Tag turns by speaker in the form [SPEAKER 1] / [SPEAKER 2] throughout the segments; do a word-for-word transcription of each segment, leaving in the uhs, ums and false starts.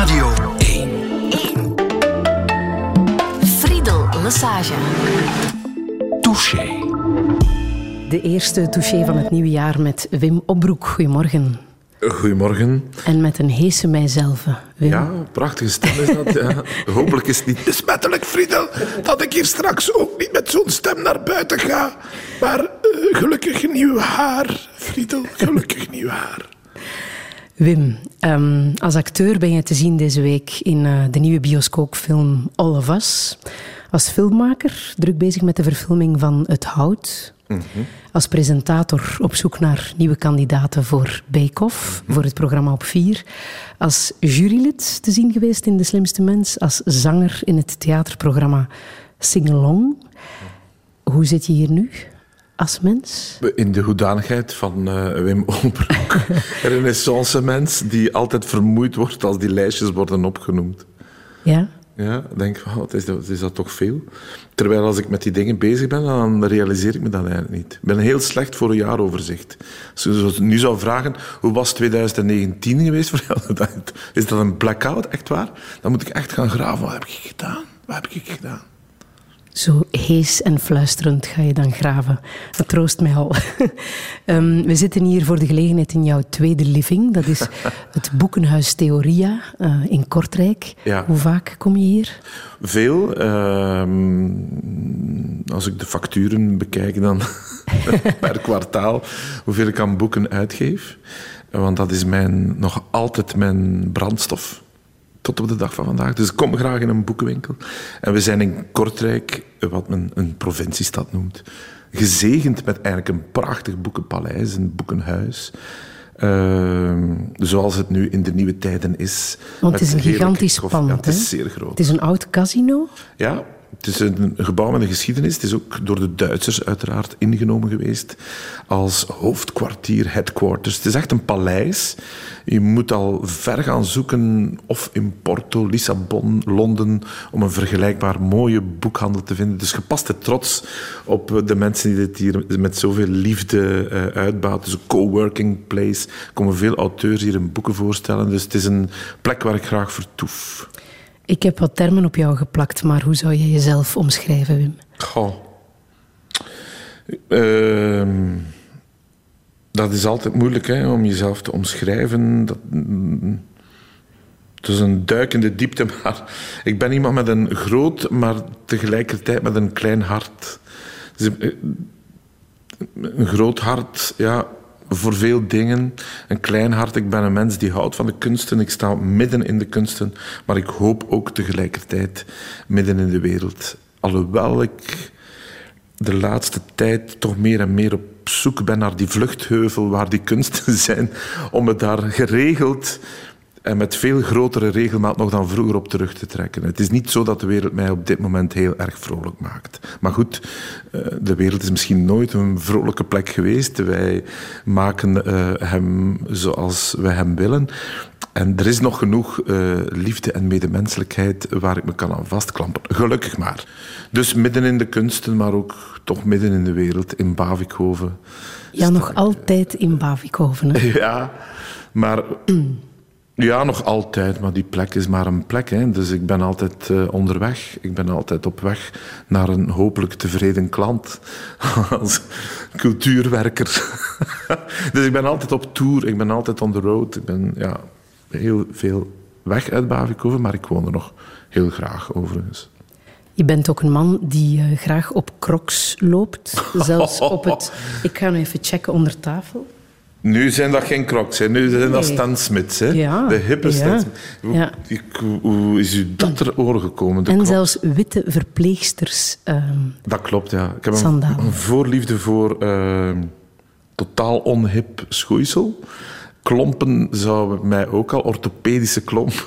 [SPEAKER 1] Radio één.
[SPEAKER 2] Friedel Lesage.
[SPEAKER 1] Touché.
[SPEAKER 3] De eerste touché van het nieuwe jaar met Wim Opbroek. Goedemorgen.
[SPEAKER 4] Goedemorgen.
[SPEAKER 3] En met een heese mijzelf. Wim.
[SPEAKER 4] Ja, prachtige stem is dat. Ja. Hopelijk is het niet besmettelijk, Friedel, dat ik hier straks ook niet met zo'n stem naar buiten ga. Maar uh, gelukkig nieuw haar, Friedel, gelukkig nieuw haar.
[SPEAKER 3] Wim, um, als acteur ben je te zien deze week in uh, de nieuwe bioscoopfilm All of Us. Als filmmaker druk bezig met de verfilming van Het Hout. Mm-hmm. Als presentator op zoek naar nieuwe kandidaten voor Bake Off, mm-hmm. voor het programma op vier. Als jurylid te zien geweest in De Slimste Mens. Als zanger in het theaterprogramma Sing Along. Hoe zit je hier nu? Als mens?
[SPEAKER 4] In de hoedanigheid van uh, Wim Opbroek. Een renaissance mens die altijd vermoeid wordt als die lijstjes worden opgenoemd.
[SPEAKER 3] Ja? Ja,
[SPEAKER 4] ik denk, oh, wat is dat, is dat toch veel? Terwijl als ik met die dingen bezig ben, dan realiseer ik me dat eigenlijk niet. Ik ben heel slecht voor een jaaroverzicht. Als je nu zou vragen, hoe was twintig negentien geweest voor jou? Is dat een blackout, echt waar? Dan moet ik echt gaan graven. Wat heb ik gedaan? Wat heb ik gedaan?
[SPEAKER 3] Zo hees en fluisterend ga je dan graven. Dat troost mij al. um, we zitten hier voor de gelegenheid in jouw tweede living. Dat is het boekenhuis Theoria uh, in Kortrijk. Ja. Hoe vaak kom je hier?
[SPEAKER 4] Veel. Uh, als ik de facturen bekijk, dan per kwartaal hoeveel ik aan boeken uitgeef. Want dat is mijn, nog altijd mijn brandstof. Tot op de dag van vandaag. Dus ik kom graag in een boekenwinkel. En we zijn in Kortrijk, wat men een provinciestad noemt, gezegend met eigenlijk een prachtig boekenpaleis, een boekenhuis. Uh, zoals het nu in de nieuwe tijden is.
[SPEAKER 3] Want het is een gigantisch pand.
[SPEAKER 4] Ja, het is zeer groot.
[SPEAKER 3] Het is een oud casino.
[SPEAKER 4] Ja, het is een gebouw met een geschiedenis. Het is ook door de Duitsers uiteraard ingenomen geweest als hoofdkwartier, headquarters. Het is echt een paleis. Je moet al ver gaan zoeken, of in Porto, Lissabon, Londen, om een vergelijkbaar mooie boekhandel te vinden. Dus gepaste trots op de mensen die dit hier met zoveel liefde uh, uitbouwen. Het is een coworking place. Er komen veel auteurs hier in boeken voorstellen. Dus het is een plek waar ik graag vertoef.
[SPEAKER 3] Ik heb wat termen op jou geplakt, maar hoe zou je jezelf omschrijven, Wim?
[SPEAKER 4] Goh. Uh, dat is altijd moeilijk, hè, om jezelf te omschrijven. Dat, het is een duik in de diepte, maar ik ben iemand met een groot, maar tegelijkertijd met een klein hart. Dus, een groot hart, ja, voor veel dingen. Een klein hart. Ik ben een mens die houdt van de kunsten. Ik sta midden in de kunsten. Maar ik hoop ook tegelijkertijd midden in de wereld. Alhoewel ik de laatste tijd toch meer en meer op zoek ben naar die vluchtheuvel waar die kunsten zijn. Om me daar geregeld en met veel grotere regelmaat nog dan vroeger op terug te trekken. Het is niet zo dat de wereld mij op dit moment heel erg vrolijk maakt. Maar goed, de wereld is misschien nooit een vrolijke plek geweest. Wij maken hem zoals wij hem willen. En er is nog genoeg uh, liefde en medemenselijkheid waar ik me kan aan vastklampen. Gelukkig maar. Dus midden in de kunsten, maar ook toch midden in de wereld, in Bavikhoven.
[SPEAKER 3] Ja, nog ik, altijd in Bavikhoven. Hè?
[SPEAKER 4] Ja, maar... Ja, nog altijd, maar die plek is maar een plek. Hè. Dus ik ben altijd uh, onderweg. Ik ben altijd op weg naar een hopelijk tevreden klant. Als cultuurwerker. Dus ik ben altijd op tour. Ik ben altijd on the road. Ik ben ja, heel veel weg uit Bavikhoven, maar ik woon er nog heel graag overigens.
[SPEAKER 3] Je bent ook een man die uh, graag op crocs loopt. Zelfs op het... Ik ga nu even checken onder tafel.
[SPEAKER 4] Nu zijn dat geen crocs, hè. Nu zijn dat Stan Smiths. Hè. Ja, de hippe ja. Stan Smiths. Hoe, ja. hoe, hoe is u dat ter oren gekomen? De
[SPEAKER 3] en
[SPEAKER 4] crocs?
[SPEAKER 3] Zelfs witte verpleegsters. Uh,
[SPEAKER 4] dat klopt, ja. Ik heb een, een voorliefde voor uh, totaal onhip schoeisel. Klompen zou mij ook al, orthopedische klomp.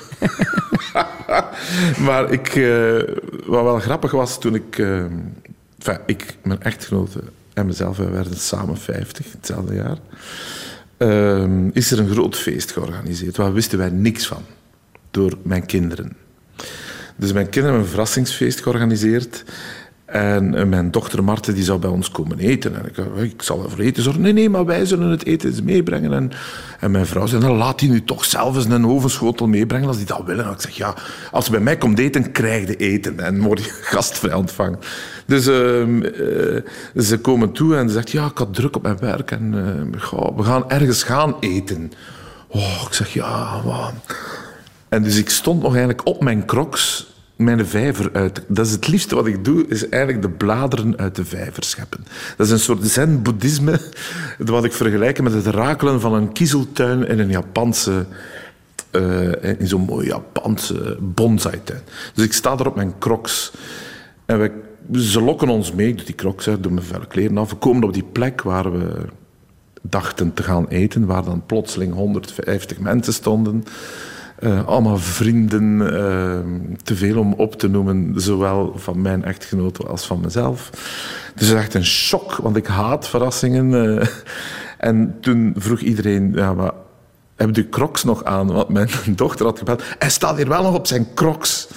[SPEAKER 4] Maar ik, uh, wat wel grappig was, toen ik... Uh, enfin, ik, mijn echtgenote en mezelf, wij werden samen vijftig, hetzelfde jaar. Uh, is er een groot feest georganiseerd. Waar wisten wij niks van. Door mijn kinderen. Dus mijn kinderen hebben een verrassingsfeest georganiseerd. En mijn dochter Marten die zou bij ons komen eten. En ik, ik zal ervoor eten zorgen. Nee, nee, maar wij zullen het eten eens meebrengen. En, en mijn vrouw zei, nou, laat die nu toch zelf eens een ovenschotel meebrengen als die dat willen. En ik zeg, ja, als je bij mij komt eten, krijg je eten. En word je gastvrij ontvangen. Dus uh, uh, ze komen toe en ze zegt, ja, ik had druk op mijn werk. En uh, we gaan ergens gaan eten. Oh, ik zeg, ja, man. En dus ik stond nog eigenlijk op mijn crocs mijn vijver uit. Dat is het liefste wat ik doe, is eigenlijk de bladeren uit de vijver scheppen. Dat is een soort zen-boeddhisme, wat ik vergelijk met het rakelen van een kiezeltuin in een Japanse, uh, in zo'n mooie Japanse bonsai-tuin. Dus ik sta daar op mijn crocs. En we, ze lokken ons mee, ik doe die crocs uit, doe mijn vuile kleren af. We komen op die plek waar we dachten te gaan eten, waar dan plotseling honderdvijftig mensen stonden. Uh, allemaal vrienden, uh, te veel om op te noemen, zowel van mijn echtgenote als van mezelf. Dus het is echt een shock, want ik haat verrassingen. Uh, en toen vroeg iedereen, ja, maar heb je crocs nog aan? Want mijn dochter had gebeld, hij staat hier wel nog op zijn crocs.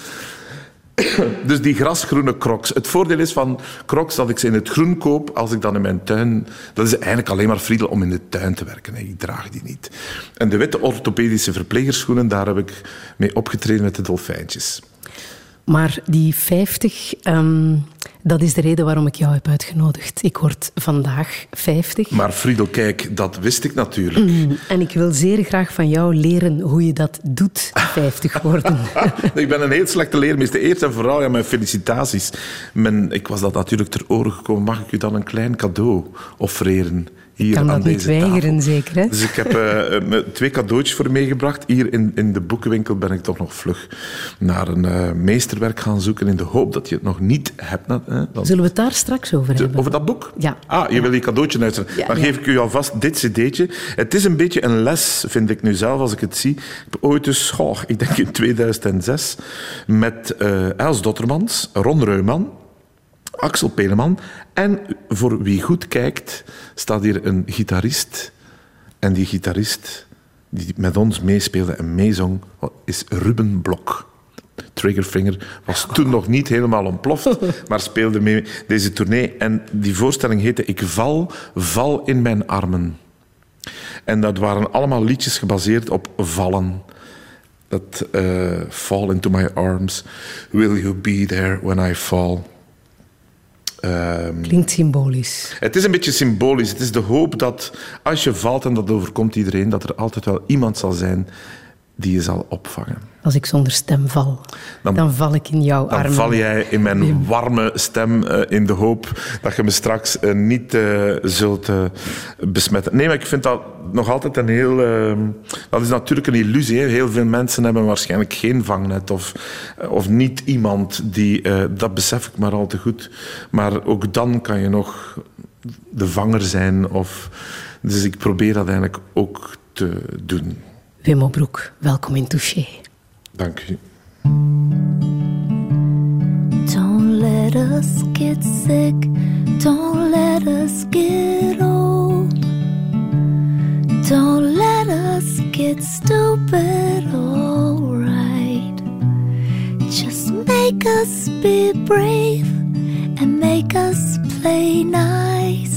[SPEAKER 4] Dus die grasgroene crocs. Het voordeel is van crocs dat ik ze in het groen koop als ik dan in mijn tuin... Dat is eigenlijk alleen maar Friedel om in de tuin te werken. Ik draag die niet. En de witte orthopedische verplegerschoenen, daar heb ik mee opgetreden met de dolfijntjes.
[SPEAKER 3] Maar die vijftig, um, dat is de reden waarom ik jou heb uitgenodigd. Ik word vandaag vijftig.
[SPEAKER 4] Maar Friedel, kijk, dat wist ik natuurlijk.
[SPEAKER 3] Mm, en ik wil zeer graag van jou leren hoe je dat doet, vijftig worden.
[SPEAKER 4] Ik ben een heel slechte leermeester. Eerst en vooral, ja, mijn felicitaties. Men, ik was dat natuurlijk ter oren gekomen. Mag ik u dan een klein cadeau offreren? Hier
[SPEAKER 3] kan
[SPEAKER 4] aan
[SPEAKER 3] dat niet weigeren,
[SPEAKER 4] tafel.
[SPEAKER 3] Zeker. Hè?
[SPEAKER 4] Dus ik heb uh, twee cadeautjes voor meegebracht. Hier in, in de boekenwinkel ben ik toch nog vlug naar een uh, meesterwerk gaan zoeken in de hoop dat je het nog niet hebt. Uh, dan...
[SPEAKER 3] Zullen we het daar straks over hebben?
[SPEAKER 4] Over dat boek?
[SPEAKER 3] Ja.
[SPEAKER 4] Ah, je
[SPEAKER 3] ja.
[SPEAKER 4] wil die cadeautje uitzetten.
[SPEAKER 3] Ja,
[SPEAKER 4] dan
[SPEAKER 3] ja.
[SPEAKER 4] geef ik u alvast dit cd'tje. Het is een beetje een les, vind ik nu zelf, als ik het zie. Ik heb ooit dus, oh, ik denk in tweeduizend zes, met uh, Els Dottermans, Ron Reuman, Axel Peleman. En voor wie goed kijkt, staat hier een gitarist. En die gitarist die met ons meespeelde en meezong, is Ruben Blok. Triggerfinger was toen nog niet helemaal ontploft, maar speelde mee deze tournee. En die voorstelling heette Ik val, val in mijn armen. En dat waren allemaal liedjes gebaseerd op vallen. Dat uh, Fall into my arms, will you be there when I fall... Um,
[SPEAKER 3] Klinkt symbolisch.
[SPEAKER 4] Het is een beetje symbolisch. Het is de hoop dat als je valt, en dat overkomt iedereen, dat er altijd wel iemand zal zijn die je zal opvangen.
[SPEAKER 3] Als ik zonder stem val, dan, dan val ik in jouw
[SPEAKER 4] dan
[SPEAKER 3] armen.
[SPEAKER 4] Dan val jij in mijn Wim. warme stem uh, in de hoop dat je me straks uh, niet uh, zult uh, besmetten. Nee, maar ik vind dat nog altijd een heel... Uh, dat is natuurlijk een illusie. Hè. Heel veel mensen hebben waarschijnlijk geen vangnet of, uh, of niet iemand die... Uh, dat besef ik maar al te goed. Maar ook dan kan je nog de vanger zijn. Of, dus ik probeer dat eigenlijk ook te doen.
[SPEAKER 3] Wim Opbroek, welkom in Touché.
[SPEAKER 4] Dank u.
[SPEAKER 5] Don't let us get sick, don't let us get old. Don't let us get stupid, alright. Just make us be brave and make us play nice.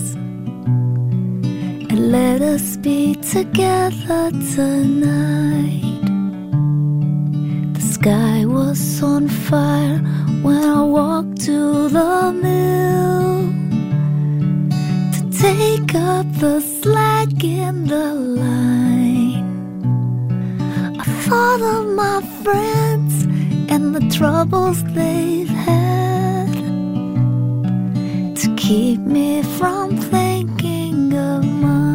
[SPEAKER 5] And let us be together tonight. The sky was on fire when I walked to the mill to take up the slack in the line. I thought of my friends and the troubles they've had to keep me from thinking of mine.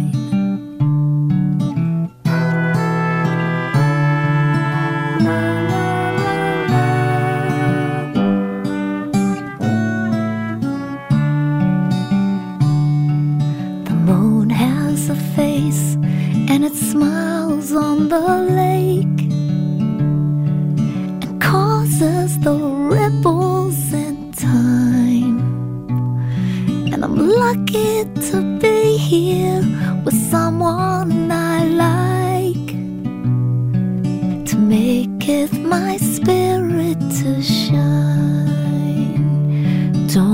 [SPEAKER 5] Face and it smiles on the lake and causes the ripples in time. And I'm lucky to be here with someone I like to make it my spirit to shine. Don't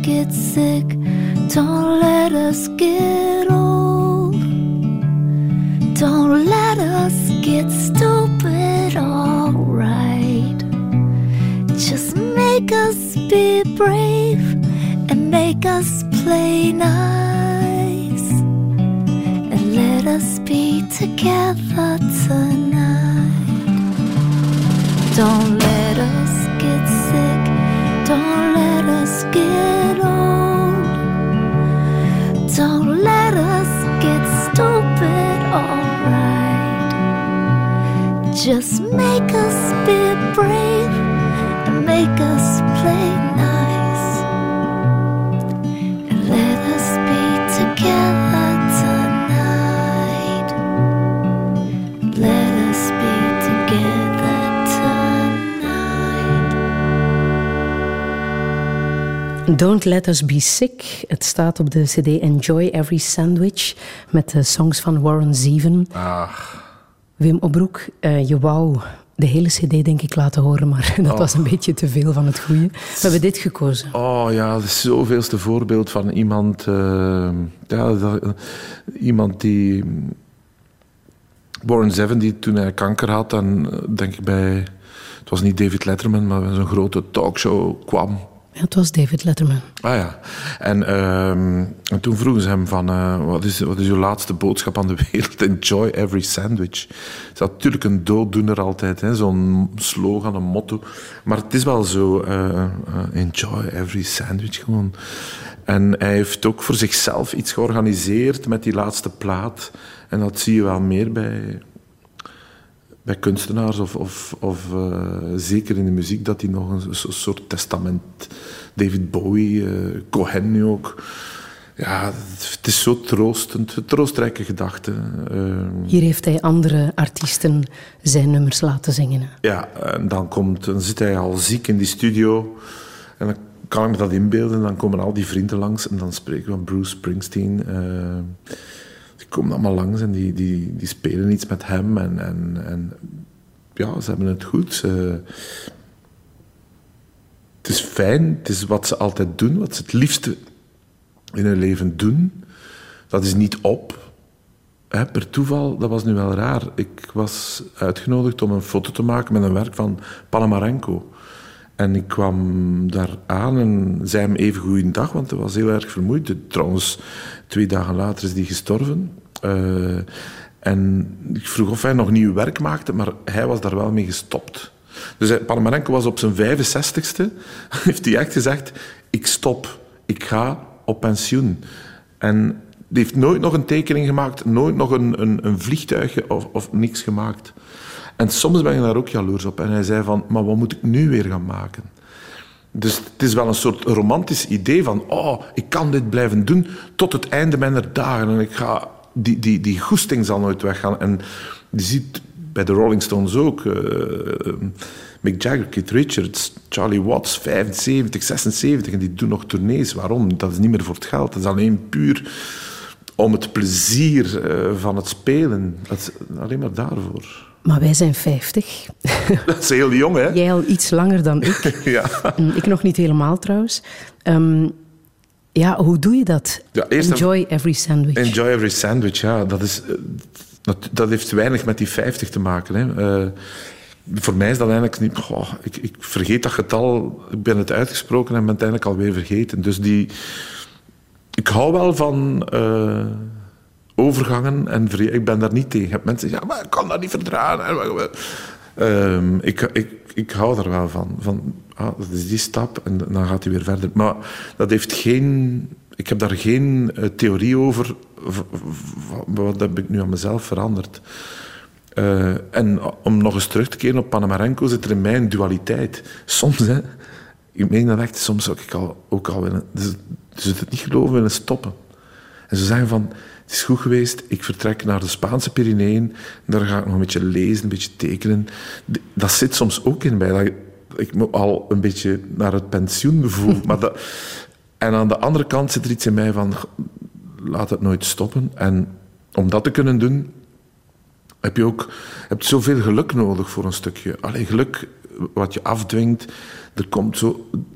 [SPEAKER 5] get sick. Don't let us get old. Don't let us get stupid, alright. Just make us be brave and make us play nice. And let us be together tonight. Don't let us get sick. Don't let us get old. Don't let us get stupid, alright. Just make us be brave and make us play nice. And let us be together tonight. Let us be together tonight.
[SPEAKER 3] Don't Let Us Be Sick. Het staat op de cd Enjoy Every Sandwich met de songs van Warren Zevon.
[SPEAKER 4] Ach.
[SPEAKER 3] Wim Opbroek, uh, je wou de hele cd denk ik laten horen, maar dat oh. was een beetje te veel van het goede. We hebben dit gekozen.
[SPEAKER 4] Oh ja, dat is zoveelste voorbeeld van iemand... Uh, ja, dat, uh, iemand die... Warren Zevon, die toen hij kanker had, en uh, denk ik bij... Het was niet David Letterman, maar bij zo'n grote talkshow kwam.
[SPEAKER 3] Ja, het was David Letterman.
[SPEAKER 4] Ah ja. En, uh, en toen vroegen ze hem van... Uh, wat, is, wat is uw laatste boodschap aan de wereld? Enjoy every sandwich. Het is natuurlijk een dooddoener altijd. Hè? Zo'n slogan, een motto. Maar het is wel zo. Uh, uh, enjoy every sandwich gewoon. En hij heeft ook voor zichzelf iets georganiseerd met die laatste plaat. En dat zie je wel meer bij... bij kunstenaars of, of, of uh, zeker in de muziek, dat hij nog een, een soort testament... David Bowie, uh, Cohen nu ook. Ja, het is zo troostend, troostrijke gedachte. Uh,
[SPEAKER 3] Hier heeft hij andere artiesten zijn nummers laten zingen.
[SPEAKER 4] Ja, en dan, komt, dan zit hij al ziek in die studio. En dan kan ik me dat inbeelden. Dan komen al die vrienden langs en dan spreken we van Bruce Springsteen... Uh, Die komen allemaal langs en die, die, die spelen iets met hem. En, en, en ja, ze hebben het goed. Ze, het is fijn, het is wat ze altijd doen, wat ze het liefste in hun leven doen. Dat is niet op. Hè, per toeval, dat was nu wel raar. Ik was uitgenodigd om een foto te maken met een werk van Panamarenko. En ik kwam daar aan en zei hem even goeiedag, want hij was heel erg vermoeid. Trouwens, twee dagen later is hij gestorven. Uh, en ik vroeg of hij nog nieuw werk maakte, maar hij was daar wel mee gestopt. Dus hij, Panamarenko was op zijn vijfenzestigste, heeft hij echt gezegd, ik stop, ik ga op pensioen. En hij heeft nooit nog een tekening gemaakt, nooit nog een, een, een vliegtuigje of, of niks gemaakt. En soms ben je daar ook jaloers op. En hij zei van, maar wat moet ik nu weer gaan maken? Dus het is wel een soort romantisch idee van, oh, ik kan dit blijven doen tot het einde mijner dagen. En ik ga, die, die, die goesting zal nooit weggaan. En je ziet bij de Rolling Stones ook, uh, Mick Jagger, Keith Richards, Charlie Watts, vijfenzeventig, zesenzeventig. En die doen nog tournees. Waarom? Dat is niet meer voor het geld. Dat is alleen puur om het plezier uh, van het spelen. Dat is alleen maar daarvoor.
[SPEAKER 3] Maar wij zijn vijftig.
[SPEAKER 4] Dat is heel jong, hè?
[SPEAKER 3] Jij al iets langer dan ik.
[SPEAKER 4] Ja.
[SPEAKER 3] Ik nog niet helemaal, trouwens. Um, ja, hoe doe je dat?
[SPEAKER 4] Ja,
[SPEAKER 3] Enjoy en... every sandwich.
[SPEAKER 4] Enjoy every sandwich, ja. Dat, is, dat, dat heeft weinig met die vijftig te maken. Hè. Uh, voor mij is dat eigenlijk niet... Goh, ik, ik vergeet dat getal. Ik ben het uitgesproken en ben het eigenlijk alweer vergeten. Dus die... Ik hou wel van... Uh, overgangen en vrede. Ik ben daar niet tegen. Je hebt mensen die zeggen, ja, maar ik kan dat niet verdragen. Um, ik, ik, ik hou er wel van. van ah, dat is die stap en dan gaat hij weer verder. Maar dat heeft geen... Ik heb daar geen uh, theorie over. V, v, wat heb ik nu aan mezelf veranderd? Uh, en om nog eens terug te keren op Panamarenko zit er in mij een dualiteit. Soms, hè. Ik meen dat echt, soms zou ik al, ook al willen... Dus, dus het niet geloven willen stoppen. En ze zeggen van... Het is goed geweest, ik vertrek naar de Spaanse Pyreneeën. Daar ga ik nog een beetje lezen, een beetje tekenen. Dat zit soms ook in mij. Dat ik me al een beetje naar het pensioen voel. Maar dat, en aan de andere kant zit er iets in mij van... Laat het nooit stoppen. En om dat te kunnen doen... heb je ook heb je zoveel geluk nodig voor een stukje. Alleen geluk wat je afdwingt... Er komt zo...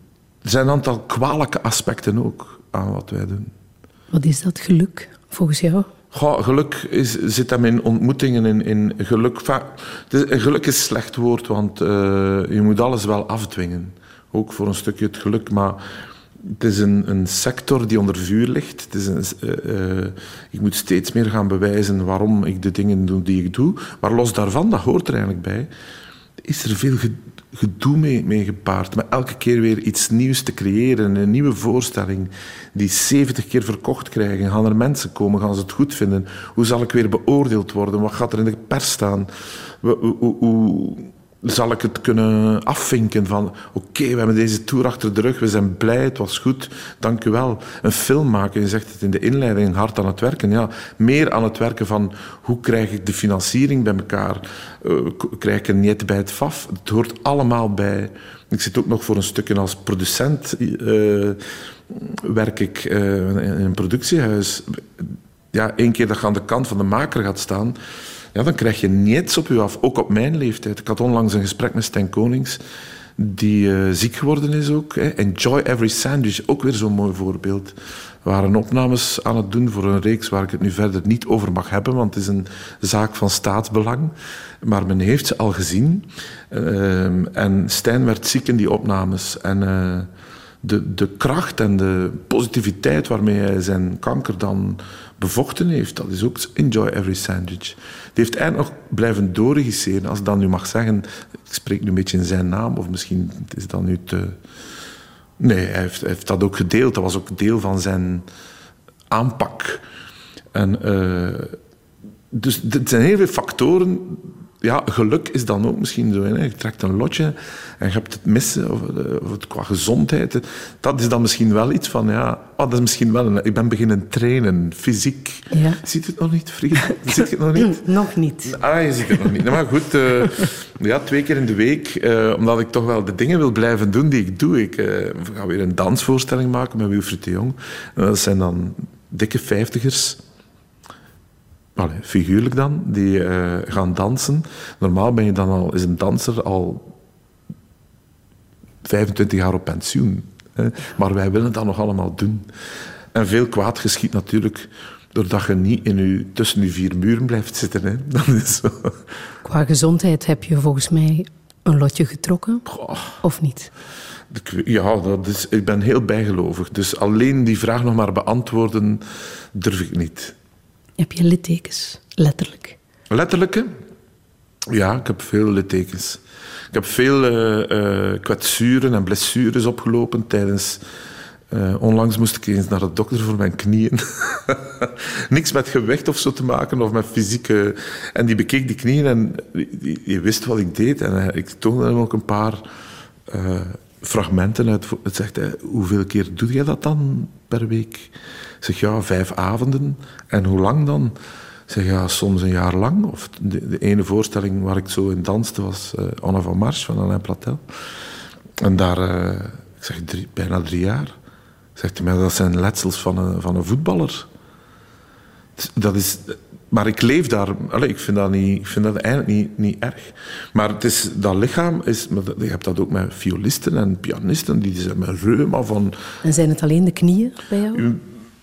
[SPEAKER 4] er zijn een aantal kwalijke aspecten ook aan wat wij doen.
[SPEAKER 3] Wat is dat geluk, volgens jou?
[SPEAKER 4] Goh, geluk is, zit hem in ontmoetingen, in, in geluk. Va, het is, geluk is een slecht woord, want uh, je moet alles wel afdwingen. Ook voor een stukje het geluk, maar het is een, een sector die onder vuur ligt. Het is een, uh, uh, ik moet steeds meer gaan bewijzen waarom ik de dingen doe die ik doe. Maar los daarvan, dat hoort er eigenlijk bij, is er veel gedoe mee, mee gepaard. Maar elke keer weer iets nieuws te creëren, een nieuwe voorstelling die zeventig keer verkocht krijgen. Gaan er mensen komen, gaan ze het goed vinden? Hoe zal ik weer beoordeeld worden? Wat gaat er in de pers staan? Hoe, hoe, hoe zal ik het kunnen afvinken van oké, okay, we hebben deze tour achter de rug, we zijn blij, het was goed, dank u wel. Een film maken, je zegt het in de inleiding, hard aan het werken. Ja, meer aan het werken van hoe krijg ik de financiering bij elkaar? Uh, krijg ik een niet bij het F A F? Het hoort allemaal bij. Ik zit ook nog voor een stukje als producent. Uh, werk ik uh, in een productiehuis. Ja, één keer dat je aan de kant van de maker gaat staan, ja, dan krijg je niets op je af, ook op mijn leeftijd. Ik had onlangs een gesprek met Stijn Konings, die uh, ziek geworden is ook. Hè. Enjoy Every Sandwich, ook weer zo'n mooi voorbeeld. We waren opnames aan het doen voor een reeks waar ik het nu verder niet over mag hebben, want het is een zaak van staatsbelang. Maar men heeft ze al gezien. Uh, en Stijn werd ziek in die opnames. En uh, de, de kracht en de positiviteit waarmee hij zijn kanker dan bevochten heeft, dat is ook Enjoy Every Sandwich. Die heeft eigenlijk nog blijven doorregisseren, als ik dan nu mag zeggen. Ik spreek nu een beetje in zijn naam, of misschien is dat nu te... Nee, hij heeft, hij heeft dat ook gedeeld. Dat was ook deel van zijn aanpak. En, uh, dus er zijn heel veel factoren. Ja, geluk is dan ook misschien zo. Hè. Je trekt een lotje en je hebt het missen, of, of het qua gezondheid. Dat is dan misschien wel iets van, ja, oh, dat is misschien wel een, ik ben beginnen trainen, fysiek.
[SPEAKER 3] Ja.
[SPEAKER 4] Ziet het nog niet, Frieda? Ziet het nog niet?
[SPEAKER 3] Nog niet.
[SPEAKER 4] Ah, je ziet het nog niet. Nou, maar goed, uh, ja, twee keer in de week, uh, omdat ik toch wel de dingen wil blijven doen die ik doe. Ik uh, ga weer een dansvoorstelling maken met Wilfried de Jong. Uh, dat zijn dan dikke vijftigers. Allee, figuurlijk dan, die uh, gaan dansen. Normaal ben je dan al, is een danser al vijfentwintig jaar op pensioen. Hè? Maar wij willen dat nog allemaal doen. En veel kwaad geschiet natuurlijk doordat je niet in je, tussen je vier muren blijft zitten. Hè? Dat is zo.
[SPEAKER 3] Qua gezondheid heb je volgens mij een lotje getrokken,
[SPEAKER 4] Goh.
[SPEAKER 3] Of niet?
[SPEAKER 4] Ja, dat is, ik ben heel bijgelovig. Dus alleen die vraag nog maar beantwoorden durf ik niet.
[SPEAKER 3] Heb je littekens, letterlijk?
[SPEAKER 4] Letterlijke? Ja, ik heb veel littekens. Ik heb veel uh, uh, kwetsuren en blessures opgelopen tijdens... Uh, onlangs moest ik eens naar de dokter voor mijn knieën. Niks met gewicht of zo te maken, of met fysieke... En die bekeek die knieën en die, die wist wat ik deed. En uh, ik toonde hem ook een paar uh, fragmenten uit. Het zegt, uh, hoeveel keer doe jij dat dan per week? Ik zeg, ja, vijf avonden. En hoe lang dan? Ik zeg, ja, soms een jaar lang. Of de, de ene voorstelling waar ik zo in danste was uh, Anna van Marche van Alain Platel. En daar, uh, ik zeg, drie, bijna drie jaar. Zegt hij mij, dat zijn letsels van een, van een voetballer. Dat is, maar ik leef daar... Allez, ik, vind dat niet, ik vind dat eigenlijk niet, niet erg. Maar het is, dat lichaam is... Je hebt dat ook met violisten en pianisten, die zijn met reuma van...
[SPEAKER 3] En zijn het alleen de knieën bij jou?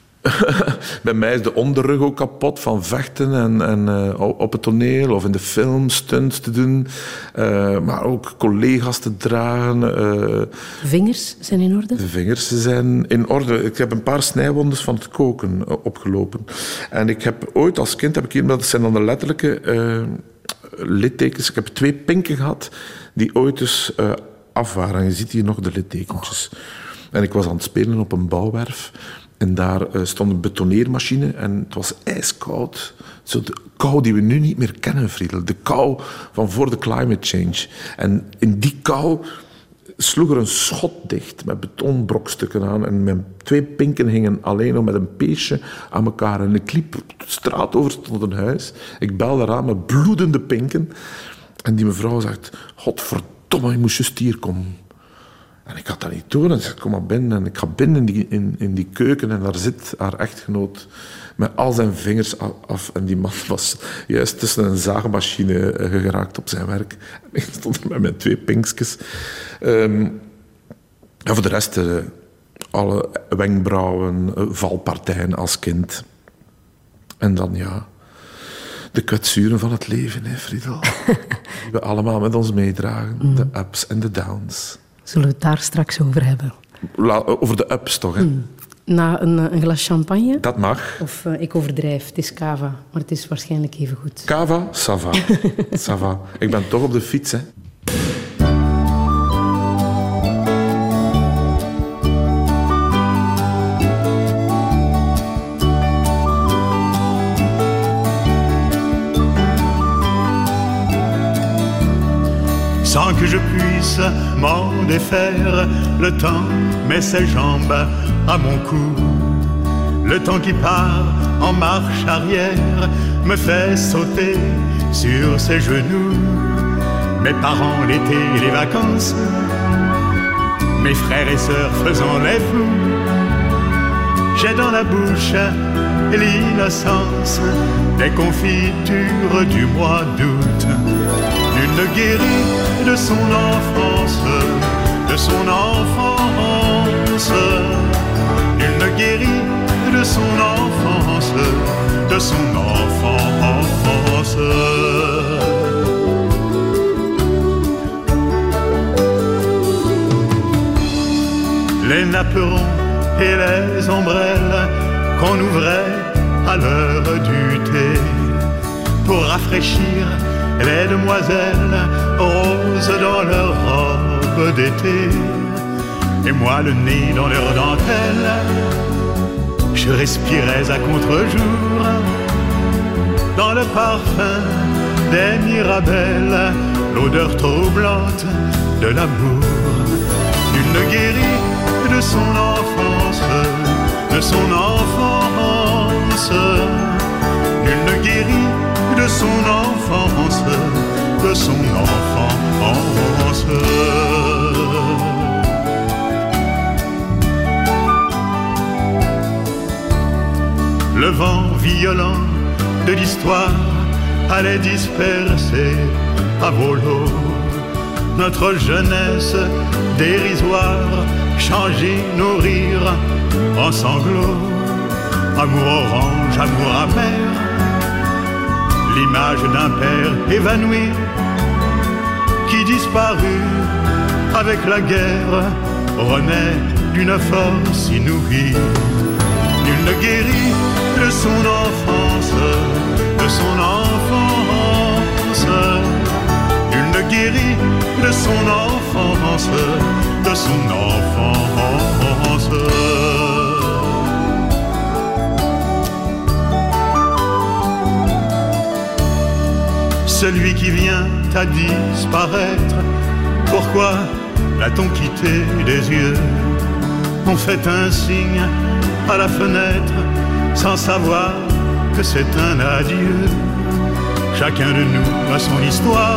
[SPEAKER 4] Bij mij is de onderrug ook kapot van vechten en, en uh, op het toneel of in de film stunts te doen. Uh, maar ook collega's te dragen. Uh,
[SPEAKER 3] de vingers zijn in orde?
[SPEAKER 4] De vingers zijn in orde. Ik heb een paar snijwondes van het koken uh, opgelopen. En ik heb ooit als kind, heb ik hier, dat zijn dan de letterlijke uh, littekens. Ik heb twee pinken gehad die ooit dus uh, af waren. En je ziet hier nog de littekentjes. Oh. En ik was aan het spelen op een bouwwerf. En daar uh, stond een betoneermachine en het was ijskoud. Zo de kou die we nu niet meer kennen, Friedel. De kou van voor de climate change. En in die kou sloeg er een schot dicht met betonbrokstukken aan. En mijn twee pinken hingen alleen nog met een peesje aan elkaar. En ik liep de straat over tot een huis. Ik belde eraan met bloedende pinken. En die mevrouw zegt, godverdomme, je moest juist hier komen. En ik had dat niet door. En ze zei, kom maar binnen. En ik ga binnen in die, in, in die keuken en daar zit haar echtgenoot met al zijn vingers af. En die man was juist tussen een zaagmachine geraakt op zijn werk. En ik stond er met mijn twee pinkjes. Um, En voor de rest, uh, alle wenkbrauwen, uh, valpartijen als kind. En dan ja, de kwetsuren van het leven, hè, Friedel. Die we allemaal met ons meedragen. Mm. De ups en de downs.
[SPEAKER 3] Zullen we het daar straks over hebben?
[SPEAKER 4] La, over de ups toch, hè? Mm.
[SPEAKER 3] Na een, een glas champagne?
[SPEAKER 4] Dat mag.
[SPEAKER 3] Of uh, ik overdrijf, het is cava, maar het is waarschijnlijk even goed.
[SPEAKER 4] Cava, ça va. Ça va. Ik ben toch op de fiets, hè.
[SPEAKER 6] Sans que je puisse m'en défaire, le temps met ses jambes à mon cou. Le temps qui part en marche arrière me fait sauter sur ses genoux. Mes parents l'été et les vacances, mes frères et sœurs faisant les fous. J'ai dans la bouche l'innocence des confitures du mois d'août. Nul ne guérit de son enfance, de son enfance. Nul ne guérit de son enfance, de son enfance. Les napperons et les ombrelles qu'on ouvrait à l'heure du thé pour rafraîchir les demoiselles roses dans leurs robes d'été. Et moi le nez dans leurs dentelles, je respirais à contre-jour dans le parfum des mirabelles, l'odeur troublante de l'amour. Nul ne guérit de son enfance, de son enfance. Nul ne guérit de son enfance, de son enfance. Le vent violent de l'histoire allait disperser à volo notre jeunesse dérisoire, changer nos rires en sanglots. Amour orange, amour amer, l'image d'un père évanoui qui disparut avec la guerre renaît d'une force inouïe. Nul ne guérit de son enfance, de son enfance. Nul ne guérit de son enfance, de son enfance. Celui qui vient à disparaître, pourquoi l'a-t-on quitté des yeux? On fait un signe à la fenêtre sans savoir que c'est un adieu. Chacun de nous a son histoire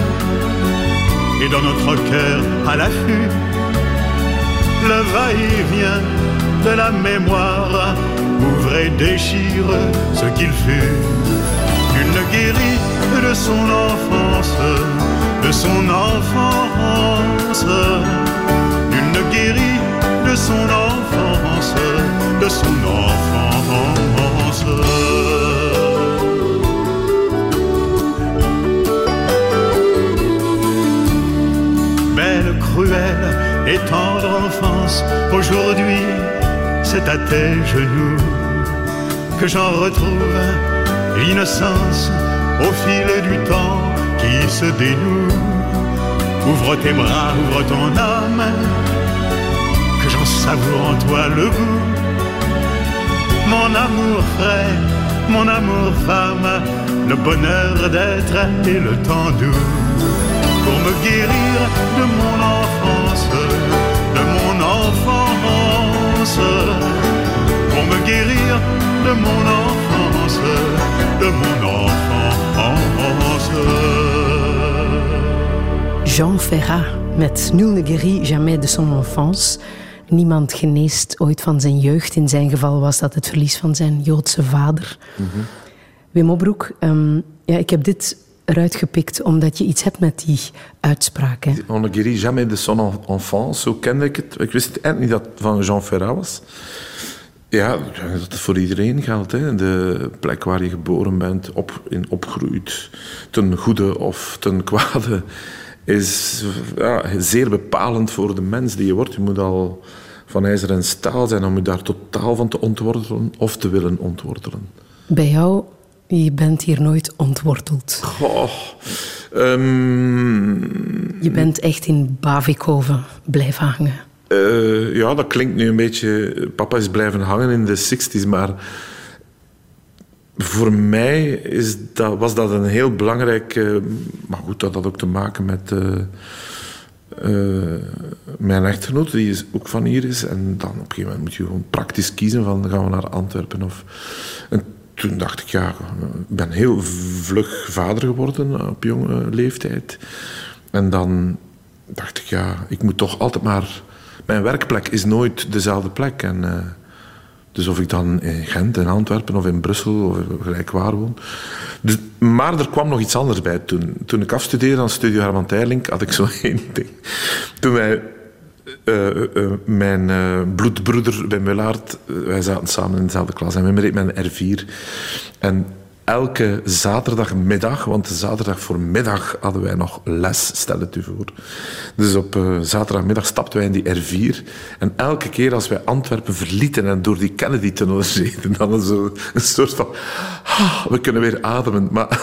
[SPEAKER 6] et dans notre cœur à l'affût, le va-et-vient de la mémoire ouvre et déchire ce qu'il fut. Nul ne guérit de son enfance, de son enfance. Nul ne guérit de son enfance, de son enfance. Belle, cruelle et tendre enfance, aujourd'hui c'est à tes genoux que j'en retrouve l'innocence au fil du temps qui se dénoue. Ouvre tes bras, ouvre ton âme, que j'en savoure en toi le goût. Mon amour frais, mon amour femme, le bonheur d'être et le temps doux. Pour me guérir de mon enfance, de mon enfance. Pour me guérir de mon enfance, de mon enfance.
[SPEAKER 3] Jean Ferrat met Nul ne guérit jamais de son enfance. Niemand geneest ooit van zijn jeugd. In zijn geval was dat het verlies van zijn Joodse vader. Mm-hmm. Wim Opbroek, um, ja, ik heb dit eruit gepikt omdat je iets hebt met die uitspraak. Hè?
[SPEAKER 4] On ne guérit jamais de son enfance, zo kende ik het. Ik wist eigenlijk niet dat het van Jean Ferrat was. Ja, dat het voor iedereen geldt. Hè. De plek waar je geboren bent, op, in opgroeit, ten goede of ten kwade, is ja, zeer bepalend voor de mens die je wordt. Je moet al van ijzer en staal zijn om je daar totaal van te ontwortelen of te willen ontwortelen.
[SPEAKER 3] Bij jou, je bent hier nooit ontworteld.
[SPEAKER 4] Goh, um...
[SPEAKER 3] Je bent echt in Bavikhoven blijven hangen.
[SPEAKER 4] Uh, ja, dat klinkt nu een beetje... Papa is blijven hangen in de zestig's, maar voor mij is dat, was dat een heel belangrijk... Uh, maar goed, dat had ook te maken met uh, uh, mijn echtgenoot, die is ook van hier is. En dan op een gegeven moment moet je gewoon praktisch kiezen van gaan we naar Antwerpen of... En toen dacht ik, ja, ik ben heel vlug vader geworden op jonge leeftijd. En dan dacht ik, ja, ik moet toch altijd maar... Mijn werkplek is nooit dezelfde plek. En, uh, dus of ik dan in Gent, in Antwerpen of in Brussel of gelijk waar woon. Dus, maar er kwam nog iets anders bij toen. Toen ik afstudeerde aan Studio Herman Teylink had ik zo één ding. Toen wij... Uh, uh, mijn uh, bloedbroeder bij Mullaert, uh, wij zaten samen in dezelfde klas en wij reed met een R vier. En elke zaterdagmiddag, want de zaterdag voor middag hadden wij nog les, stel het u voor. Dus op uh, zaterdagmiddag stapten wij in die R vier. En elke keer als wij Antwerpen verlieten en door die Kennedy-tunnel reden, dan was zo een soort van... Ah, we kunnen weer ademen. Maar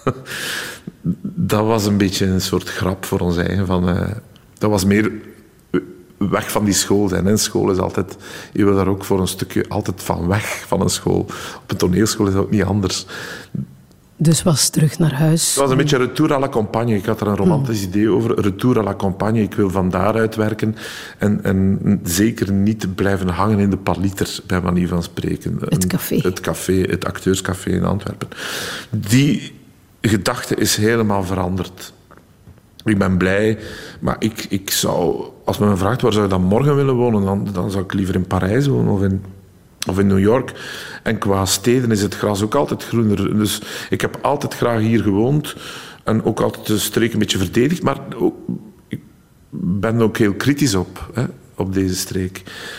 [SPEAKER 4] dat was een beetje een soort grap voor ons eigen. Van, uh, dat was meer... weg van die school zijn. En school is altijd... Je wil daar ook voor een stukje altijd van weg van een school. Op een toneelschool is dat ook niet anders.
[SPEAKER 3] Dus was terug naar huis?
[SPEAKER 4] Het was een beetje retour à la campagne. Ik had er een romantisch hmm. idee over. Retour à la campagne. Ik wil van daaruit werken. En, en zeker niet blijven hangen in de Paliter, bij manier van spreken.
[SPEAKER 3] Het café.
[SPEAKER 4] Het café, het acteurscafé in Antwerpen. Die gedachte is helemaal veranderd. Ik ben blij, maar ik, ik zou... Als men me vraagt waar zou je dan morgen willen wonen, dan, dan zou ik liever in Parijs wonen of in, of in New York. En qua steden is het gras ook altijd groener. Dus ik heb altijd graag hier gewoond en ook altijd de streek een beetje verdedigd. Maar ook, ik ben er ook heel kritisch op, hè, op deze streek.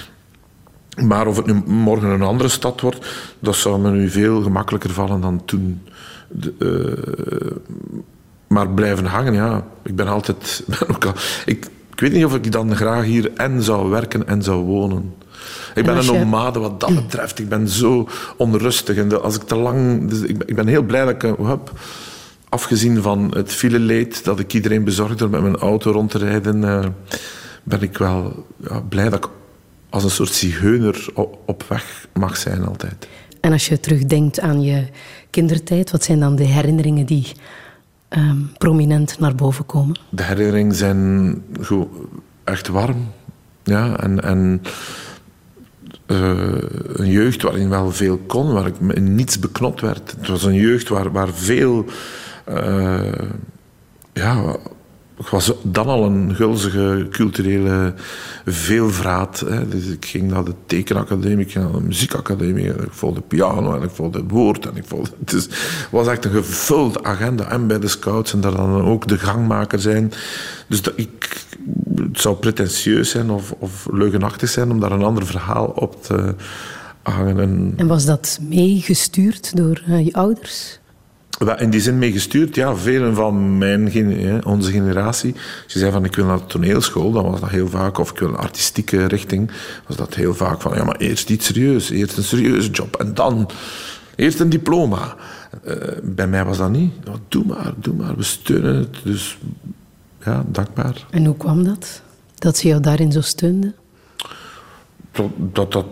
[SPEAKER 4] Maar of het nu morgen een andere stad wordt, dat zou me nu veel gemakkelijker vallen dan toen... De, uh, Maar blijven hangen, ja. Ik ben altijd... Ben ook al, ik, ik weet niet of ik dan graag hier en zou werken en zou wonen. Ik ben een
[SPEAKER 3] je...
[SPEAKER 4] nomade wat dat betreft. Ik ben zo onrustig. En als ik te lang... Dus ik, ben, ik ben heel blij dat ik heb... Afgezien van het fileleed dat ik iedereen bezorgde om met mijn auto rond te rijden, uh, ben ik wel ja, blij dat ik als een soort zigeuner op, op weg mag zijn altijd.
[SPEAKER 3] En als je terugdenkt aan je kindertijd, wat zijn dan de herinneringen die... Um, prominent naar boven komen?
[SPEAKER 4] De herinneringen zijn goed, echt warm. Ja, en, en uh, een jeugd waarin wel veel kon, waar ik in niets beknopt werd. Het was een jeugd waar, waar veel... Uh, ja, ik was dan al een gulzige culturele veelvraat. Hè. Dus ik ging naar de tekenacademie, ik ging naar de muziekacademie, ik volgde piano en ik volgde het woord. En ik volgde, dus het was echt een gevulde agenda. En bij de scouts en daar dan ook de gangmaker zijn. Dus dat ik, het zou pretentieus zijn of, of leugenachtig zijn om daar een ander verhaal op te hangen. En,
[SPEAKER 3] en was dat meegestuurd door uh, je ouders?
[SPEAKER 4] In die zin mee gestuurd, ja. Velen van mijn, onze generatie, als je zei van ik wil naar de toneelschool, dan was dat heel vaak, of ik wil een artistieke richting, was dat heel vaak van, ja, maar eerst iets serieus, eerst een serieuze job en dan eerst een diploma. Uh, bij mij was dat niet. Nou, doe maar, doe maar, we steunen het. Dus ja, dankbaar.
[SPEAKER 3] En hoe kwam dat? Dat ze jou daarin zo steunden?
[SPEAKER 4] Dat dat... dat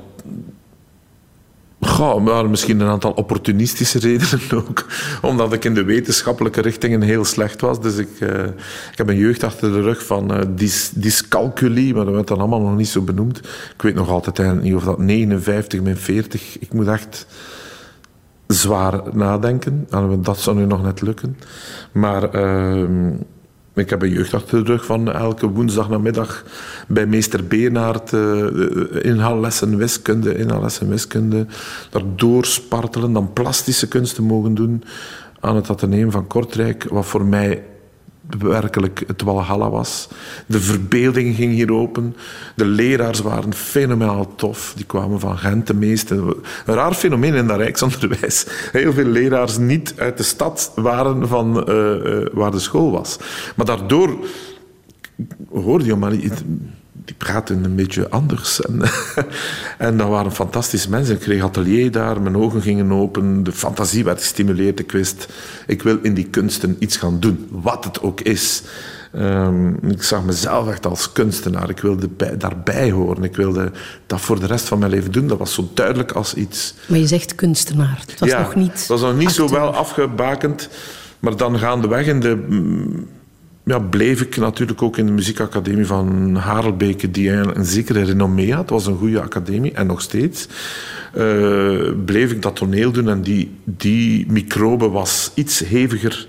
[SPEAKER 4] Goh, maar misschien een aantal opportunistische redenen ook. Omdat ik in de wetenschappelijke richtingen heel slecht was. Dus ik, uh, ik heb een jeugd achter de rug van uh, dys, dyscalculie, maar dat werd dan allemaal nog niet zo benoemd. Ik weet nog altijd eigenlijk niet of dat negenenvijftig min veertig... Ik moet echt zwaar nadenken. Dat zou nu nog net lukken. Maar... Uh, Ik heb een jeugd achter de rug van elke woensdagnamiddag bij meester Beenaert uh, inhaallessen wiskunde, inhaallessen wiskunde, daardoor spartelen, dan plastische kunsten mogen doen aan het Atheneum van Kortrijk, wat voor mij werkelijk het Walhalla was. De verbeelding ging hier open. De leraars waren fenomenaal tof. Die kwamen van Gent, de meeste. Een raar fenomeen in dat rijksonderwijs. Heel veel leraars niet uit de stad waren van uh, uh, waar de school was. Maar daardoor hoorde je maar... Die praten een beetje anders. En, en dat waren fantastische mensen. Ik kreeg atelier daar, mijn ogen gingen open, de fantasie werd gestimuleerd. Ik wist, ik wil in die kunsten iets gaan doen, wat het ook is. Um, ik zag mezelf echt als kunstenaar. Ik wilde bij, daarbij horen. Ik wilde dat voor de rest van mijn leven doen. Dat was zo duidelijk als iets...
[SPEAKER 3] Maar je zegt kunstenaar. Het was
[SPEAKER 4] ja,
[SPEAKER 3] nog niet...
[SPEAKER 4] het was nog niet acteur. Zo wel afgebakend. Maar dan gaandeweg in de... Ja, bleef ik natuurlijk ook in de muziekacademie van Harelbeke, die een zekere renommee had. Het was een goede academie, en nog steeds. Uh, bleef ik dat toneel doen en die, die microbe was iets heviger.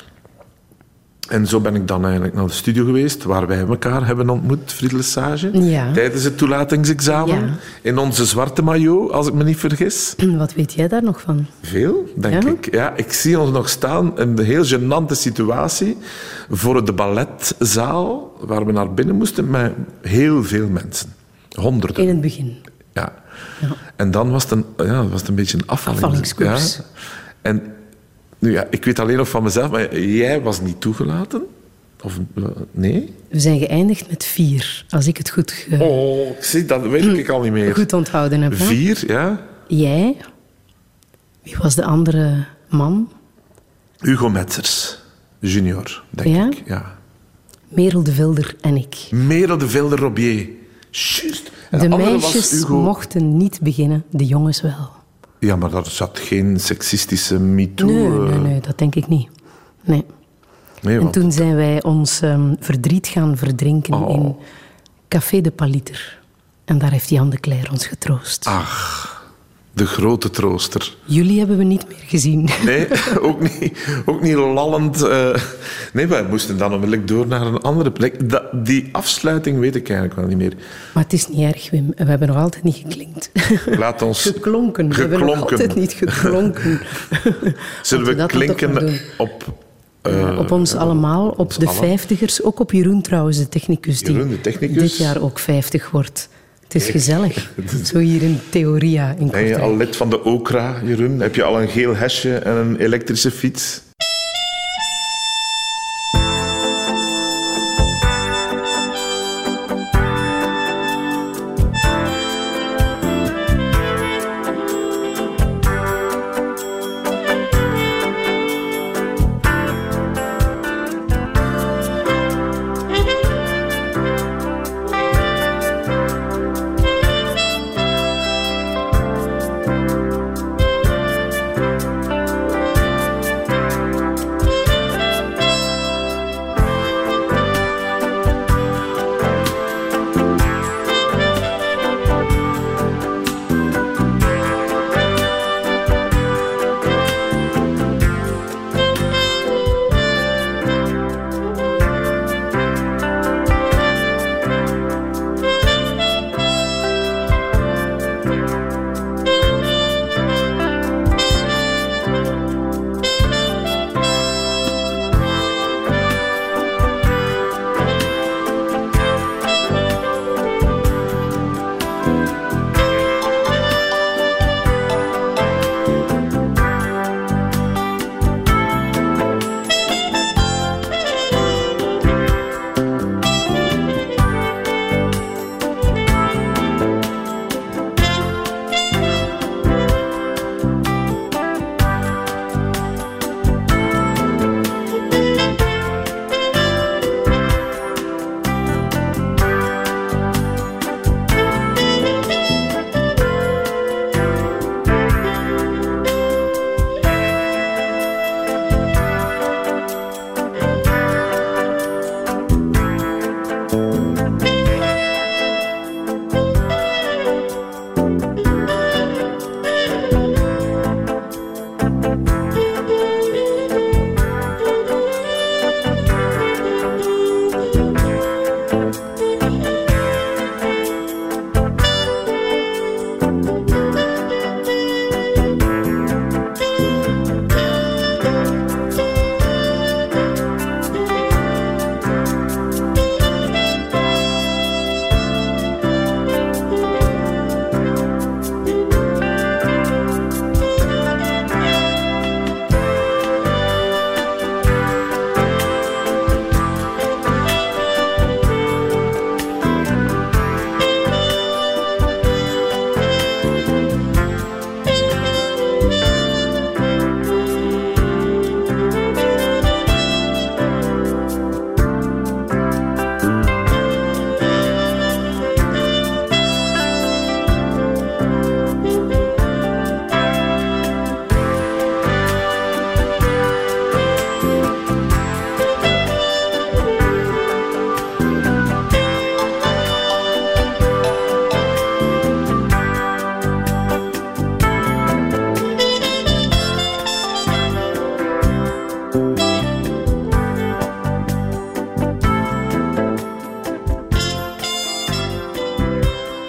[SPEAKER 4] En zo ben ik dan eigenlijk naar de studio geweest, waar wij elkaar hebben ontmoet, Friedel Lesage,
[SPEAKER 3] ja.
[SPEAKER 4] tijdens het toelatingsexamen. Ja. In onze zwarte maillot, als ik me niet vergis.
[SPEAKER 3] Wat weet jij daar nog van?
[SPEAKER 4] Veel, denk ja? ik. Ja, ik zie ons nog staan in een heel gênante situatie voor de balletzaal, waar we naar binnen moesten, met heel veel mensen. Honderden.
[SPEAKER 3] In het begin.
[SPEAKER 4] Ja. ja. En dan was het een, ja, was het een beetje een afvalling.
[SPEAKER 3] Afvallingskoers.
[SPEAKER 4] Ja. En nu ja, ik weet alleen nog van mezelf, maar jij was niet toegelaten? Of nee?
[SPEAKER 3] We zijn geëindigd met vier, als ik het goed... Ge...
[SPEAKER 4] Oh, zie, dat weet ik al niet meer.
[SPEAKER 3] Goed onthouden heb. Hè?
[SPEAKER 4] Vier, ja.
[SPEAKER 3] Jij. Wie was de andere man?
[SPEAKER 4] Hugo Metzers, junior, denk
[SPEAKER 3] ja?
[SPEAKER 4] ik. Ja.
[SPEAKER 3] Merel de Vilder en ik.
[SPEAKER 4] Merel de Vilder Robier. Juist.
[SPEAKER 3] De, de meisjes mochten niet beginnen, de jongens wel.
[SPEAKER 4] Ja, maar daar zat geen seksistische MeToo...
[SPEAKER 3] Nee, nee, nee, dat denk ik niet. Nee. nee en toen zijn wij ons um, verdriet gaan verdrinken oh. in Café de Paliter. En daar heeft Jan de Cler ons getroost.
[SPEAKER 4] Ach, de grote trooster.
[SPEAKER 3] Jullie hebben we niet meer gezien.
[SPEAKER 4] Nee, ook niet, ook niet lallend. Uh, nee, wij moesten dan onmiddellijk door naar een andere plek. Dat, die afsluiting weet ik eigenlijk wel niet meer.
[SPEAKER 3] Maar het is niet erg, Wim. We hebben nog altijd niet geklinkt.
[SPEAKER 4] Laat ons...
[SPEAKER 3] Geklonken. We
[SPEAKER 4] geklonken.
[SPEAKER 3] hebben nog altijd niet geklonken.
[SPEAKER 4] Zullen we, we klinken op...
[SPEAKER 3] Uh, ja, op ons allemaal, op ons de allen. vijftigers. Ook op Jeroen trouwens, de technicus.
[SPEAKER 4] Jeroen, de technicus.
[SPEAKER 3] Die dit jaar ook vijftig wordt. Het is gezellig. Zo hier in Theoria in Kortrijk.
[SPEAKER 4] Ben je al lid van de Okra, Jeroen? Heb je al een geel hesje en een elektrische fiets?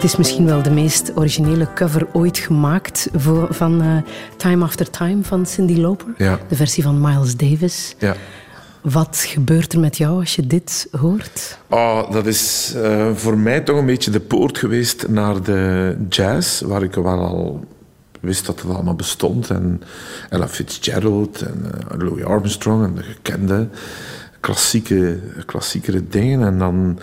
[SPEAKER 3] is misschien wel de meest originele cover ooit gemaakt voor, van uh, Time After Time van Cyndi Lauper.
[SPEAKER 4] Ja.
[SPEAKER 3] De versie van Miles Davis.
[SPEAKER 4] Ja.
[SPEAKER 3] Wat gebeurt er met jou als je dit hoort?
[SPEAKER 4] Oh, dat is uh, voor mij toch een beetje de poort geweest naar de jazz, waar ik wel al wist dat het allemaal bestond. En Ella Fitzgerald en uh, Louis Armstrong en de gekende klassieke, klassiekere dingen. En dan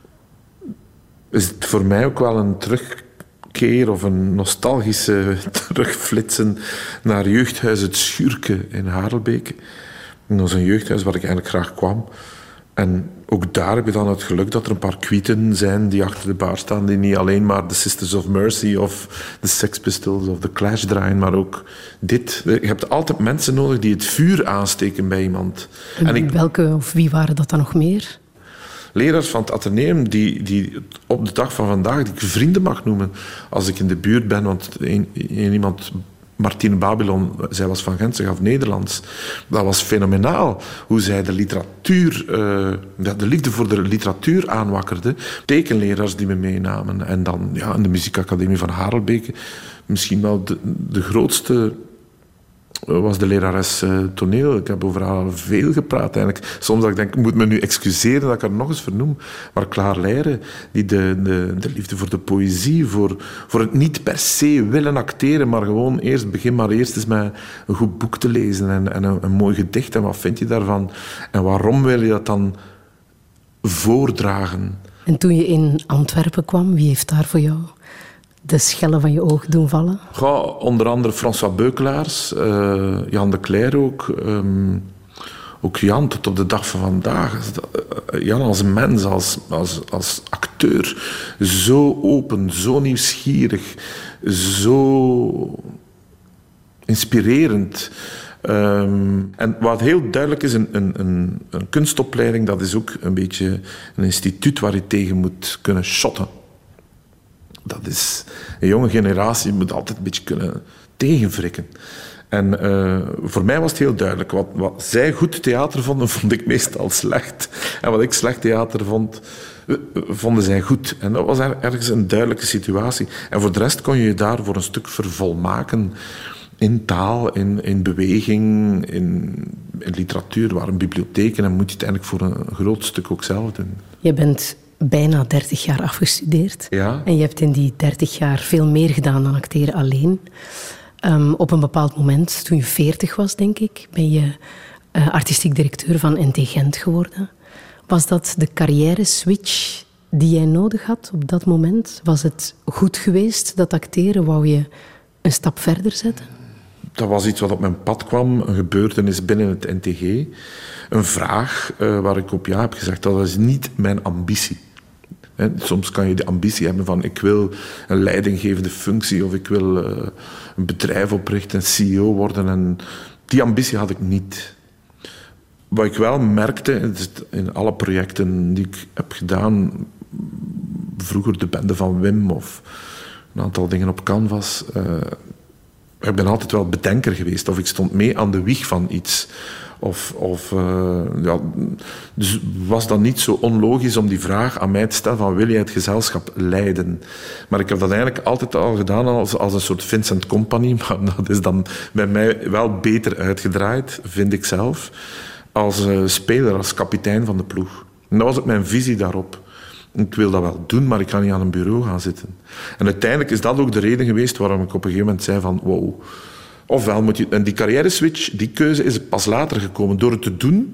[SPEAKER 4] is het voor mij ook wel een terugkeer of een nostalgische terugflitsen naar jeugdhuis Het Schuurke in Harelbeke. Dat was een jeugdhuis waar ik eigenlijk graag kwam. En ook daar heb je dan het geluk dat er een paar kwieten zijn die achter de bar staan, die niet alleen maar de Sisters of Mercy of de Sex Pistols of The Clash draaien, maar ook dit. Je hebt altijd mensen nodig die het vuur aansteken bij iemand.
[SPEAKER 3] En,
[SPEAKER 4] en ik,
[SPEAKER 3] welke of wie waren dat dan nog meer?
[SPEAKER 4] Leraars van het Atheneum die, die op de dag van vandaag die ik vrienden mag noemen als ik in de buurt ben, want een, een, iemand... Martine Babylon, zij was van Gent, ze gaf Nederlands. Dat was fenomenaal, hoe zij de literatuur, uh, de liefde voor de literatuur aanwakkerde. Tekenleraars die me meenamen. En dan ja, in de muziekacademie van Harelbeke, misschien wel de, de grootste was de lerares uh, toneel. Ik heb over haar veel gepraat eigenlijk. Soms dat ik denk, ik moet me nu excuseren dat ik haar nog eens vernoem. Maar Klaar Leijre, die de, de, de liefde voor de poëzie, voor, voor het niet per se willen acteren, maar gewoon eerst, begin maar eerst eens met een goed boek te lezen en, en een, een mooi gedicht. En wat vind je daarvan? En waarom wil je dat dan voordragen?
[SPEAKER 3] En toen je in Antwerpen kwam, wie heeft daar voor jou de schellen van je ogen doen vallen?
[SPEAKER 4] Goh, onder andere François Beukelaars, uh, Jan de Cler ook. Um, ook Jan tot op de dag van vandaag. Jan als mens, als, als, als acteur. Zo open, zo nieuwsgierig. Zo inspirerend. Um, en wat heel duidelijk is, een, een, een, een kunstopleiding, dat is ook een beetje een instituut waar je tegen moet kunnen shotten. Dat is, een jonge generatie moet altijd een beetje kunnen tegenwrikken. En uh, voor mij was het heel duidelijk. Wat, wat zij goed theater vonden, vond ik meestal slecht. En wat ik slecht theater vond, uh, vonden zij goed. En dat was ergens een duidelijke situatie. En voor de rest kon je je daar voor een stuk vervolmaken. In taal, in, in beweging, in, in literatuur, waren bibliotheken. En moet je het eigenlijk voor een groot stuk ook zelf doen.
[SPEAKER 3] Je bent bijna dertig jaar afgestudeerd.
[SPEAKER 4] Ja.
[SPEAKER 3] En je hebt in die dertig jaar veel meer gedaan dan acteren alleen. Um, op een bepaald moment, toen je veertig was, denk ik, ben je uh, artistiek directeur van N T Gent geworden. Was dat de carrière-switch die jij nodig had op dat moment? Was het goed geweest, dat acteren? Wou je een stap verder zetten?
[SPEAKER 4] Dat was iets wat op mijn pad kwam, een gebeurtenis binnen het N T G. Een vraag uh, waar ik op ja heb gezegd, dat is niet mijn ambitie. He, soms kan je de ambitie hebben van ik wil een leidinggevende functie of ik wil uh, een bedrijf oprichten, C E O worden. En die ambitie had ik niet. Wat ik wel merkte in alle projecten die ik heb gedaan, vroeger de bende van Wim of een aantal dingen op Canvas, uh, ik ben altijd wel bedenker geweest of ik stond mee aan de wieg van iets. Of, of uh, ja, dus was dat niet zo onlogisch om die vraag aan mij te stellen van wil jij het gezelschap leiden? Maar ik heb dat eigenlijk altijd al gedaan als, als een soort Vincent Company, maar dat is dan bij mij wel beter uitgedraaid, vind ik zelf, als uh, speler, als kapitein van de ploeg. En dat was ook mijn visie daarop. Ik wil dat wel doen, maar ik ga niet aan een bureau gaan zitten. En uiteindelijk is dat ook de reden geweest waarom ik op een gegeven moment zei van wow. Ofwel moet je... En die carrière-switch, die keuze is pas later gekomen. Door het te doen,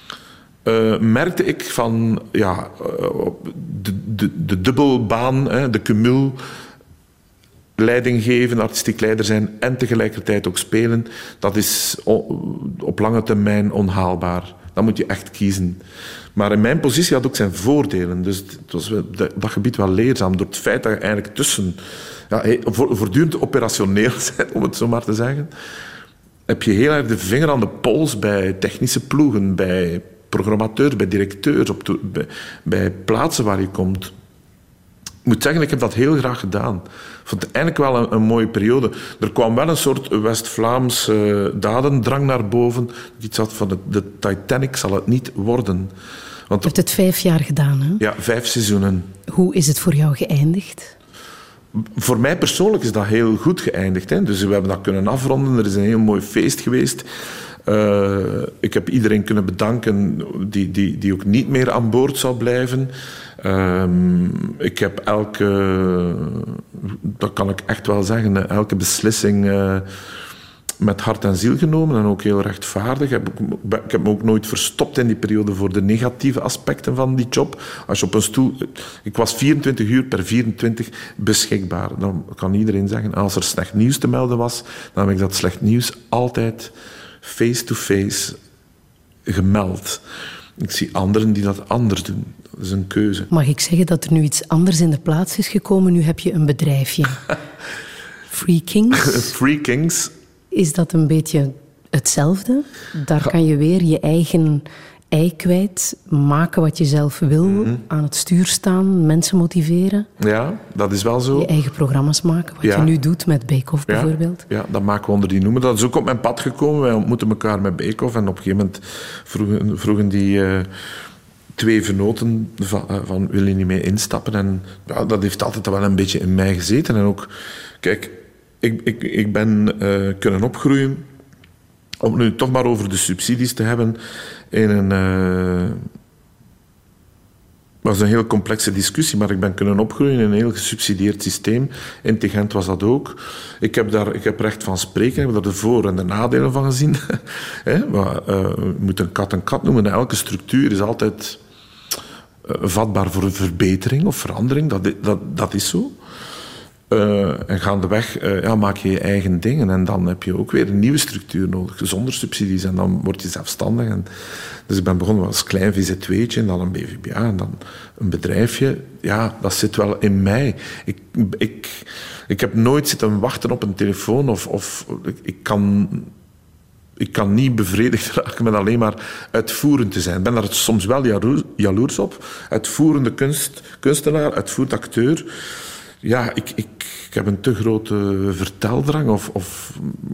[SPEAKER 4] uh, merkte ik van... Ja, uh, de, de, de dubbelbaan, hè, de cumul... leiding geven, artistiek leider zijn... en tegelijkertijd ook spelen... dat is op lange termijn onhaalbaar. Dan moet je echt kiezen. Maar in mijn positie had ook zijn voordelen. Dus het was dat gebied wel leerzaam. Door het feit dat je eigenlijk tussen... Ja, voortdurend operationeel zijn, om het zo maar te zeggen, heb je heel erg de vinger aan de pols bij technische ploegen, bij programmateurs, bij directeurs, op de, bij, bij plaatsen waar je komt. Ik moet zeggen, ik heb dat heel graag gedaan. Ik vond het eigenlijk wel een, een mooie periode. Er kwam wel een soort West-Vlaams uh, dadendrang naar boven. Iets had van de, de Titanic zal het niet worden. Want,
[SPEAKER 3] je hebt het vijf jaar gedaan, hè?
[SPEAKER 4] Ja, vijf seizoenen.
[SPEAKER 3] Hoe is het voor jou geëindigd?
[SPEAKER 4] voor mij persoonlijk is dat heel goed geëindigd. Hè? Dus we hebben dat kunnen afronden. Er is een heel mooi feest geweest. Uh, ik heb iedereen kunnen bedanken die, die, die ook niet meer aan boord zou blijven. Uh, ik heb elke... Dat kan ik echt wel zeggen. Elke beslissing... Uh, met hart en ziel genomen en ook heel rechtvaardig. Ik heb, ik heb me ook nooit verstopt in die periode voor de negatieve aspecten van die job. Als je op een stoel... Ik was vierentwintig uur per vierentwintig beschikbaar. Dan kan iedereen zeggen, als er slecht nieuws te melden was, dan heb ik dat slecht nieuws altijd face-to-face gemeld. Ik zie anderen die dat anders doen. Dat is een keuze.
[SPEAKER 3] Mag ik zeggen dat er nu iets anders in de plaats is gekomen? Nu heb je een bedrijfje. Free Kings.
[SPEAKER 4] Free Kings.
[SPEAKER 3] Is dat een beetje hetzelfde? Daar kan je weer je eigen ei kwijt, maken wat je zelf wil, mm-hmm. aan het stuur staan, mensen motiveren.
[SPEAKER 4] Ja, dat is wel zo.
[SPEAKER 3] Je eigen programma's maken, wat ja. je nu doet met Bake Off
[SPEAKER 4] ja.
[SPEAKER 3] bijvoorbeeld.
[SPEAKER 4] Ja, dat maken we onder die noemen. Dat is ook op mijn pad gekomen. Wij ontmoeten elkaar met Bake Off en op een gegeven moment vroegen, vroegen die... Uh, twee venoten van, uh, van wil je niet mee instappen? En ja, dat heeft altijd wel een beetje in mij gezeten. En ook, kijk... Ik, ik, ik ben uh, kunnen opgroeien, om nu toch maar over de subsidies te hebben, in een... Uh, was een heel complexe discussie, maar ik ben kunnen opgroeien in een heel gesubsidieerd systeem. In Gent was dat ook. Ik heb daar ik heb recht van spreken, ik heb daar de voor- en de nadelen van gezien. He, maar, uh, je moet een kat een kat noemen. Elke structuur is altijd uh, vatbaar voor verbetering of verandering. Dat, dat, dat is zo. Uh, en gaandeweg uh, ja, maak je je eigen dingen en dan heb je ook weer een nieuwe structuur nodig, zonder subsidies. En dan word je zelfstandig. En dus ik ben begonnen als klein V Z twee'tje en dan een B V B A en dan een bedrijfje. Ja, dat zit wel in mij. Ik, ik, ik heb nooit zitten wachten op een telefoon of, of ik, ik kan... Ik kan niet bevredigd raken met alleen maar uitvoerend te zijn. Ik ben daar soms wel jaloers, jaloers op. Uitvoerende kunst, kunstenaar, uitvoerend acteur... Ja, ik, ik, ik heb een te grote verteldrang. Of, of,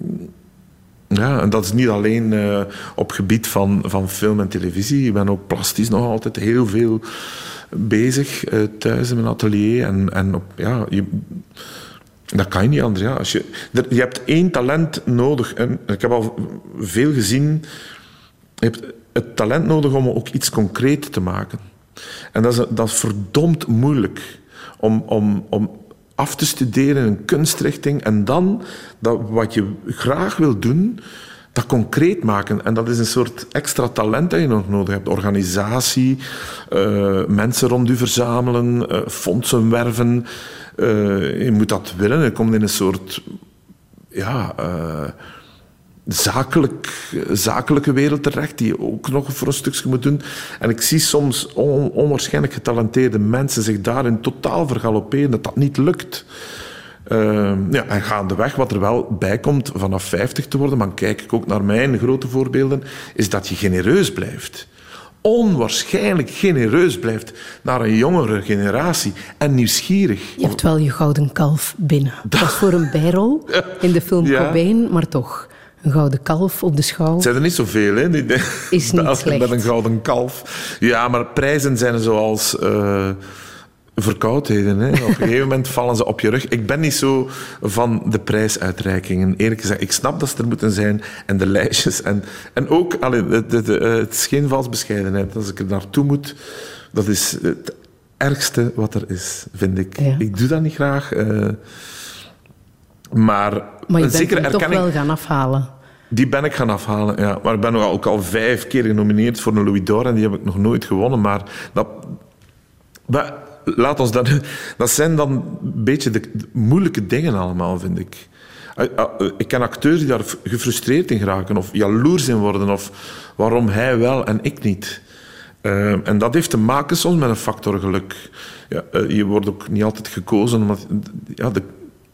[SPEAKER 4] ja, en dat is niet alleen uh, op gebied van, van film en televisie. Ik ben ook plastisch nog altijd heel veel bezig uh, thuis in mijn atelier. En, en op, ja, je, dat kan je niet anders. Ja. Als je, er, je hebt één talent nodig. En ik heb al veel gezien. Je hebt het talent nodig om ook iets concreet te maken. En dat is, dat is verdomd moeilijk. Om, om, om af te studeren in een kunstrichting en dan dat wat je graag wil doen, dat concreet maken. En dat is een soort extra talent dat je nog nodig hebt. Organisatie, uh, mensen rond je verzamelen, uh, fondsen werven. Uh, je moet dat willen. Je komt in een soort... Ja... Uh, Zakelijk, zakelijke wereld terecht, die je ook nog voor een stukje moet doen. En ik zie soms on, onwaarschijnlijk getalenteerde mensen zich daarin totaal vergalopperen, dat dat niet lukt. Uh, ja, en gaandeweg, wat er wel bij komt vanaf vijftig te worden, maar kijk ik ook naar mijn grote voorbeelden, is dat je genereus blijft. Onwaarschijnlijk genereus blijft naar een jongere generatie en nieuwsgierig.
[SPEAKER 3] Je hebt wel je gouden kalf binnen. Dat was voor een bijrol in de film ja. Cobain, maar toch... Een gouden kalf op de schouw.
[SPEAKER 4] Het zijn er niet zoveel, hè?
[SPEAKER 3] Is niet slecht.
[SPEAKER 4] Met een gouden kalf. Ja, maar prijzen zijn zoals uh, verkoudheden. Hè? Op een gegeven moment vallen ze op je rug. Ik ben niet zo van de prijsuitreikingen. Eerlijk gezegd, ik snap dat ze er moeten zijn. En de lijstjes. En, en ook, allee, de, de, de, het is geen vals bescheidenheid. Als ik er naartoe moet, dat is het ergste wat er is, vind ik. Ja. Ik doe dat niet graag. Uh, maar...
[SPEAKER 3] Maar je bent hem toch wel gaan afhalen.
[SPEAKER 4] Die ben ik gaan afhalen, ja. Maar ik ben ook al vijf keer genomineerd voor een Louis d'Or en die heb ik nog nooit gewonnen. Maar dat... Maar laat ons dat... Dat zijn dan een beetje de, de moeilijke dingen allemaal, vind ik. Ik ken acteurs die daar gefrustreerd in geraken of jaloers in worden of waarom hij wel en ik niet. Uh, en dat heeft te maken soms met een factor geluk. Ja, uh, je wordt ook niet altijd gekozen omdat... Ja, de,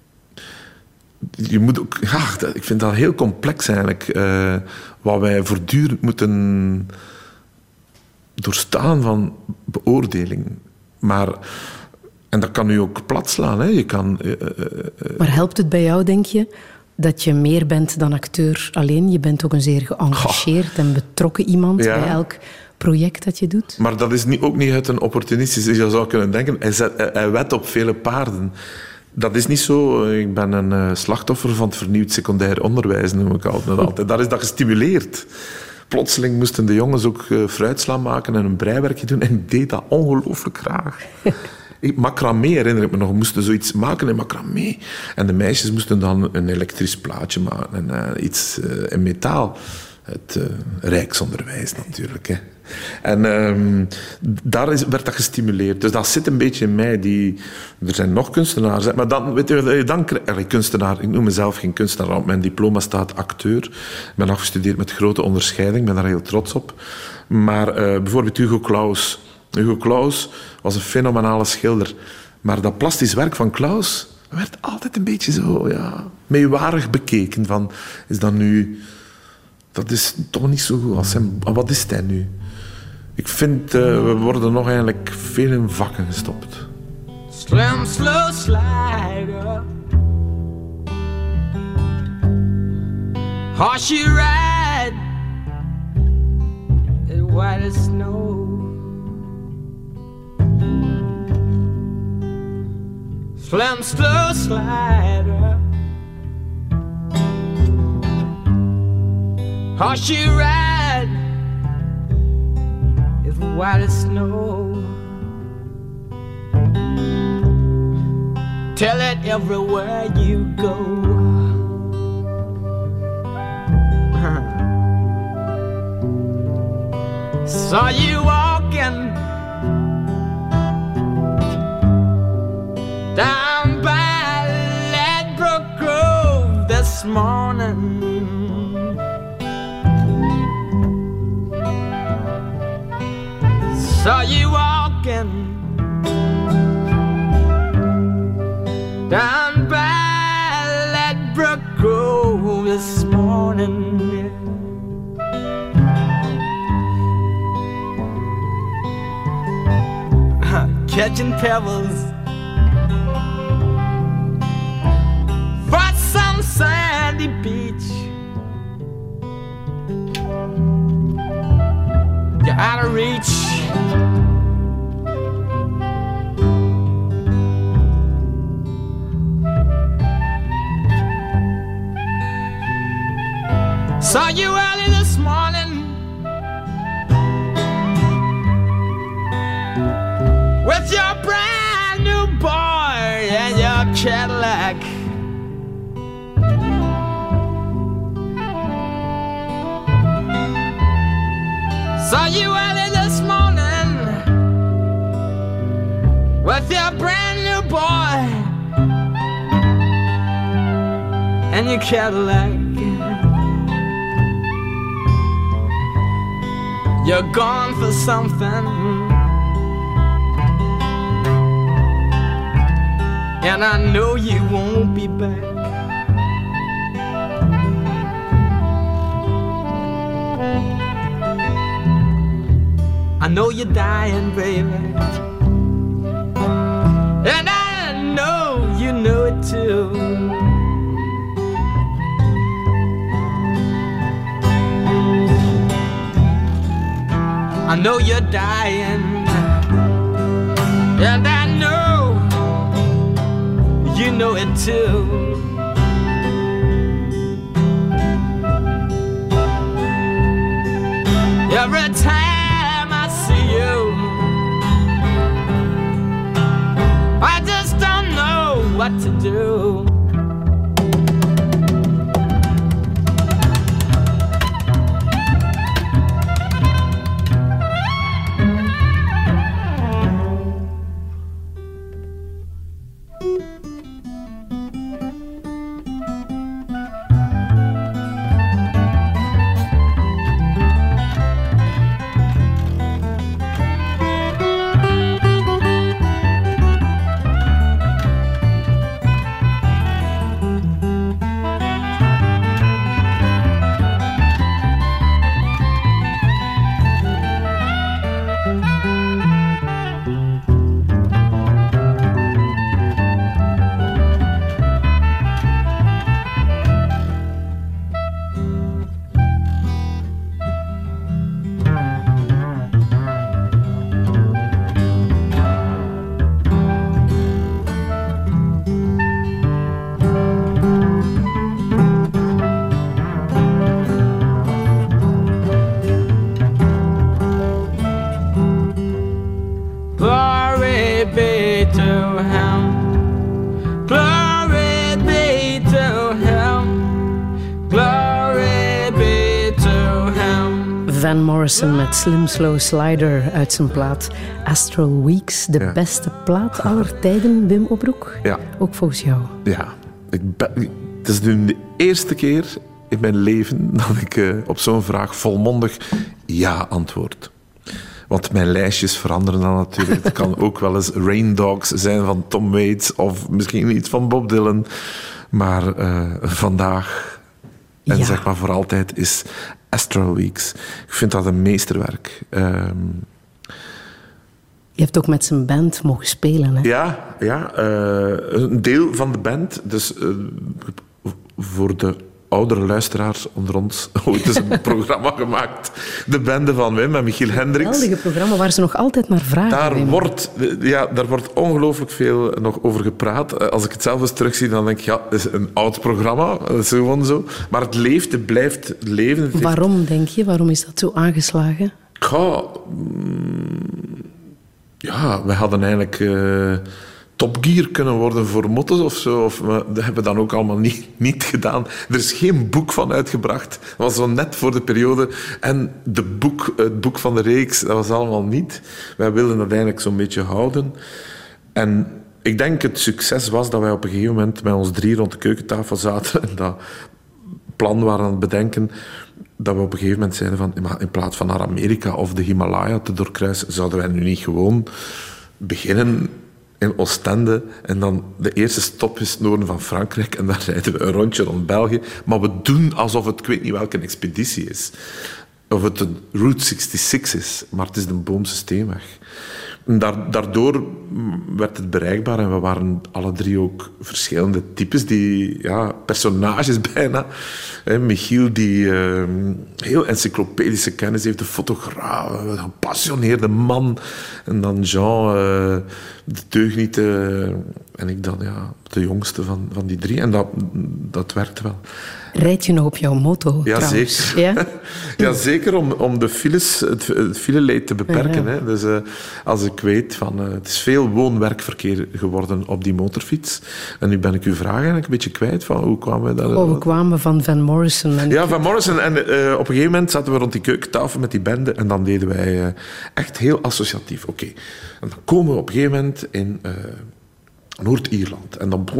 [SPEAKER 4] Je moet ook, ja, ik vind dat heel complex eigenlijk. Uh, wat wij voortdurend moeten doorstaan van beoordeling. Maar, en dat kan u ook plat slaan. Hè. Je kan, uh, uh,
[SPEAKER 3] maar helpt het bij jou, denk je, dat je meer bent dan acteur alleen? Je bent ook een zeer geëngageerd oh. en betrokken iemand ja. bij elk project dat je doet.
[SPEAKER 4] Maar dat is niet, ook niet uit een opportunistisch. Je zou kunnen denken, hij, zet, hij wet op vele paarden. Dat is niet zo. Ik ben een uh, slachtoffer van het vernieuwd secundair onderwijs, noem ik altijd. altijd. Daar is dat gestimuleerd. Plotseling moesten de jongens ook uh, fruitsla maken en een breiwerkje doen. En ik deed dat ongelooflijk graag. Macramé herinner ik me nog. We moesten zoiets maken in macramé. En de meisjes moesten dan een elektrisch plaatje maken. En uh, iets uh, in metaal. Het uh, rijksonderwijs natuurlijk. Hè. En um, daar is, werd dat gestimuleerd. Dus dat zit een beetje in mij. Die, er zijn nog kunstenaars. Hè. Maar dan, weet je, dan allee, kunstenaar, ik noem mezelf geen kunstenaar. Op mijn diploma staat acteur. Ik ben afgestudeerd met grote onderscheiding. Ik ben daar heel trots op. Maar uh, bijvoorbeeld Hugo Claus. Hugo Claus was een fenomenale schilder. Maar dat plastisch werk van Claus werd altijd een beetje zo, ja, meewarig bekeken. Van, is dat nu... Dat is toch niet zo goed als hem... Wat is hij nu? Ik vind, uh, we worden nog eigenlijk veel in vakken gestopt.
[SPEAKER 7] Slim, slow slider. Horse you ride in white as snow. Slim, slow slider. Horse you ride is white as snow. Tell it everywhere you go. Saw you walking down by Ladbroke Grove this morning. Saw you walking down by Ladbroke Grove this morning. Catching pebbles for some sandy beach. You're out of reach. Saw you early this morning with your brand new boy and your Cadillac. Saw you early this morning with your brand new boy and your Cadillac. You're gone for something, and I know you won't be back. I know you're dying, baby, and I know you know it too. I know you're dying, and I know you know it too. Every time I see you, I just don't know what to do. Glory be to him. Glory be to him. Glory be to him.
[SPEAKER 3] Van Morrison met Slim Slow Slider uit zijn plaat Astral Weeks. De
[SPEAKER 4] Ja.
[SPEAKER 3] beste plaat aller tijden, Wim Opbroek.
[SPEAKER 4] Ja.
[SPEAKER 3] Ook volgens jou.
[SPEAKER 4] Ja, ik ben, het is nu de eerste keer in mijn leven dat ik uh, op zo'n vraag volmondig ja antwoord. Want mijn lijstjes veranderen dan natuurlijk. Het kan ook wel eens Rain Dogs zijn van Tom Waits of misschien iets van Bob Dylan. Maar uh, vandaag, en
[SPEAKER 3] Ja.
[SPEAKER 4] zeg maar voor altijd, is Astral Weeks. Ik vind dat een meesterwerk. Um,
[SPEAKER 3] Je hebt ook met zijn band mogen spelen, hè?
[SPEAKER 4] Ja, ja uh, een deel van de band. Dus uh, voor de oudere luisteraars onder ons ooit is een programma gemaakt. De bende van Wim en Michiel Hendricks.
[SPEAKER 3] Een geweldige programma waar ze nog altijd naar vragen.
[SPEAKER 4] Daar
[SPEAKER 3] Wim.
[SPEAKER 4] wordt, ja, daar wordt ongelooflijk veel nog over gepraat. Als ik het zelf eens terugzie, dan denk ik, ja, het is een oud programma. Dat is gewoon zo. Maar het leeft, het blijft leven. Het heeft...
[SPEAKER 3] Waarom, denk je? Waarom is dat zo aangeslagen?
[SPEAKER 4] Ja, ja, we hadden eigenlijk uh, Top Gear kunnen worden voor motto's of zo. Of, maar dat hebben we dan ook allemaal niet, niet gedaan. Er is geen boek van uitgebracht. Dat was zo net voor de periode. En de boek, het boek van de reeks, dat was allemaal niet. Wij wilden dat eigenlijk zo'n beetje houden. En ik denk het succes was dat wij op een gegeven moment met ons drie rond de keukentafel zaten en dat plan waren aan het bedenken, dat we op een gegeven moment zeiden van, in plaats van naar Amerika of de Himalaya te doorkruisen, zouden wij nu niet gewoon beginnen in Oostende en dan de eerste stop is het noorden van Frankrijk en dan rijden we een rondje rond België. Maar we doen alsof het, ik weet niet welke expeditie is. Of het een Route zesenzestig is, maar het is de Boomse Steenweg. Daar, daardoor werd het bereikbaar en we waren alle drie ook verschillende types, die, ja, personages bijna. He, Michiel, die uh, heel encyclopedische kennis heeft, de fotograaf, een gepassioneerde man. En dan Jean, uh, de deugniete, en ik dan, ja, de jongste van, van die drie. En dat, dat werkt wel.
[SPEAKER 3] Rijd je nog op jouw moto,
[SPEAKER 4] Ja,
[SPEAKER 3] trouwens?
[SPEAKER 4] zeker.
[SPEAKER 3] Ja?
[SPEAKER 4] Ja, zeker om, om de files, het, het fileleed te beperken.
[SPEAKER 3] Ja.
[SPEAKER 4] Hè. Dus uh, als ik weet van, uh, het is veel woon-werkverkeer geworden op die motorfiets. En nu ben ik uw vraag eigenlijk een beetje kwijt van hoe kwamen we daar?
[SPEAKER 3] Oh, we kwamen van Van Morrison. En
[SPEAKER 4] Ja, Van Morrison. En uh, op een gegeven moment zaten we rond die keukentafel met die bende en dan deden wij uh, echt heel associatief. Oké. Okay. En dan komen we op een gegeven moment in Uh, Noord-Ierland. En dan...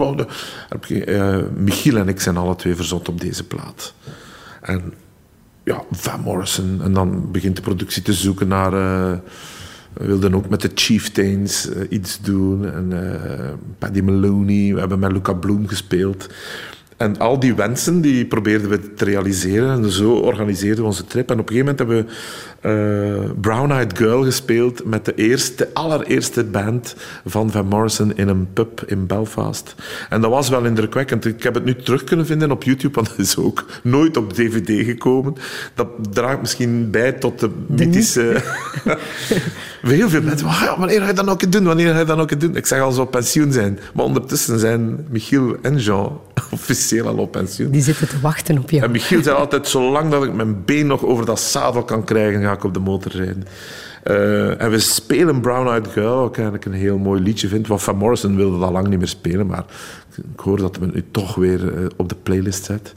[SPEAKER 4] Uh, Michiel en ik zijn alle twee verzot op deze plaat. En ja, Van Morrison. En dan begint de productie te zoeken naar... Uh, we wilden ook met de Chieftains uh, iets doen. En uh, Paddy Maloney. We hebben met Luca Bloem gespeeld. En al die wensen die probeerden we te realiseren. En zo organiseerden we onze trip. En op een gegeven moment hebben we uh, Brown Eyed Girl gespeeld met de eerste, allereerste band van Van Morrison in een pub in Belfast. En dat was wel indrukwekkend. Ik heb het nu terug kunnen vinden op YouTube, want dat is ook nooit op D V D gekomen. Dat draagt misschien bij tot de, de mythische... Heel veel mensen, oh ja, wanneer ga je dat nog een keer doen? Wanneer ga je dat nog een keer doen? Ik zeg al, zo op pensioen zijn. Maar ondertussen zijn Michiel en Jean officieel al op pensioen.
[SPEAKER 3] Die zitten te wachten op jou.
[SPEAKER 4] En Michiel zei altijd, zolang dat ik mijn been nog over dat zadel kan krijgen, ga ik op de motor rijden. Uh, en we spelen Brown Eyed Girl, wat ik eigenlijk een heel mooi liedje vind. Want Van Morrison wilde dat lang niet meer spelen, maar ik hoor dat we het nu toch weer uh, op de playlist zet.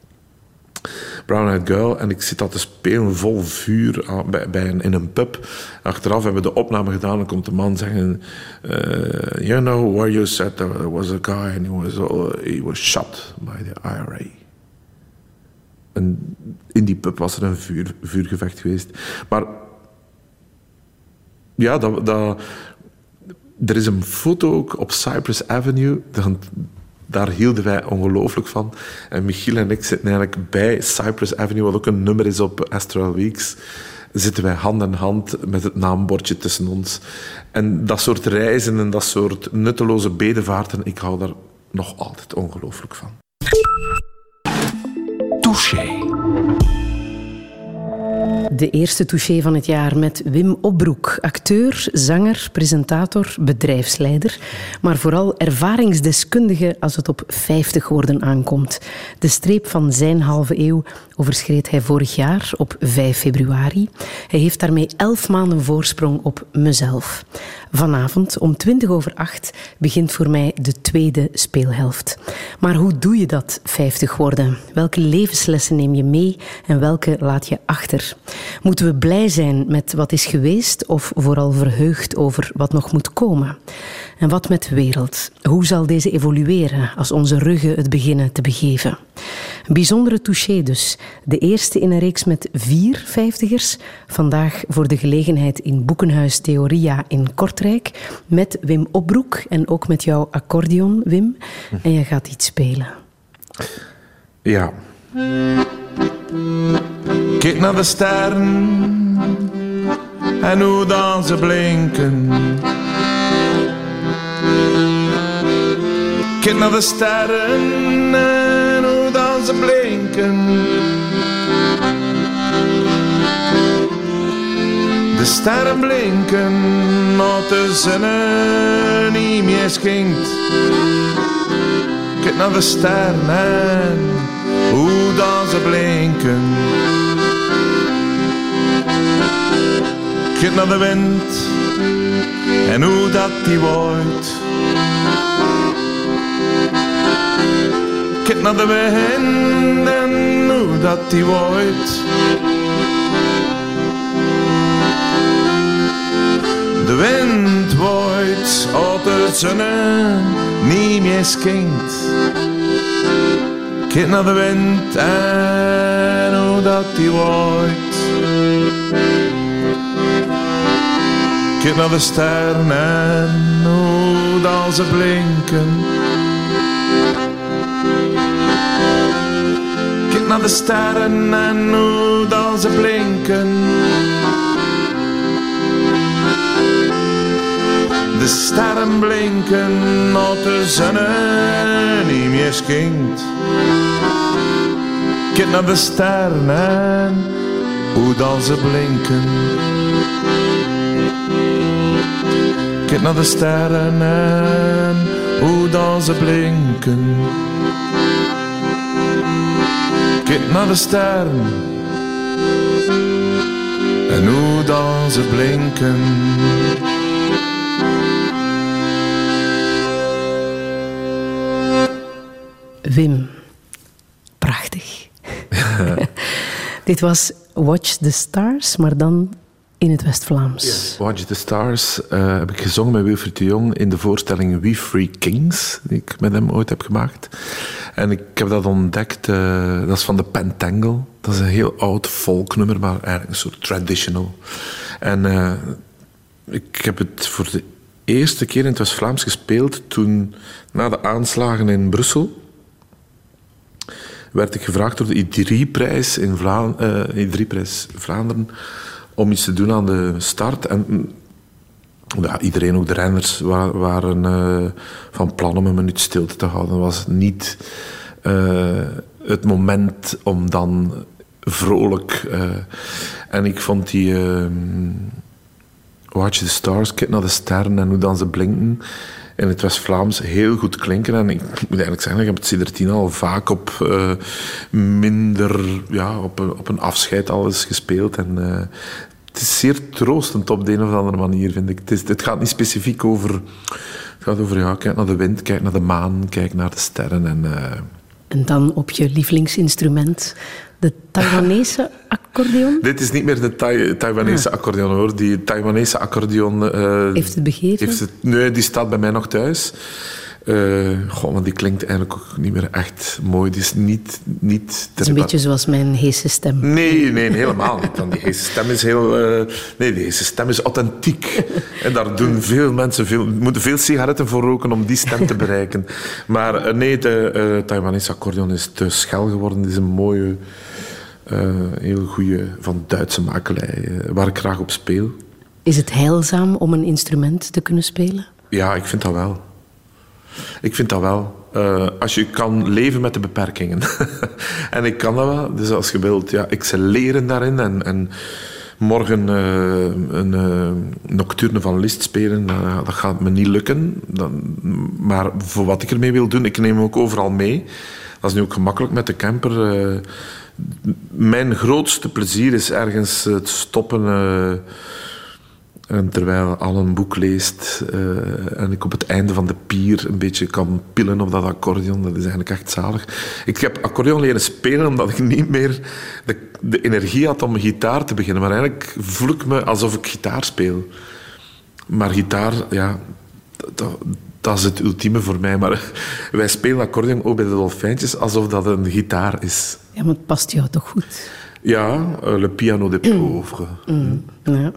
[SPEAKER 4] Brown Eyed Girl, en ik zit al te spelen vol vuur aan, bij, bij een, in een pub. Achteraf hebben we de opname gedaan en komt de man zeggen uh, you know where you said there was a guy and he was, uh, he was shot by the I R A. En in die pub was er een vuur, vuurgevecht geweest. Maar ja, dat, dat, er is een foto ook op Cypress Avenue. Dan, daar hielden wij ongelooflijk van. En Michiel en ik zitten eigenlijk bij Cypress Avenue, wat ook een nummer is op Astral Weeks. Zitten wij hand in hand met het naambordje tussen ons. En dat soort reizen en dat soort nutteloze bedevaarten, ik hou daar nog altijd ongelooflijk van.
[SPEAKER 1] Touché.
[SPEAKER 3] De eerste touché van het jaar met Wim Opbroek. Acteur, zanger, presentator, bedrijfsleider. Maar vooral ervaringsdeskundige als het op vijftig worden aankomt. De streep van zijn halve eeuw overschreed hij vorig jaar op vijf februari. Hij heeft daarmee elf maanden voorsprong op mezelf. Vanavond om twintig over acht begint voor mij de tweede speelhelft. Maar hoe doe je dat, vijftig worden? Welke levenslessen neem je mee en welke laat je achter? Moeten we blij zijn met wat is geweest of vooral verheugd over wat nog moet komen? En wat met de wereld? Hoe zal deze evolueren als onze ruggen het beginnen te begeven? Een bijzondere touché dus. De eerste in een reeks met vier vijftigers. Vandaag voor de gelegenheid in Boekenhuis Theoria in Kortrijk. Met Wim Opbroek en ook met jouw accordeon, Wim. En je gaat iets spelen.
[SPEAKER 4] Ja. Kijk naar de sterren en hoe dan ze blinken. Kijk naar de sterren en hoe dan ze blinken. De sterren blinken, maar de zon niet meer schinkt. Kijk naar de sterren en hoe dan ze blinken. Kijk naar de wind en hoe dat die waait. Kijk naar de wind en hoe dat die waait. De wind waait als de zon niet meer schinkt. Kijk naar de wind en hoe dat die waait. Kijk naar de sterren en hoe dat ze blinken. Kijk naar de sterren en hoe dat ze blinken. De sterren blinken als de zon niet meer schinkt. Kijk naar de sterren en hoe dan ze blinken. Kijk naar de sterren en hoe dan ze blinken. Kijk naar de sterren en hoe dan ze blinken.
[SPEAKER 3] Wim, prachtig. Dit was Watch the Stars, maar dan in het West-Vlaams.
[SPEAKER 4] Yes. Watch the Stars uh, heb ik gezongen met Wilfried de Jong in de voorstelling We Free Kings, die ik met hem ooit heb gemaakt. En ik heb dat ontdekt, uh, dat is van de Pentangle. Dat is een heel oud folknummer, maar eigenlijk een soort traditional. En uh, ik heb het voor de eerste keer in het West-Vlaams gespeeld toen, na de aanslagen in Brussel, werd ik gevraagd door de I drie-prijs in Vla- uh, I drie-prijs Vlaanderen om iets te doen aan de start. En ja, iedereen, ook de renners, waren, waren uh, van plan om een minuut stilte te houden. Het was niet uh, het moment om dan vrolijk... Uh, en ik vond die... Uh, Watch the Stars, kijk naar de sterren en hoe dan ze blinken, in het West-Vlaams heel goed klinken. En ik moet eigenlijk zeggen, ik heb het sindsdien al vaak op uh, minder, ja, op een, op een afscheid alles gespeeld. En uh, het is zeer troostend op de een of andere manier, vind ik. Het, is, het gaat niet specifiek over, het gaat over, ja, kijk naar de wind, kijk naar de maan, kijk naar de sterren. En, uh,
[SPEAKER 3] en dan op je lievelingsinstrument, de Taiwanese accordeon?
[SPEAKER 4] Dit is niet meer de Thai- Taiwanese ah. accordeon, hoor. Die Taiwanese accordeon... Uh,
[SPEAKER 3] heeft het begeven?
[SPEAKER 4] Heeft het, nee, die staat bij mij nog thuis. Uh, goh, maar die klinkt eigenlijk ook niet meer echt mooi. Die is niet... niet
[SPEAKER 3] het is een beetje zoals mijn heese stem.
[SPEAKER 4] Nee, nee, helemaal niet. Dan die heese stem is heel... Uh, nee, die heese stem is authentiek. En daar doen veel mensen... Veel, moeten veel sigaretten voor roken om die stem te bereiken. Maar uh, nee, de uh, Taiwanese accordeon is te schel geworden. Het is een mooie... Uh, heel goede van Duitse makelij, uh, waar ik graag op speel.
[SPEAKER 3] Is het heilzaam om een instrument te kunnen spelen?
[SPEAKER 4] Ja, ik vind dat wel. Ik vind dat wel. Uh, als je kan leven met de beperkingen. En ik kan dat wel. Dus als je wilt ja, excelleren daarin en, en morgen uh, een uh, nocturne van Liszt spelen, uh, dat gaat me niet lukken. Dan, maar voor wat ik ermee wil doen, ik neem hem ook overal mee. Dat is nu ook gemakkelijk met de camper. Uh, mijn grootste plezier is ergens het stoppen... Uh, En terwijl al een boek leest uh, en ik op het einde van de pier een beetje kan pillen op dat accordeon, dat is eigenlijk echt zalig. Ik heb accordeon leren spelen omdat ik niet meer de, de energie had om gitaar te beginnen. Maar eigenlijk voel ik me alsof ik gitaar speel. Maar gitaar, ja, dat, dat is het ultieme voor mij. Maar wij spelen accordeon ook bij de Dolfijntjes alsof dat een gitaar is.
[SPEAKER 3] Ja, maar het past jou toch goed?
[SPEAKER 4] Ja, le piano des pauvres.
[SPEAKER 3] Mm, ja.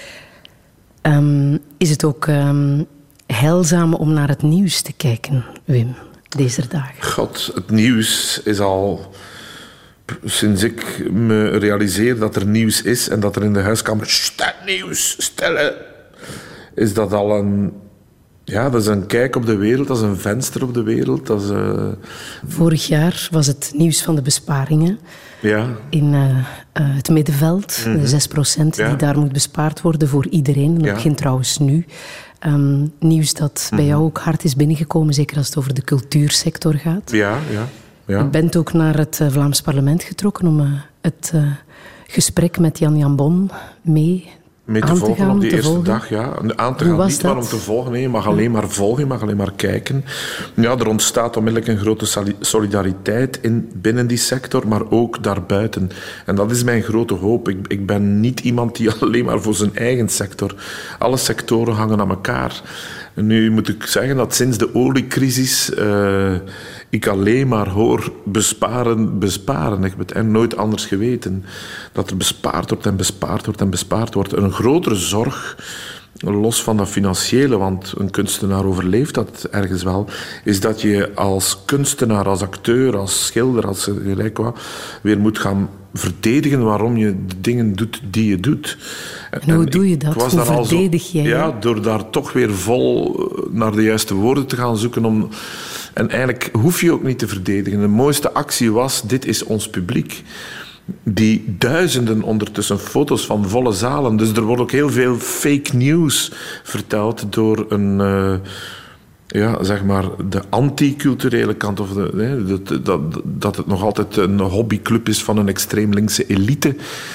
[SPEAKER 3] Um, is het ook um, heilzaam om naar het nieuws te kijken, Wim, deze dagen?
[SPEAKER 4] God, het nieuws is al... Sinds ik me realiseer dat er nieuws is en dat er in de huiskamer... Stel nieuws, stellen... Is dat al een... Ja, dat is een kijk op de wereld, dat is een venster op de wereld. Dat is, uh...
[SPEAKER 3] Vorig jaar was het nieuws van de besparingen.
[SPEAKER 4] Ja.
[SPEAKER 3] In uh, uh, het middenveld, mm-hmm. de zes procent die ja. daar moet bespaard worden voor iedereen. Dat ja. begint trouwens nu. Um, nieuws dat mm-hmm. bij jou ook hard is binnengekomen, zeker als het over de cultuursector gaat.
[SPEAKER 4] Ja, ja. ja.
[SPEAKER 3] Je bent ook naar het uh, Vlaams parlement getrokken om uh, het uh, gesprek met Jan Jan Bon mee
[SPEAKER 4] Mee te
[SPEAKER 3] aan
[SPEAKER 4] volgen
[SPEAKER 3] te gaan,
[SPEAKER 4] op die eerste
[SPEAKER 3] volgen.
[SPEAKER 4] dag, ja. Aan te gaan niet, maar om te volgen. Nee, je mag alleen maar volgen, je mag alleen maar kijken. Ja, er ontstaat onmiddellijk een grote solidariteit in, binnen die sector, maar ook daarbuiten. En dat is mijn grote hoop. Ik, ik ben niet iemand die alleen maar voor zijn eigen sector... Alle sectoren hangen aan elkaar. En nu moet ik zeggen dat sinds de oliecrisis... Uh, ik alleen maar hoor besparen, besparen. Ik heb het en nooit anders geweten. Dat er bespaard wordt en bespaard wordt en bespaard wordt. Een grotere zorg, los van dat financiële, want een kunstenaar overleeft dat ergens wel, is dat je als kunstenaar, als acteur, als schilder, als gelijk wat, weer moet gaan verdedigen waarom je de dingen doet die je doet.
[SPEAKER 3] En hoe en doe je dat?
[SPEAKER 4] Hoe
[SPEAKER 3] verdedig
[SPEAKER 4] zo,
[SPEAKER 3] jij?
[SPEAKER 4] Ja, door daar toch weer vol naar de juiste woorden te gaan zoeken. Om, en eigenlijk hoef je ook niet te verdedigen. De mooiste actie was, dit is ons publiek. Die duizenden ondertussen foto's van volle zalen. Dus er wordt ook heel veel fake news verteld door een... Uh, ja, zeg maar, de anti-culturele kant. Of de, nee, dat, dat, dat het nog altijd een hobbyclub is van een extreem linkse elite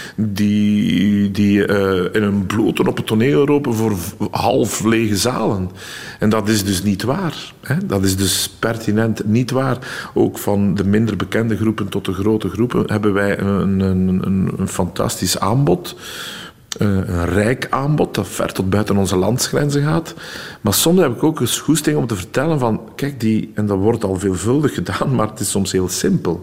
[SPEAKER 4] die, die uh, in een bloten op het toneel roepen voor half lege zalen. En dat is dus niet waar. Hè? Dat is dus pertinent niet waar. Ook van de minder bekende groepen tot de grote groepen hebben wij een, een, een, een fantastisch aanbod. Een rijk aanbod dat ver tot buiten onze landsgrenzen gaat. Maar soms heb ik ook eens goesting om te vertellen van... Kijk, die, en dat wordt al veelvuldig gedaan, maar het is soms heel simpel.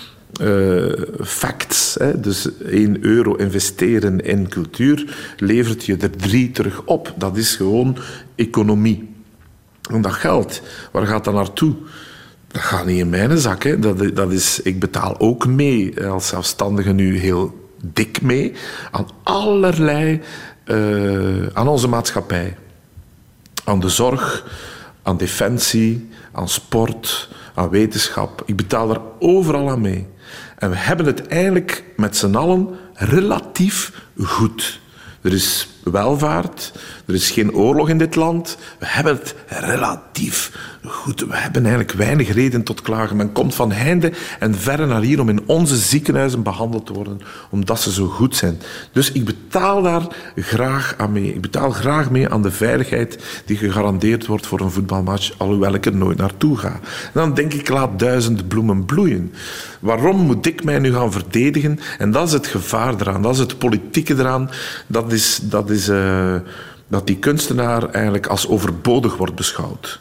[SPEAKER 4] Uh, facts. Hè? Dus één euro investeren in cultuur levert je er drie terug op. Dat is gewoon economie. En dat geld, waar gaat dat naartoe? Dat gaat niet in mijn zak. Hè? Dat, dat is, ik betaal ook mee als zelfstandige nu heel... dik mee aan allerlei, uh, aan onze maatschappij. Aan de zorg, aan defensie, aan sport, aan wetenschap. Ik betaal daar overal aan mee. En we hebben het eigenlijk met z'n allen relatief goed. Er is welvaart, er is geen oorlog in dit land. We hebben het relatief goed. We hebben eigenlijk weinig reden tot klagen. Men komt van heinde en verre naar hier om in onze ziekenhuizen behandeld te worden, omdat ze zo goed zijn. Dus ik betaal daar graag aan mee. Ik betaal graag mee aan de veiligheid die gegarandeerd wordt voor een voetbalmatch, alhoewel ik er nooit naartoe ga. En dan denk ik, laat duizend bloemen bloeien. Waarom moet ik mij nu gaan verdedigen? En dat is het gevaar eraan, dat is het politieke eraan. Dat is, dat is uh, dat die kunstenaar eigenlijk als overbodig wordt beschouwd.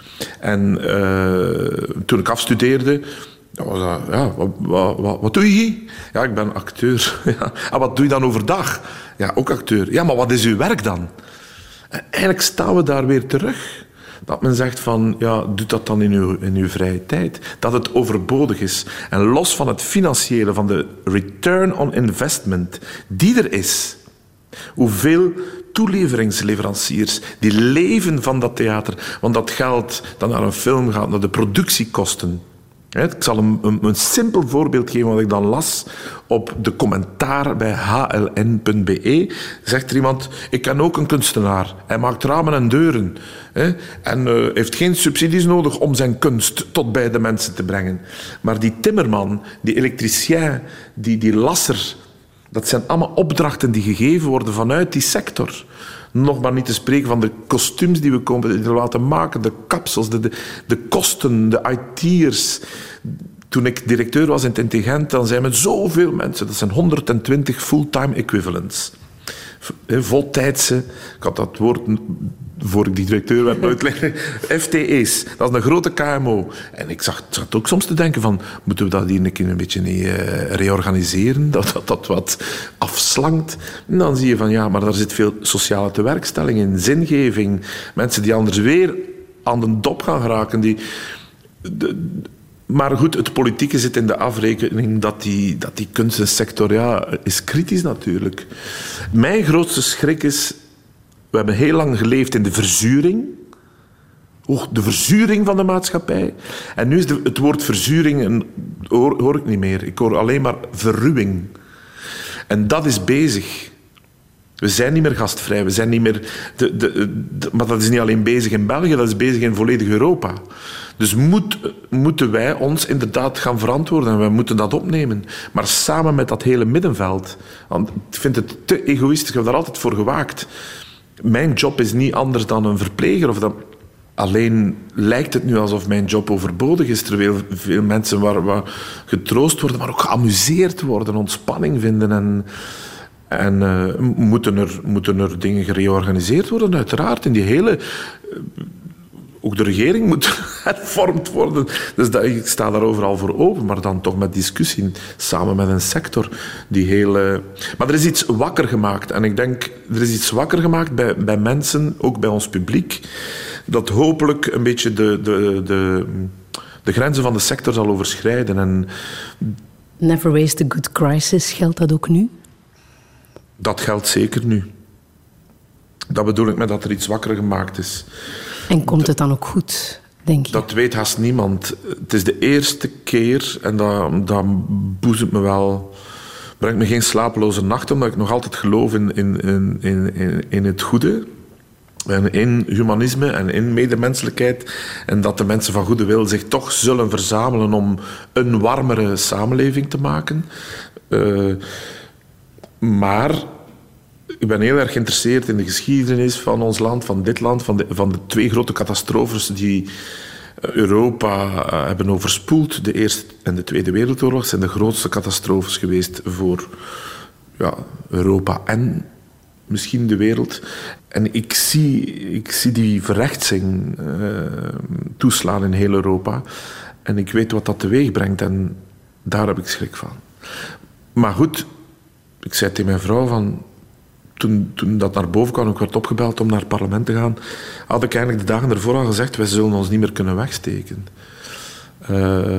[SPEAKER 4] En uh, toen ik afstudeerde, was dat, ja, wat, wat, wat, wat doe je hier? Ja, ik ben acteur. Ja. En wat doe je dan overdag? Ja, ook acteur. Ja, maar wat is uw werk dan? En eigenlijk staan we daar weer terug. Dat men zegt van, ja, doe dat dan in uw, in uw vrije tijd. Dat het overbodig is. En los van het financiële, van de return on investment, die er is. Hoeveel toeleveringsleveranciers die leven van dat theater. Want dat geld dat naar een film gaat, naar de productiekosten. Ik zal een, een, een simpel voorbeeld geven wat ik dan las op de commentaar bij h l n punt b e. Zegt er iemand, ik ken ook een kunstenaar. Hij maakt ramen en deuren. Hè, en uh, heeft geen subsidies nodig om zijn kunst tot bij de mensen te brengen. Maar die timmerman, die elektricien, die, die lasser... Dat zijn allemaal opdrachten die gegeven worden vanuit die sector. Nog maar niet te spreken van de kostuums die we komen te laten maken, de kapsels, de, de, de kosten, de I T'ers. Toen ik directeur was in het Intelligent, dan zijn we zoveel mensen. Dat zijn honderdtwintig fulltime equivalents. Voltijdse, ik had dat woord voor ik die directeur werd nooit leggen, F T E's, dat is een grote K M O. En ik zag, zat ook soms te denken van, moeten we dat hier een keer een beetje niet, uh, reorganiseren, dat, dat dat wat afslankt. En dan zie je van, ja, maar daar zit veel sociale tewerkstelling in, zingeving, mensen die anders weer aan de dop gaan geraken, die... De, Maar goed, het politieke zit in de afrekening dat die, dat die kunstensector, ja, is kritisch natuurlijk. Mijn grootste schrik is, we hebben heel lang geleefd in de verzuring. Oh, de verzuring van de maatschappij. En nu is de, het woord verzuring, een, hoor, hoor ik niet meer. Ik hoor alleen maar verruwing. En dat is bezig. We zijn niet meer gastvrij. We zijn niet meer... De, de, de, maar dat is niet alleen bezig in België, dat is bezig in volledig Europa. Dus moet, moeten wij ons inderdaad gaan verantwoorden en we moeten dat opnemen. Maar samen met dat hele middenveld. Want ik vind het te egoïstisch, ik heb daar altijd voor gewaakt. Mijn job is niet anders dan een verpleger. Of dat... Alleen lijkt het nu alsof mijn job overbodig is, terwijl veel mensen waar, waar getroost worden, maar ook geamuseerd worden, ontspanning vinden en... En uh, moeten, er, moeten er dingen gereorganiseerd worden? Uiteraard. In die hele... Uh, ook de regering moet hervormd worden. Dus dat, ik sta daar overal voor open, maar dan toch met discussie, samen met een sector die heel... Uh... Maar er is iets wakker gemaakt. En ik denk, er is iets wakker gemaakt bij, bij mensen, ook bij ons publiek, dat hopelijk een beetje de, de, de, de grenzen van de sector zal overschrijden. En...
[SPEAKER 3] Never waste a good crisis, geldt dat ook nu?
[SPEAKER 4] Dat geldt zeker nu. Dat bedoel ik met dat er iets wakker gemaakt is.
[SPEAKER 3] En komt het dan ook goed, denk je?
[SPEAKER 4] Dat weet haast niemand. Het is de eerste keer, en dat, dat boezemt me wel... brengt me geen slapeloze nacht, omdat ik nog altijd geloof in, in, in, in, in het goede. En in humanisme en in medemenselijkheid. En dat de mensen van goede wil zich toch zullen verzamelen om een warmere samenleving te maken. Uh, Maar ik ben heel erg geïnteresseerd in de geschiedenis van ons land, van dit land, van de, van de twee grote catastrofes die Europa hebben overspoeld. De Eerste en de Tweede Wereldoorlog zijn de grootste catastrofes geweest voor ja, Europa en misschien de wereld. En ik zie, ik zie die verrechtsing uh, toeslaan in heel Europa. En ik weet wat dat teweeg brengt en daar heb ik schrik van. Maar goed... Ik zei tegen mijn vrouw, van, toen, toen dat naar boven kwam, ik werd opgebeld om naar het parlement te gaan, had ik eigenlijk de dagen ervoor al gezegd, wij zullen ons niet meer kunnen wegsteken. Uh,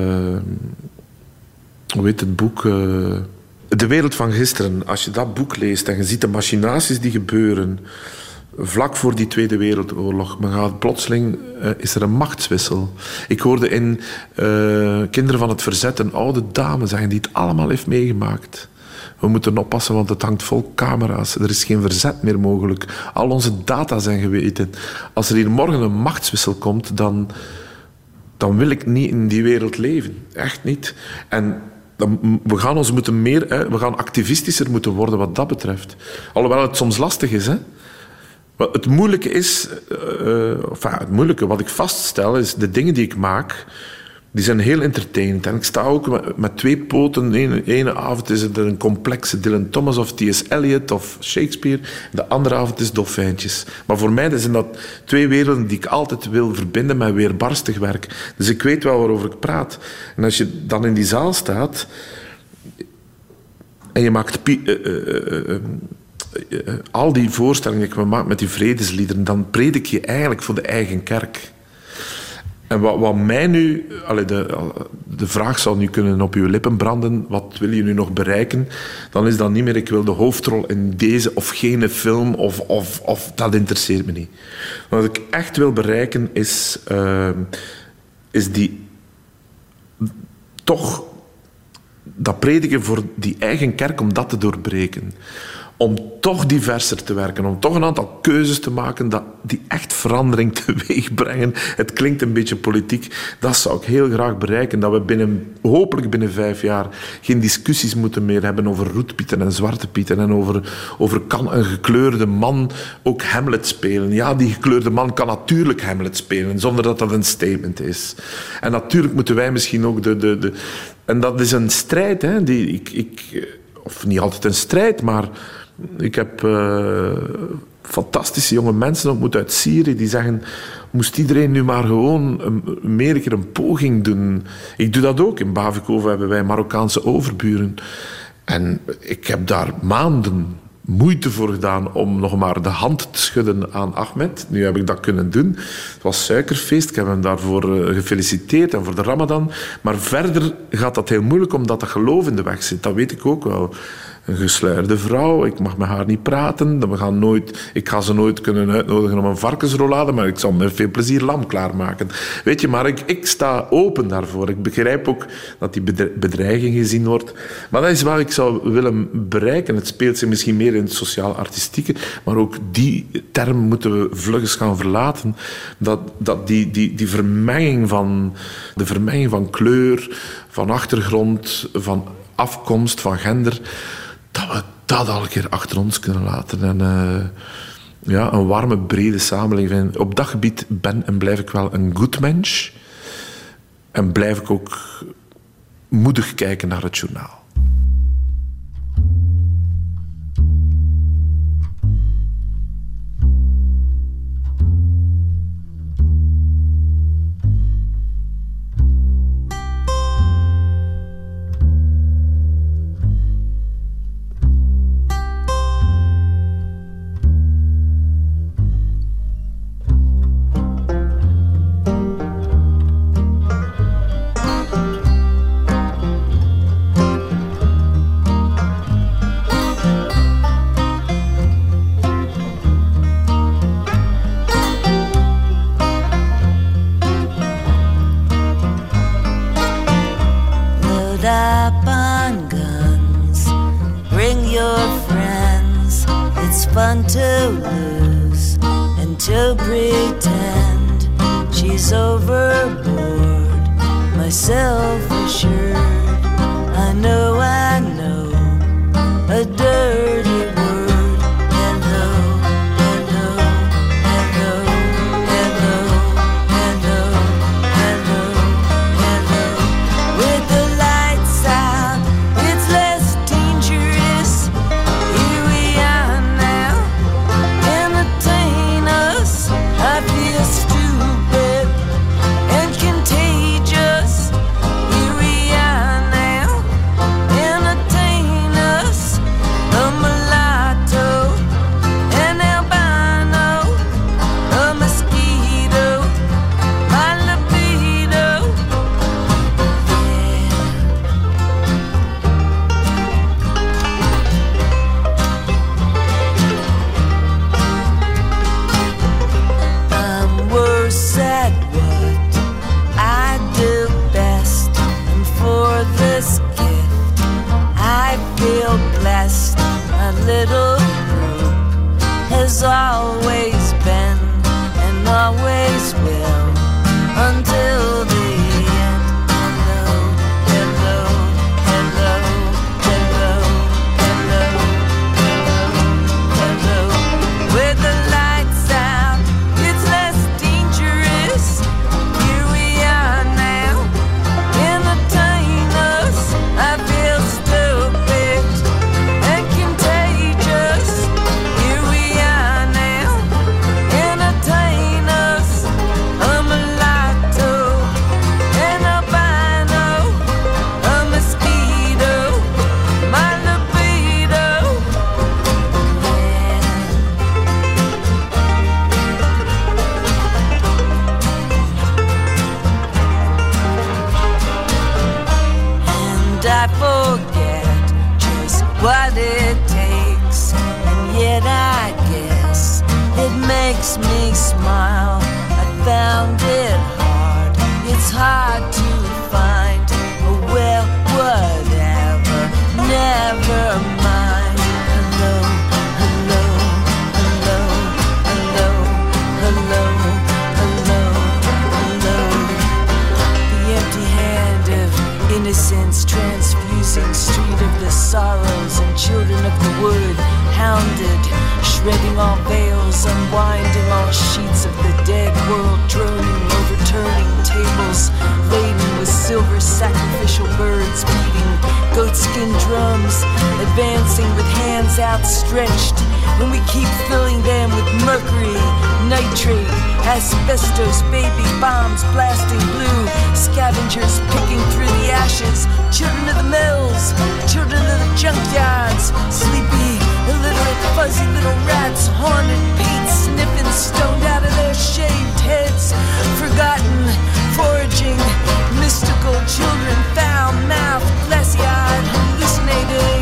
[SPEAKER 4] hoe heet het boek? Uh, De wereld van gisteren. Als je dat boek leest en je ziet de machinaties die gebeuren vlak voor die Tweede Wereldoorlog, men gaat plotseling, uh, is er een machtswissel. Ik hoorde in uh, Kinderen van het Verzet een oude dame zeggen die het allemaal heeft meegemaakt. We moeten oppassen, want het hangt vol camera's. Er is geen verzet meer mogelijk. Al onze data zijn geweten. Als er hier morgen een machtswissel komt, dan, dan wil ik niet in die wereld leven. Echt niet. En dan, we gaan ons moeten meer... Hè, we gaan activistischer moeten worden wat dat betreft. Alhoewel het soms lastig is, hè. Het moeilijke is... Uh, enfin, het moeilijke wat ik vaststel is de dingen die ik maak... Die zijn heel entertainend. En ik sta ook met, met twee poten. De ene avond is het een complexe Dylan Thomas of T S Eliot of Shakespeare. De andere avond is dolfijntjes. Maar voor mij zijn dat twee werelden die ik altijd wil verbinden met weerbarstig werk. Dus ik weet wel waarover ik praat. En als je dan in die zaal staat... En je maakt... Pie, uh, uh, uh, uh, uh, al die voorstellingen die ik me maak met die vredesliederen... Dan predik je eigenlijk voor de eigen kerk. En wat, wat mij nu... Allee, de, de vraag zal nu kunnen op uw lippen branden. Wat wil je nu nog bereiken? Dan is dat niet meer... Ik wil de hoofdrol in deze of gene film. Of, of, of dat interesseert me niet. Wat ik echt wil bereiken is... Uh, is die... Toch... Dat prediken voor die eigen kerk om dat te doorbreken. om toch diverser te werken, om toch een aantal keuzes te maken dat, die echt verandering teweeg brengen. Het klinkt een beetje politiek. Dat zou ik heel graag bereiken. Dat we binnen, hopelijk binnen vijf jaar geen discussies moeten meer hebben over roetpieten en zwarte pieten en over, over kan een gekleurde man ook Hamlet spelen. Ja, die gekleurde man kan natuurlijk Hamlet spelen, zonder dat dat een statement is. En natuurlijk moeten wij misschien ook de... de, de en dat is een strijd, hè, die ik... ik of niet altijd een strijd, maar ik heb uh, fantastische jonge mensen ontmoet uit Syrië die zeggen, moest iedereen nu maar gewoon een, meer keer een poging doen. Ik doe dat ook. In Bavikova hebben wij Marokkaanse overburen. En ik heb daar maanden moeite voor gedaan om nog maar de hand te schudden aan Ahmed. Nu heb ik dat kunnen doen. Het was suikerfeest. Ik heb hem daarvoor gefeliciteerd en voor de Ramadan. Maar verder gaat dat heel moeilijk omdat dat geloof in de weg zit. Dat weet ik ook wel. Een gesluierde vrouw, ik mag met haar niet praten. We gaan nooit, ik ga ze nooit kunnen uitnodigen om een varkensrollade, maar ik zal met veel plezier lam klaarmaken. Weet je, maar ik, ik sta open daarvoor. Ik begrijp ook dat die bedreiging gezien wordt. Maar dat is wat ik zou willen bereiken. Het speelt zich misschien meer in het sociaal-artistieke, maar ook die term moeten we vluggens gaan verlaten. Dat, dat die, die, die vermenging van, de vermenging van kleur, van achtergrond, van afkomst, van gender, dat we dat al een keer achter ons kunnen laten. En uh, ja, een warme, brede samenleving. Op dat gebied ben en blijf ik wel een goed mens. En blijf ik ook moedig kijken naar het journaal.
[SPEAKER 8] fun to lose and to pretend she's overboard, myself assured. I know, I know, a dirty word. Hello, hello, hello, hello, hello, hello, hello. With the lights out, it's less dangerous. Here we are now, entertain us. I feel stupid and contagious. Here we are now, entertain us. A mulatto, an albino, a mosquito, my libido. I'm worse at what I do best, and for this gift I feel blessed. My little group has always been and always will until the end. Hello, hello, hello, hello, hello, hello, hello. With the lights out, it's less dangerous. Here we are now, entertain us. I feel stupid and contagious. Here we are now, entertain us. A rending all veils, unwinding all sheets of the dead world, droning, overturning tables laden with silver sacrificial birds beating goatskin drums, advancing with hands outstretched, when we keep filling them with mercury, nitrate, asbestos, baby bombs blasting blue, scavengers picking through the ashes, children of the mills, children of the junkyards, sleepy, illiterate, fuzzy little rats, haunted, paint sniffing, stoned out of their shaved heads, forgotten, foraging, mystical children, foul-mouthed, glassy-eyed, hallucinating.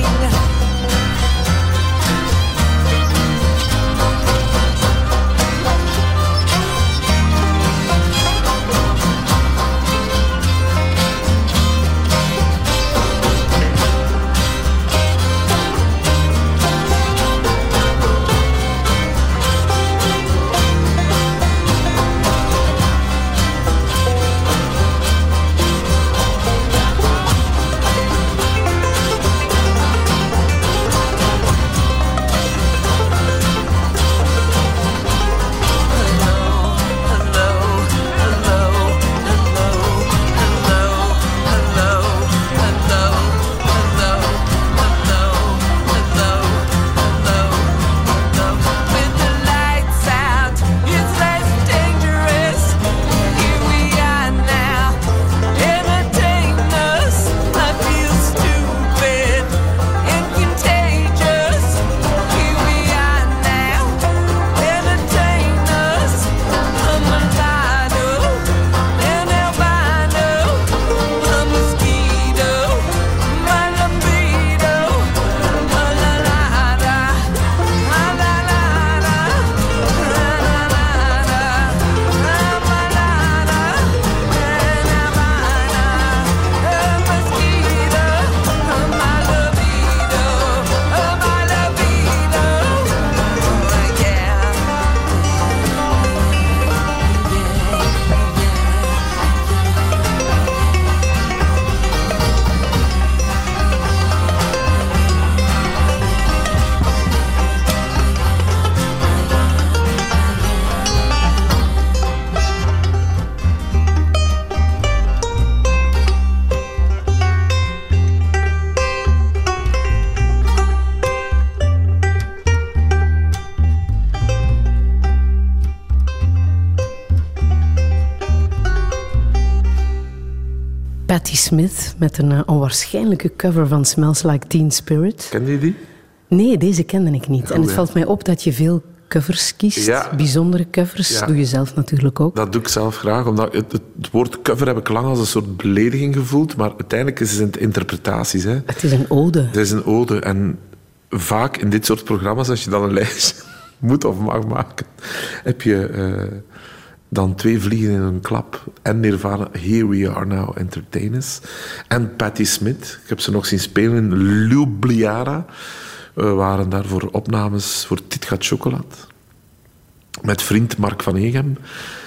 [SPEAKER 3] Patti Smith met een uh, onwaarschijnlijke cover van Smells Like Teen Spirit.
[SPEAKER 4] Ken je die?
[SPEAKER 3] Nee, deze kende ik niet.
[SPEAKER 4] Oh,
[SPEAKER 3] en het
[SPEAKER 4] ja.
[SPEAKER 3] valt mij op dat je veel covers kiest.
[SPEAKER 4] Ja.
[SPEAKER 3] Bijzondere covers.
[SPEAKER 4] Ja.
[SPEAKER 3] Doe je zelf natuurlijk ook.
[SPEAKER 4] Dat doe ik zelf graag, omdat het, het woord cover heb ik lang als een soort belediging gevoeld, maar uiteindelijk is het interpretaties. Hè.
[SPEAKER 3] Het is een ode.
[SPEAKER 4] Het is een ode. En vaak in dit soort programma's, als je dan een lijst moet of mag maken, heb je uh, dan twee vliegen in een klap. En Nirvana, Here We Are Now, Entertainers. En Patti Smith. Ik heb ze nog zien spelen in Ljubljana. We waren daar voor opnames voor Dit gaat Chocolade. Met vriend Mark van Egem.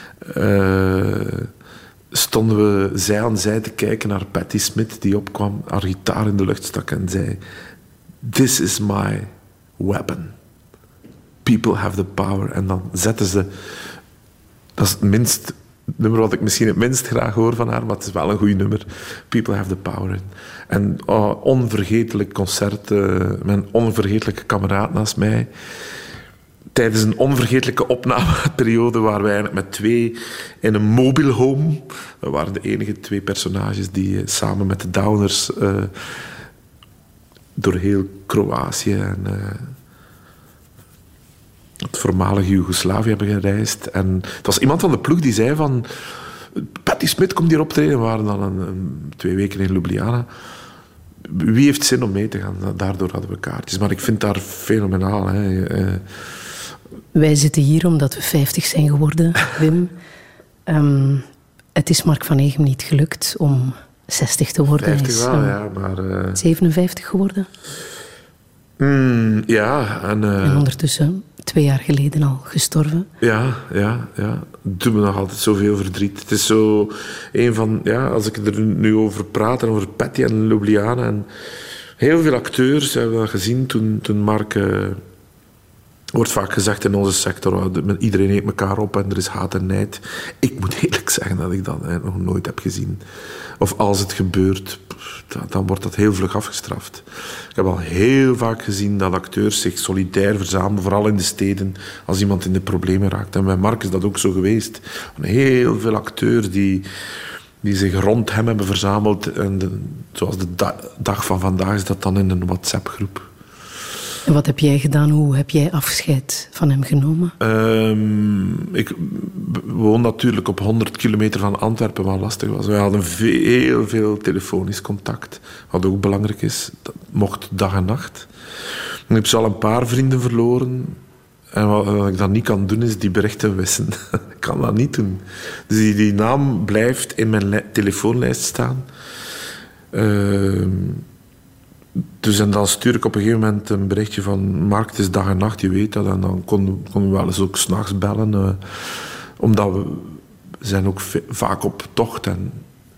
[SPEAKER 4] Uh, stonden we zij aan zij te kijken naar Patti Smith, die opkwam, haar gitaar in de lucht stak en zei: This is my weapon. People have the power. En dan zetten ze... Dat is het minst... nummer wat ik misschien het minst graag hoor van haar, maar het is wel een goed nummer. People have the power. En oh, onvergetelijk concert uh, met een onvergetelijke kameraad naast mij. Tijdens een onvergetelijke opnameperiode waren wij eigenlijk met twee in een mobile home. We waren de enige twee personages die uh, samen met de Downers uh, door heel Kroatië en uh, het voormalige Joegoslavië hebben gereisd. En het was iemand van de ploeg die zei van... Patti Smith komt hier optreden. We waren dan een, een, twee weken in Ljubljana. Wie heeft zin om mee te gaan? Daardoor hadden we kaartjes. Maar ik vind haar fenomenaal. Hè. Uh,
[SPEAKER 3] Wij zitten hier omdat we vijftig zijn geworden, Wim. Um, het is Mark van Egem niet gelukt om zestig te worden.
[SPEAKER 4] vijftig
[SPEAKER 3] Hij is
[SPEAKER 4] wel,
[SPEAKER 3] um,
[SPEAKER 4] ja. Maar, uh,
[SPEAKER 3] zevenenvijftig geworden.
[SPEAKER 4] Mm, ja. En, uh,
[SPEAKER 3] en ondertussen twee jaar geleden al gestorven.
[SPEAKER 4] Ja, ja, ja. Het doet me nog altijd zoveel verdriet. Het is zo een van... Ja, als ik er nu over praat, en over Patti en Ljubljana en heel veel acteurs hebben we dat gezien toen, toen Mark uh, Er wordt vaak gezegd in onze sector, iedereen eet elkaar op en er is haat en nijd. Ik moet eerlijk zeggen dat ik dat nog nooit heb gezien. Of als het gebeurt, dan wordt dat heel vlug afgestraft. Ik heb al heel vaak gezien dat acteurs zich solidair verzamelen, vooral in de steden, als iemand in de problemen raakt. En bij Mark is dat ook zo geweest. Heel veel acteurs die, die zich rond hem hebben verzameld. En de, zoals de da- dag van vandaag is dat dan in een WhatsApp-groep.
[SPEAKER 3] En wat heb jij gedaan? Hoe heb jij afscheid van hem genomen?
[SPEAKER 4] Um, ik woon natuurlijk op honderd kilometer van Antwerpen, wat lastig was. We hadden veel, veel telefonisch contact. Wat ook belangrijk is. Dat mocht dag en nacht. Ik heb zo al een paar vrienden verloren. En wat ik dan niet kan doen, is die berichten wissen. Ik kan dat niet doen. Dus die, die naam blijft in mijn li- telefoonlijst staan. Uh, dus en dan stuur ik op een gegeven moment een berichtje van Mark, het is dag en nacht, je weet dat. En dan konden kon we wel eens ook 's nachts bellen. Uh, omdat we zijn ook v- vaak op tocht. En,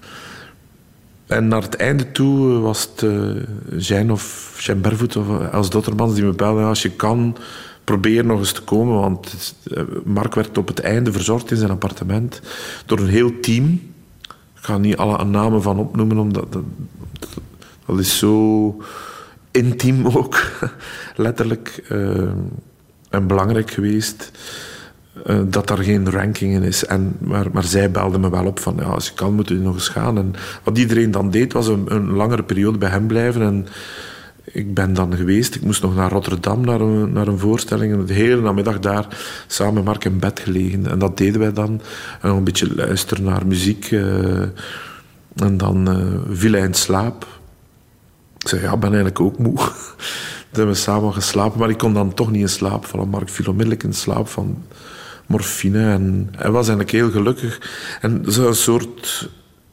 [SPEAKER 4] en naar het einde toe was het uh, Jean of Jean Bervoet of Els Dottermans die me belden. Als je kan, probeer nog eens te komen. Want het, uh, Mark werd op het einde verzorgd in zijn appartement door een heel team. Ik ga niet alle namen van opnoemen, omdat... Dat, Dat is zo intiem ook, letterlijk, uh, en belangrijk geweest, uh, dat daar geen ranking in is. En, maar, maar zij belde me wel op van, ja, als je kan moet je nog eens gaan. En wat iedereen dan deed, was een, een langere periode bij hem blijven. En ik ben dan geweest, ik moest nog naar Rotterdam, naar een, naar een voorstelling. En de hele namiddag daar samen met Mark in bed gelegen. En dat deden wij dan. En nog een beetje luisteren naar muziek. Uh, en dan uh, viel hij in slaap. Ik zei, ja, ik ben eigenlijk ook moe. Toen hebben we samen geslapen, maar ik kon dan toch niet in slaap vallen. Mark viel onmiddellijk in slaap van morfine. En hij was eigenlijk heel gelukkig. En zo'n soort...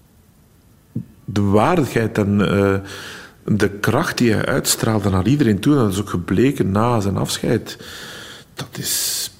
[SPEAKER 4] De waardigheid en uh, de kracht die hij uitstraalde naar iedereen toe, dat is ook gebleken na zijn afscheid. Dat is...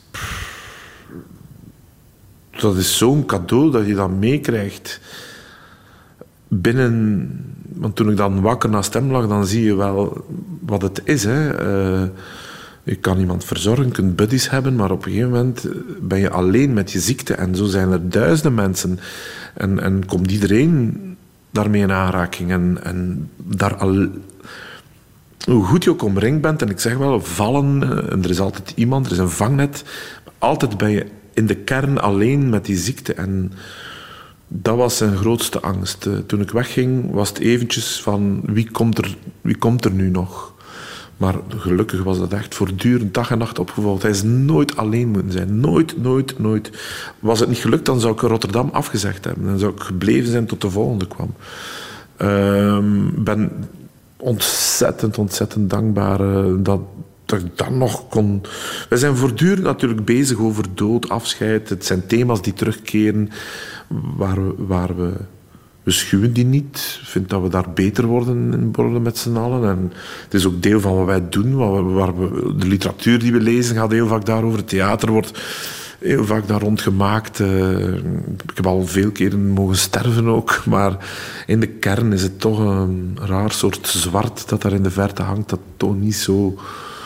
[SPEAKER 4] Dat is zo'n cadeau dat je dat meekrijgt. Binnen... Want toen ik dan wakker naast hem lag, dan zie je wel wat het is. Hè. Uh, je kan iemand verzorgen, je kunt buddies hebben, maar op een gegeven moment ben je alleen met je ziekte. En zo zijn er duizenden mensen. En, en komt iedereen daarmee in aanraking. En, en daar al... Hoe goed je ook omringd bent, en ik zeg wel, vallen, en er is altijd iemand, er is een vangnet. Altijd ben je in de kern alleen met die ziekte. En... Dat was zijn grootste angst. Toen ik wegging, was het eventjes van wie komt er, wie komt er nu nog? Maar gelukkig was dat echt voortdurend dag en nacht opgevolgd. Hij is nooit alleen moeten zijn. Nooit, nooit, nooit. Was het niet gelukt, dan zou ik Rotterdam afgezegd hebben. Dan zou ik gebleven zijn tot de volgende kwam. Ik uh, ben ontzettend, ontzettend dankbaar uh, dat... dat ik dat nog kon... We zijn voortdurend natuurlijk bezig over dood, afscheid. Het zijn thema's die terugkeren waar we... Waar we, we schuwen die niet. Ik vind dat we daar beter worden in worden met z'n allen. En het is ook deel van wat wij doen. Waar we, waar we, de literatuur die we lezen gaat heel vaak daarover. Het theater wordt heel vaak daar rond gemaakt. Uh, ik heb al veel keren mogen sterven ook. Maar in de kern is het toch een raar soort zwart dat daar in de verte hangt. Dat toch niet zo...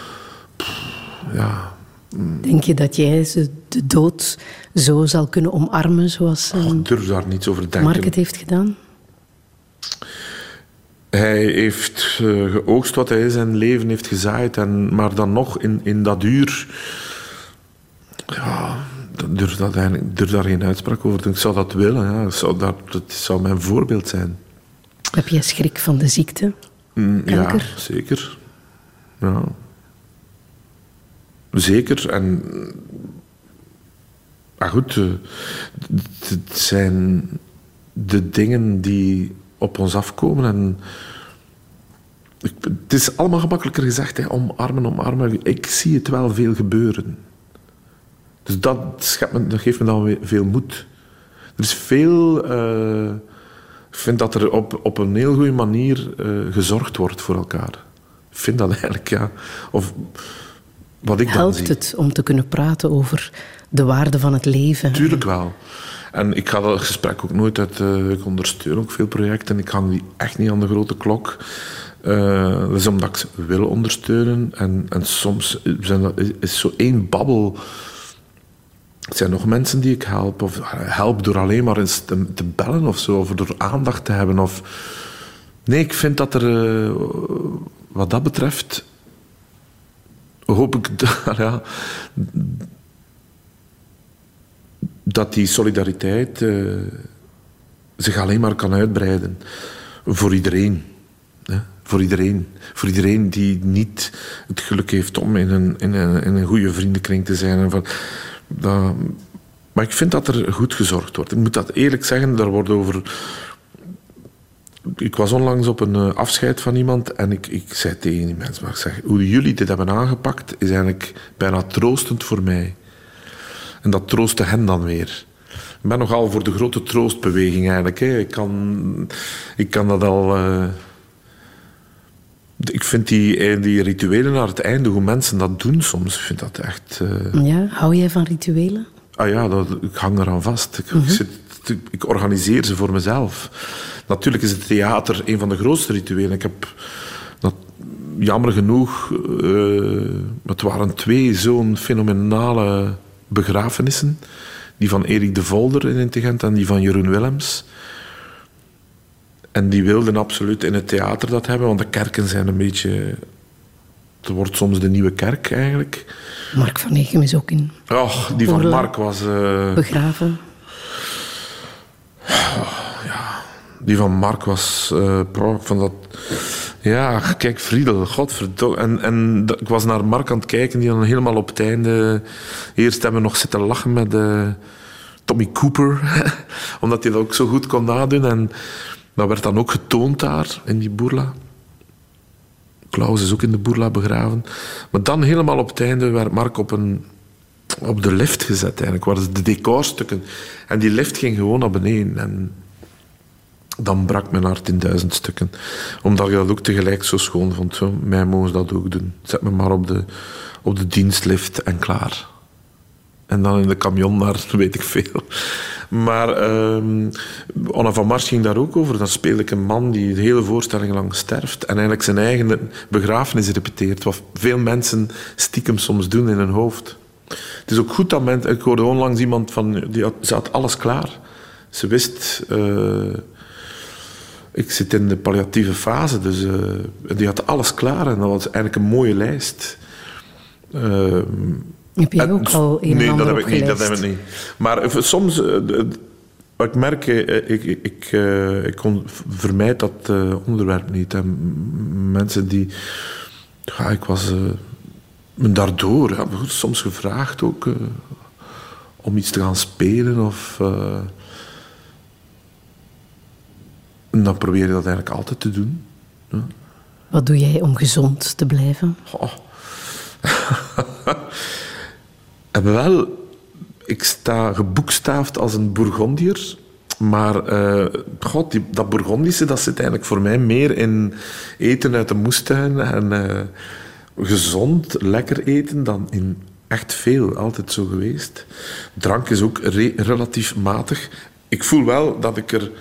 [SPEAKER 4] Ja.
[SPEAKER 3] Denk je dat jij de dood zo zal kunnen omarmen zoals
[SPEAKER 4] oh, ik durf daar niets over te denken.
[SPEAKER 3] Mark het heeft gedaan?
[SPEAKER 4] Hij heeft uh, geoogst wat hij in zijn leven heeft gezaaid. En, maar dan nog, in, in dat uur... Ja, ik durf, dat eigenlijk, durf daar geen uitspraak over te doen. Ik zou dat willen. Ja. Dat, zou, dat, dat zou mijn voorbeeld zijn.
[SPEAKER 3] Heb jij schrik van de ziekte?
[SPEAKER 4] Mm, ja,
[SPEAKER 3] Kanker?
[SPEAKER 4] zeker. Ja. Zeker. En... Maar goed, het zijn de dingen die op ons afkomen. En het is allemaal gemakkelijker gezegd, hè, omarmen, omarmen. Ik zie het wel veel gebeuren. Dus dat, schept me, dat geeft me dan veel moed. Er is veel... Uh, ik vind dat er op, op een heel goede manier uh, gezorgd wordt voor elkaar. Ik vind dat eigenlijk, ja. Of wat ik
[SPEAKER 3] Helpt
[SPEAKER 4] dan zie.
[SPEAKER 3] het om te kunnen praten over de waarde van het leven?
[SPEAKER 4] Tuurlijk wel. En ik ga dat gesprek ook nooit uit... Uh, ik ondersteun ook veel projecten. Ik hang die echt niet aan de grote klok. Uh, dat is omdat ik ze wil ondersteunen. En, en soms zijn dat, is zo één babbel. Er zijn nog mensen die ik help. Of help door alleen maar eens te, te bellen of zo. Of door aandacht te hebben. Of... Nee, ik vind dat er... Uh, wat dat betreft... hoop ik... ja, dat die solidariteit uh, zich alleen maar kan uitbreiden. Voor iedereen. Hè? Voor iedereen. Voor iedereen die niet het geluk heeft om in een, in een, in een goede vriendenkring te zijn. En van, dat, maar ik vind dat er goed gezorgd wordt. Ik moet dat eerlijk zeggen, daar wordt over... Ik was onlangs op een uh, afscheid van iemand en ik, ik zei tegen die mensen, maar ik zeg, hoe jullie dit hebben aangepakt is eigenlijk bijna troostend voor mij. En dat troostte hen dan weer. Ik ben nogal voor de grote troostbeweging eigenlijk. Hè. Ik, kan, ik kan dat al... Uh, ik vind die, die rituelen naar het einde, hoe mensen dat doen soms, ik vind dat echt... Uh...
[SPEAKER 3] Ja, hou jij van rituelen?
[SPEAKER 4] Ah ja, dat, ik hang eraan vast. Ik, mm-hmm. ik, zit, ik organiseer ze voor mezelf. Natuurlijk is het theater een van de grootste rituelen. Ik heb... Dat, jammer genoeg... Uh, het waren twee zo'n fenomenale begrafenissen. Die van Erik de Volder in Intelligent en die van Jeroen Willems. En die wilden absoluut in het theater dat hebben, want de kerken zijn een beetje... Het wordt soms de nieuwe kerk, eigenlijk.
[SPEAKER 3] Mark van Egem is ook in...
[SPEAKER 4] Oh, die van Mark was... Uh...
[SPEAKER 3] begraven.
[SPEAKER 4] Oh, ja, die van Mark was... Uh, van dat... Ja, kijk, Friedel, godverdomme. En, en ik was naar Mark aan het kijken, die dan helemaal op het einde... Eerst hebben we nog zitten lachen met uh, Tommy Cooper, omdat hij dat ook zo goed kon nadoen. En dat werd dan ook getoond daar, in die Bourla. Klaus is ook in de Bourla begraven. Maar dan helemaal op het einde werd Mark op, een, op de lift gezet, eigenlijk. Waar de decorstukken. En die lift ging gewoon naar beneden. En dan brak mijn hart in duizend stukken. Omdat ik dat ook tegelijk zo schoon vond. Zo, mij mogen ze dat ook doen. Zet me maar op de, op de dienstlift en klaar. En dan in de camion naar weet ik veel. Maar uh, Anna van Mars ging daar ook over. Dan speel ik een man die de hele voorstelling lang sterft. En eigenlijk zijn eigen begrafenis repeteert. Wat veel mensen stiekem soms doen in hun hoofd. Het is ook goed dat mensen... Ik hoorde onlangs iemand van... Die had, ze had alles klaar. Ze wist... Uh, ik zit in de palliatieve fase. Dus uh, die had alles klaar. En dat was eigenlijk een mooie lijst. Uh,
[SPEAKER 3] Heb jij ook al een
[SPEAKER 4] nee,
[SPEAKER 3] en ander
[SPEAKER 4] dat heb ik niet, dat heb ik niet. Maar uh, soms... Uh, wat ik merk... Uh, ik, ik, uh, ik kon, vermijd dat uh, onderwerp niet. En mensen die... Ja, ik was... Uh, daardoor... Ja, soms gevraagd ook... Uh, om iets te gaan spelen of... Uh, en dan probeer je dat eigenlijk altijd te doen. Ja.
[SPEAKER 3] Wat doe jij om gezond te blijven?
[SPEAKER 4] Oh. En wel, ik sta geboekstaafd als een Bourgondier. Maar uh, god, die, dat Bourgondische, dat zit eigenlijk voor mij meer in eten uit de moestuin. En uh, gezond, lekker eten dan in echt veel. Altijd zo geweest. Drank is ook re- relatief matig. Ik voel wel dat ik er...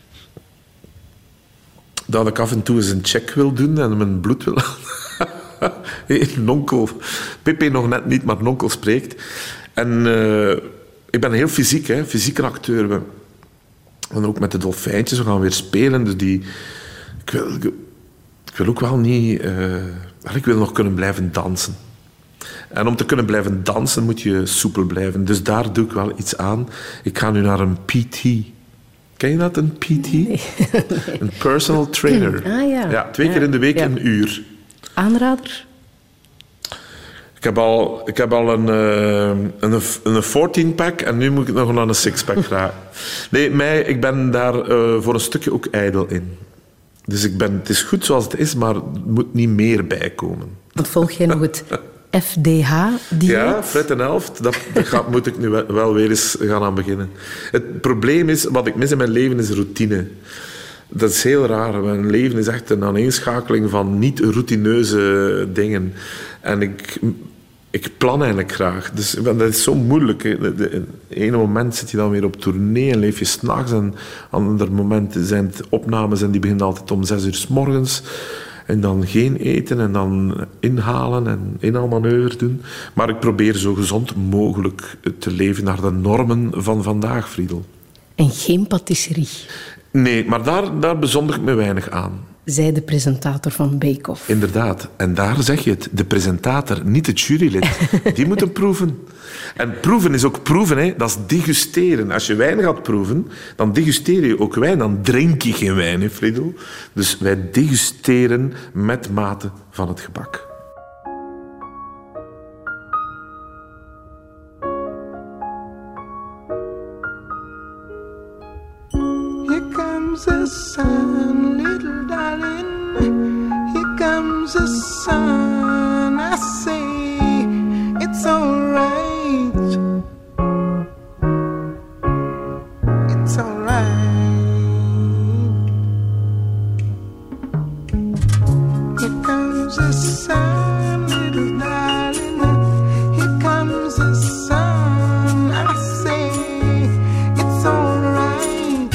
[SPEAKER 4] dat ik af en toe eens een check wil doen en mijn bloed wil... Nonkel. Pepe nog net niet, maar Nonkel spreekt. En uh, ik ben heel fysiek, hè, fysieke acteur. We, en ook met de dolfijntjes, we gaan weer spelen. Dus die... Ik wil, ik wil ook wel niet... Uh, ik wil nog kunnen blijven dansen. En om te kunnen blijven dansen moet je soepel blijven. Dus daar doe ik wel iets aan. Ik ga nu naar een P T. Ken je dat, een P T? Nee. Een personal trainer.
[SPEAKER 3] Ah, ja.
[SPEAKER 4] Ja, twee keer in de week ja. een uur.
[SPEAKER 3] Aanrader?
[SPEAKER 4] Ik heb al, ik heb al een, uh, een, een veertien-pack en nu moet ik nog naar een six-pack graag. Nee, mij, ik ben daar uh, voor een stukje ook ijdel in. Dus ik ben, het is goed zoals het is, maar er moet niet meer bijkomen.
[SPEAKER 3] Want volg jij nog het F D H-dieet?
[SPEAKER 4] Ja, Fred en Elft, dat, dat gaat, moet ik nu wel weer eens gaan aan beginnen. Het probleem is, wat ik mis in mijn leven, is routine. Dat is heel raar. Mijn leven is echt een aaneenschakeling van niet-routineuze dingen. En ik, ik plan eigenlijk graag. Dus dat is zo moeilijk. In het ene moment zit je dan weer op tournee en leef je 's nachts. En andere momenten zijn het opnames en die beginnen altijd om zes uur 's morgens. En dan geen eten en dan inhalen en inhaalmanoeuvres doen. Maar ik probeer zo gezond mogelijk te leven naar de normen van vandaag, Friedel.
[SPEAKER 3] En geen patisserie.
[SPEAKER 4] Nee, maar daar, daar bezondig ik me weinig aan.
[SPEAKER 3] Zij de presentator van Bake Off.
[SPEAKER 4] Inderdaad. En daar zeg je het. De presentator, niet het jurylid. Die moeten proeven. En proeven is ook proeven, hè. Dat is degusteren. Als je wijn gaat proeven, dan degusteer je ook wijn. Dan drink je geen wijn, hè, Friedel. Dus wij degusteren met mate van het gebak.
[SPEAKER 9] Here comes the sun, little darling. Here comes the sun. I say it's alright. It's alright. Here comes the sun, little darling. Here comes the sun. I say it's alright.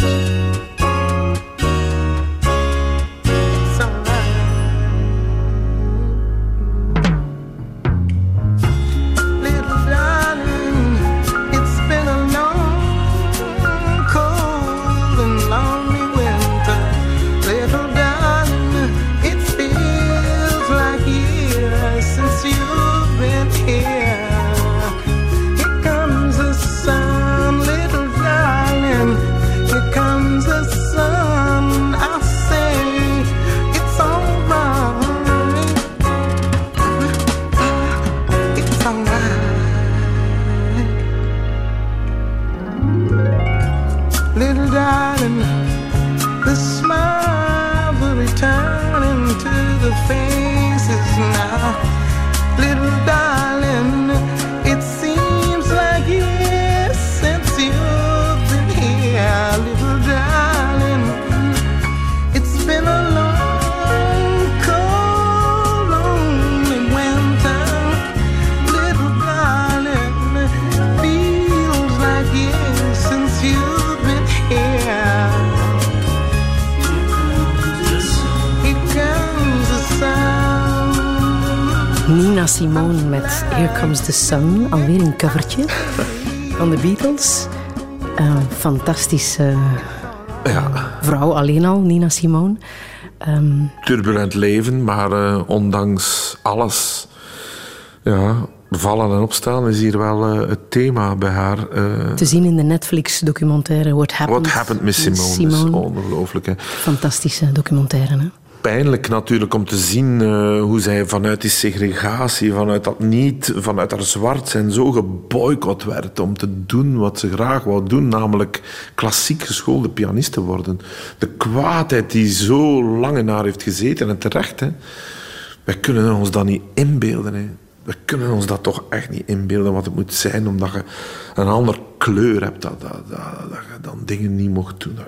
[SPEAKER 3] Nina Simone met Here Comes the Sun. Alweer een covertje van de Beatles. Uh, fantastische
[SPEAKER 4] ja.
[SPEAKER 3] vrouw, alleen al, Nina Simone. Um,
[SPEAKER 4] Turbulent leven, maar uh, ondanks alles... Ja, vallen en opstaan is hier wel uh, het thema bij haar. Uh,
[SPEAKER 3] te zien in de Netflix-documentaire What Happened,
[SPEAKER 4] What Happened with Simone.
[SPEAKER 3] Simone.
[SPEAKER 4] Dat is ongelooflijk. Hè?
[SPEAKER 3] Fantastische documentaire, hè?
[SPEAKER 4] Pijnlijk natuurlijk om te zien uh, hoe zij vanuit die segregatie, vanuit dat niet, vanuit haar zwart zijn, zo geboycott werd om te doen wat ze graag wou doen, namelijk klassiek geschoolde pianiste worden. De kwaadheid die zo lang in haar heeft gezeten, en terecht, hè. Wij kunnen ons dat niet inbeelden, hè. We kunnen ons dat toch echt niet inbeelden wat het moet zijn, omdat je een andere kleur hebt, dat, dat, dat, dat je dan dingen niet mocht doen.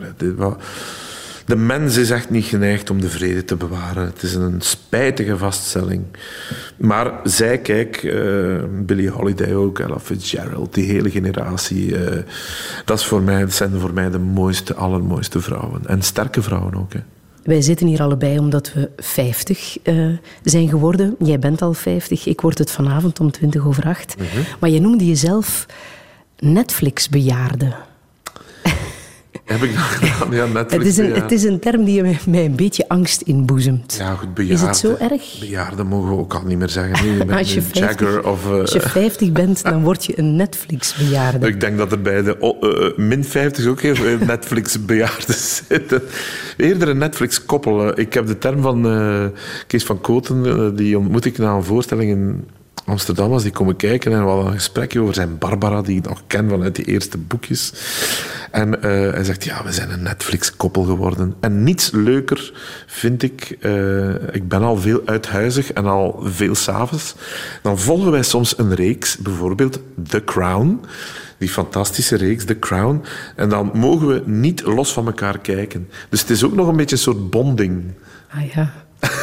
[SPEAKER 4] De mens is echt niet geneigd om de vrede te bewaren. Het is een spijtige vaststelling. Maar zij, kijk, uh, Billie Holiday ook, Ella Fitzgerald, die hele generatie, uh, dat, is voor mij, dat zijn voor mij de mooiste, allermooiste vrouwen. En sterke vrouwen ook, hè.
[SPEAKER 3] Wij zitten hier allebei omdat we vijftig uh, zijn geworden. Jij bent al vijftig, ik word het vanavond om twintig over acht. Mm-hmm. Maar je noemde jezelf Netflix-bejaarde.
[SPEAKER 4] Heb ik dat gedaan? Ja, Netflix.
[SPEAKER 3] Het is, een, het is een term die mij een beetje angst inboezemt.
[SPEAKER 4] Ja, goed, bejaarde.
[SPEAKER 3] Is het zo erg?
[SPEAKER 4] Bejaarde mogen we ook al niet meer zeggen. Nee, je bent
[SPEAKER 3] als, je vijftig,
[SPEAKER 4] Jagger of, uh...
[SPEAKER 3] als je vijftig bent, dan word je een Netflix-bejaarde.
[SPEAKER 4] Ik denk dat er bij de oh, uh, min vijftig ook heel Netflix-bejaarden zitten. Eerder een Netflix-koppel. Ik heb de term van uh, Kees van Kooten, uh, die ontmoet ik na een voorstelling in Amsterdam was, die komen kijken en we hadden een gesprekje over zijn Barbara, die ik nog ken vanuit die eerste boekjes. En uh, hij zegt, ja, we zijn een Netflix-koppel geworden. En niets leuker vind ik, uh, ik ben al veel uithuizig en al veel 's avonds. Dan volgen wij soms een reeks, bijvoorbeeld The Crown, die fantastische reeks, The Crown. En dan mogen we niet los van elkaar kijken. Dus het is ook nog een beetje een soort bonding.
[SPEAKER 3] Ah ja.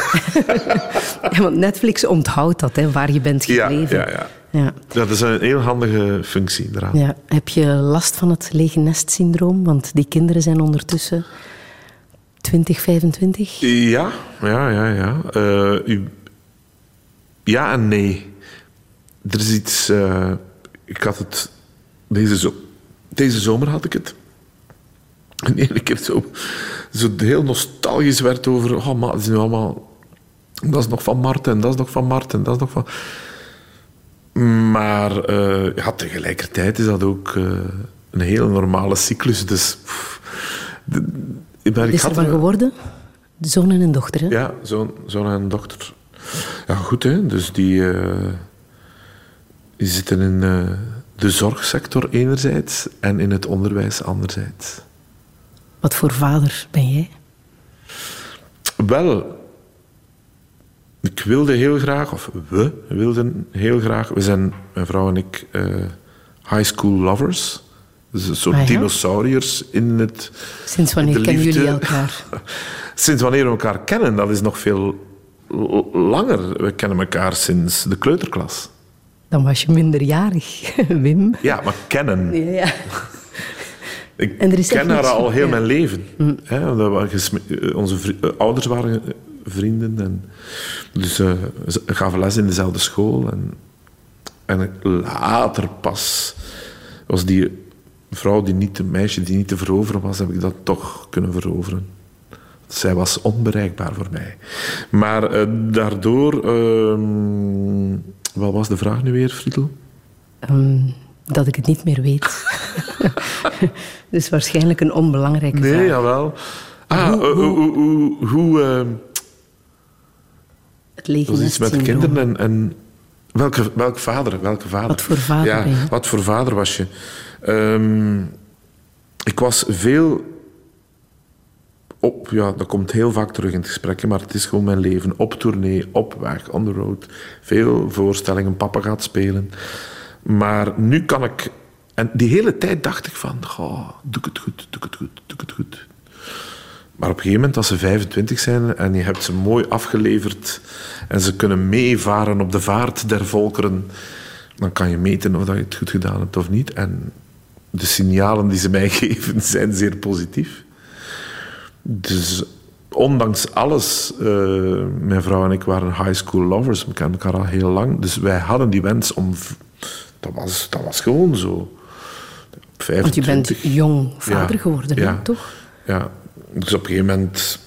[SPEAKER 3] Ja, want Netflix onthoudt dat, hè, waar je bent gebleven.
[SPEAKER 4] Ja, ja, ja. Ja. Dat is een heel handige functie eraan.
[SPEAKER 3] Ja. Heb je last van het lege nest-syndroom? Want die kinderen zijn ondertussen twintig, vijfentwintig?
[SPEAKER 4] Ja, ja, ja. Ja, uh, u... ja en nee. Er is iets... Uh, ik had het... Deze, zo... Deze zomer had ik het. En ene keer zo, zo heel nostalgisch werd over... Oh, maar het is nu allemaal... Dat is nog van Marten, dat is nog van Marten, dat is nog van... Maar uh, ja, tegelijkertijd is dat ook uh, een hele normale cyclus. Dus... Pff, de,
[SPEAKER 3] ik ben, Wat is er van geworden? De zoon en een dochter, hè?
[SPEAKER 4] Ja, zoon, zoon en een dochter. Ja, goed, hè. Dus die... Uh, die zitten in uh, de zorgsector enerzijds en in het onderwijs anderzijds.
[SPEAKER 3] Wat voor vader ben jij?
[SPEAKER 4] Wel... Ik wilde heel graag, of we wilden heel graag... We zijn, mijn vrouw en ik, uh, high school lovers. Dus een soort ah, ja? dinosauriërs in het...
[SPEAKER 3] Sinds wanneer kennen jullie elkaar?
[SPEAKER 4] Sinds wanneer we elkaar kennen, dat is nog veel langer. We kennen elkaar sinds de kleuterklas.
[SPEAKER 3] Dan was je minderjarig, Wim.
[SPEAKER 4] Ja, maar kennen.
[SPEAKER 3] Ja, ja.
[SPEAKER 4] Ik en er is ken haar al heel ja. mijn leven. Mm. He, onze vri- ouders waren vrienden. En dus uh, ze gaven les in dezelfde school. En, en later pas was die vrouw, die niet, een meisje die niet te veroveren was, heb ik dat toch kunnen veroveren. Zij was onbereikbaar voor mij. Maar uh, daardoor... Uh, wat was de vraag nu weer, Friedel?
[SPEAKER 3] Um, dat ik het niet meer weet. Dus waarschijnlijk een onbelangrijke
[SPEAKER 4] nee,
[SPEAKER 3] vraag.
[SPEAKER 4] Nee, jawel. Ah, hoe... hoe, hoe, hoe, hoe uh,
[SPEAKER 3] het lege
[SPEAKER 4] nest iets met de kinderen en... en welke, welke vader? Welke vader?
[SPEAKER 3] Wat voor vader
[SPEAKER 4] ja,
[SPEAKER 3] ben je?
[SPEAKER 4] Wat voor vader was je? Um, ik was veel... Op, ja, dat komt heel vaak terug in het gesprek, maar het is gewoon mijn leven. Op tournee, op weg, on the road. Veel voorstellingen, papa gaat spelen. Maar nu kan ik... En die hele tijd dacht ik van... Oh, doe ik het goed, doe ik het goed, doe ik het goed. Maar op een gegeven moment, als ze vijfentwintig zijn en je hebt ze mooi afgeleverd en ze kunnen meevaren op de vaart der volkeren, dan kan je meten of je het goed gedaan hebt of niet. En de signalen die ze mij geven zijn zeer positief. Dus ondanks alles, uh, mijn vrouw en ik waren high school lovers. We kennen elkaar al heel lang. Dus wij hadden die wens om... Dat was, dat was gewoon zo. vijfentwintig.
[SPEAKER 3] Want je bent jong vader ja, geworden, ja, hè, toch?
[SPEAKER 4] Ja. Dus op een gegeven moment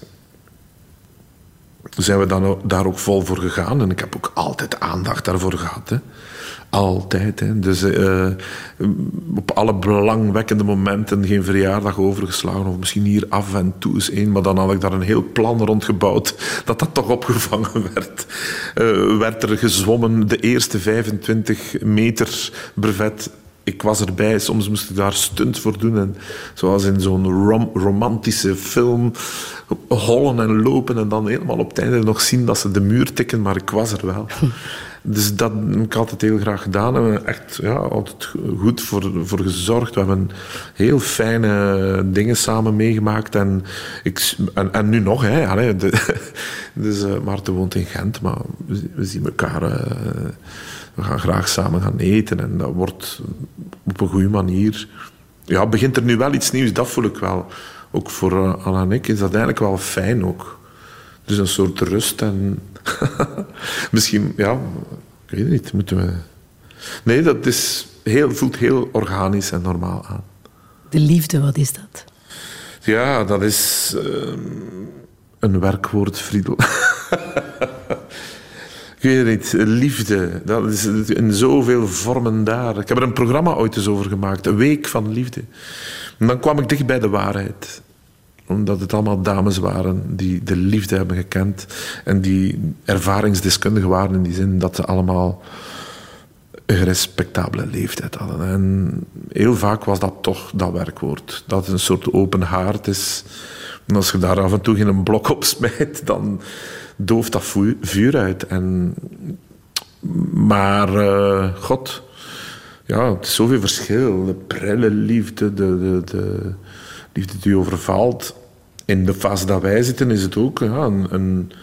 [SPEAKER 4] zijn we dan ook, daar ook vol voor gegaan. En ik heb ook altijd aandacht daarvoor gehad. Hè. Altijd. Hè. Dus uh, op alle belangwekkende momenten geen verjaardag overgeslagen. Of misschien hier af en toe eens één. Maar dan had ik daar een heel plan rond gebouwd. Dat dat toch opgevangen werd. Uh, werd er gezwommen de eerste vijfentwintig meter brevet. Ik was erbij, soms moest ik daar stunt voor doen. En zoals in zo'n rom- romantische film, hollen en lopen en dan helemaal op het einde nog zien dat ze de muur tikken, maar ik was er wel. Dus dat heb ik altijd heel graag gedaan. En we hebben echt ja, altijd goed voor, voor gezorgd. We hebben heel fijne dingen samen meegemaakt. En, ik, en, en nu nog, hè. Allee, de, dus uh, Maarten woont in Gent, maar we, we zien elkaar... Uh, We gaan graag samen gaan eten en dat wordt op een goede manier... Ja, begint er nu wel iets nieuws, dat voel ik wel. Ook voor uh, Anna en ik is dat eigenlijk wel fijn ook. Dus een soort rust en... Misschien, ja, ik weet het niet, moeten we... Nee, dat is heel, voelt heel organisch en normaal aan.
[SPEAKER 3] De liefde, wat is dat?
[SPEAKER 4] Ja, dat is uh, een werkwoord, Friedel. Ik weet het niet, liefde, dat is in zoveel vormen daar. Ik heb er een programma ooit eens over gemaakt, een week van liefde. En dan kwam ik dicht bij de waarheid. Omdat het allemaal dames waren die de liefde hebben gekend en die ervaringsdeskundigen waren in die zin dat ze allemaal een respectabele leeftijd hadden. En heel vaak was dat toch dat werkwoord. Dat het een soort open haard is. En als je daar af en toe geen blok op smijt, dan... dooft dat vuur uit. En, maar, uh, god, ja, het is zoveel verschil. De prille liefde, de, de, de liefde die overvalt. In de fase dat wij zitten is het ook ja, een, een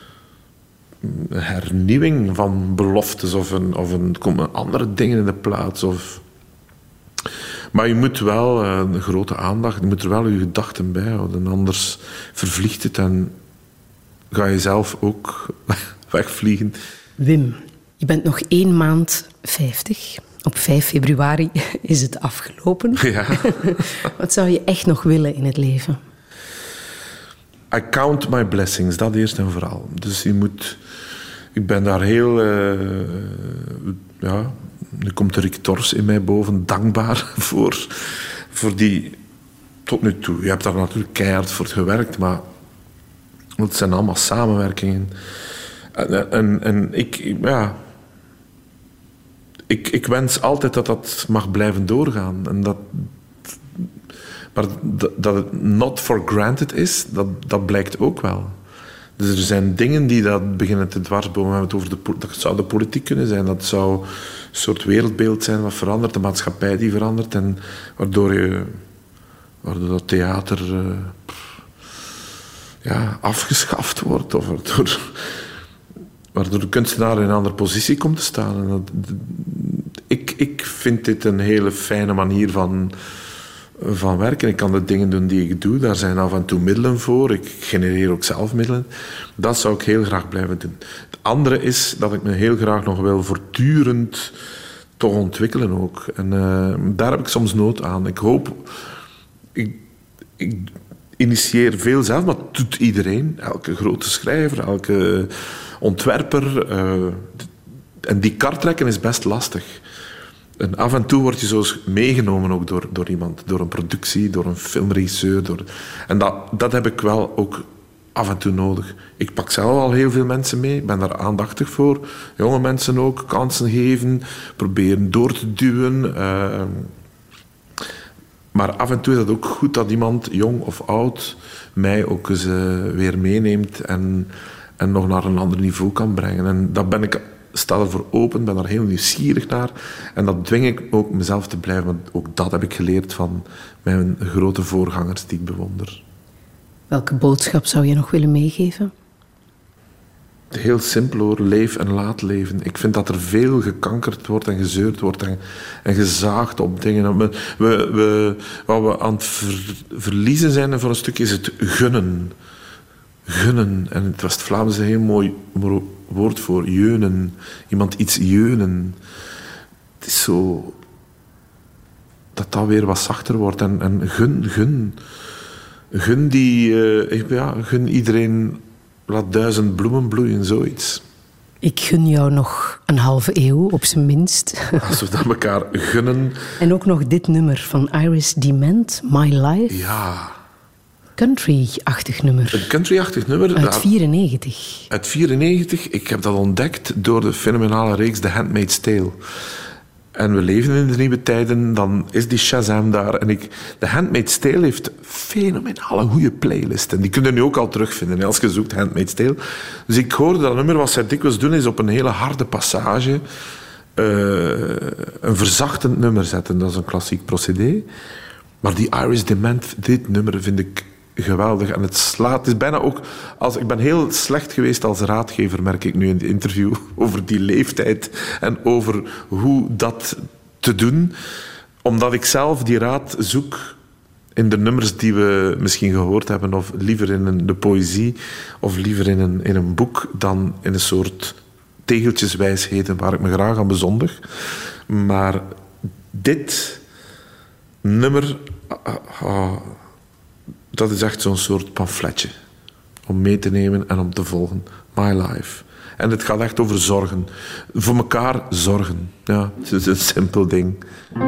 [SPEAKER 4] hernieuwing van beloftes of, een, of een, er komen andere dingen in de plaats. Of... Maar je moet wel uh, een grote aandacht, je moet er wel je gedachten bij houden. Anders vervliegt het en ga je zelf ook wegvliegen.
[SPEAKER 3] Wim, je bent nog één maand vijftig. Op vijf februari is het afgelopen.
[SPEAKER 4] Ja.
[SPEAKER 3] Wat zou je echt nog willen in het leven?
[SPEAKER 4] I count my blessings, dat eerst en vooral. Dus je moet... Ik ben daar heel... Uh, ja, nu komt de Rick Tors in mij boven, dankbaar voor, voor die... Tot nu toe. Je hebt daar natuurlijk keihard voor gewerkt, maar het zijn allemaal samenwerkingen. En, en, en ik... Ja... Ik, ik wens altijd dat dat mag blijven doorgaan. En dat, maar dat, dat het not for granted is, dat, dat blijkt ook wel. Dus er zijn dingen die dat beginnen te dwarsbomen. We hebben het over de, dat zou de politiek kunnen zijn. Dat zou een soort wereldbeeld zijn wat verandert. De maatschappij die verandert. En waardoor, je, waardoor dat theater uh, ja, afgeschaft wordt. Of waardoor... waardoor de kunstenaar in een andere positie komt te staan. En dat, ik, ik vind dit een hele fijne manier van, van werken. Ik kan de dingen doen die ik doe. Daar zijn af en toe middelen voor. Ik genereer ook zelf middelen. Dat zou ik heel graag blijven doen. Het andere is dat ik me heel graag nog wil voortdurend toch ontwikkelen ook. En uh, daar heb ik soms nood aan. Ik hoop... Ik, ik initieer veel zelf, maar dat doet iedereen. Elke grote schrijver, elke... ontwerper. Uh, en die kar trekken is best lastig. En af en toe word je zo meegenomen ook door, door iemand. Door een productie, door een filmregisseur. Door... En dat, dat heb ik wel ook af en toe nodig. Ik pak zelf al heel veel mensen mee. Ik ben daar aandachtig voor. Jonge mensen ook. Kansen geven. Proberen door te duwen. Uh, maar af en toe is het ook goed dat iemand, jong of oud, mij ook eens uh, weer meeneemt en... en nog naar een ander niveau kan brengen. En dat ben ik, sta ervoor open, ben daar heel nieuwsgierig naar. En dat dwing ik ook mezelf te blijven. Want ook dat heb ik geleerd van mijn grote voorgangers die ik bewonder.
[SPEAKER 3] Welke boodschap zou je nog willen meegeven?
[SPEAKER 4] Heel simpel hoor, leef en laat leven. Ik vind dat er veel gekankerd wordt en gezeurd wordt en, en gezaagd op dingen. We, we, we, wat we aan het ver, verliezen zijn voor een stuk is het gunnen. Gunnen. En het West-Vlaams is een heel mooi woord voor jeunen. Iemand iets jeunen. Het is zo... dat dat weer wat zachter wordt. En, en gun, gun. Gun die... Uh, ja, gun iedereen... laat duizend bloemen bloeien, zoiets.
[SPEAKER 3] Ik gun jou nog een halve eeuw, op zijn minst.
[SPEAKER 4] Als we dat elkaar gunnen...
[SPEAKER 3] En ook nog dit nummer van Iris Dement, My Life.
[SPEAKER 4] Ja...
[SPEAKER 3] country-achtig nummer.
[SPEAKER 4] Een country-achtig nummer.
[SPEAKER 3] Uit vierennegentig.
[SPEAKER 4] Uit vierennegentig. Ik heb dat ontdekt door de fenomenale reeks The Handmaid's Tale. En we leven in de nieuwe tijden, dan is die Shazam daar. En ik, The Handmaid's Tale heeft fenomenale goede playlists. En die kun je nu ook al terugvinden als je zoekt Handmaid's Tale. Dus ik hoorde dat nummer, wat zij dikwijls doen, is op een hele harde passage uh, een verzachtend nummer zetten. Dat is een klassiek procedé. Maar die Iris Dement, dit nummer vind ik geweldig. En het slaat... Het is bijna ook... Als, ik ben heel slecht geweest als raadgever, merk ik nu in het interview, over die leeftijd en over hoe dat te doen. Omdat ik zelf die raad zoek in de nummers die we misschien gehoord hebben, of liever in een, de poëzie, of liever in een, in een boek, dan in een soort tegeltjeswijsheden waar ik me graag aan bezondig. Maar dit nummer... Uh, uh, dat is echt zo'n soort pamfletje om mee te nemen en om te volgen. My life. En het gaat echt over zorgen. Voor elkaar zorgen. Ja, het is een simpel ding.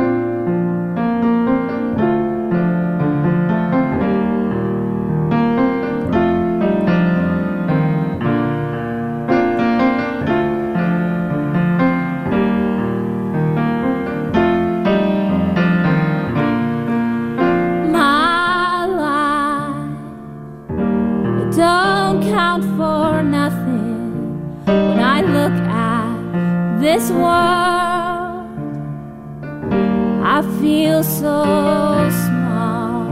[SPEAKER 5] This world, I feel so small,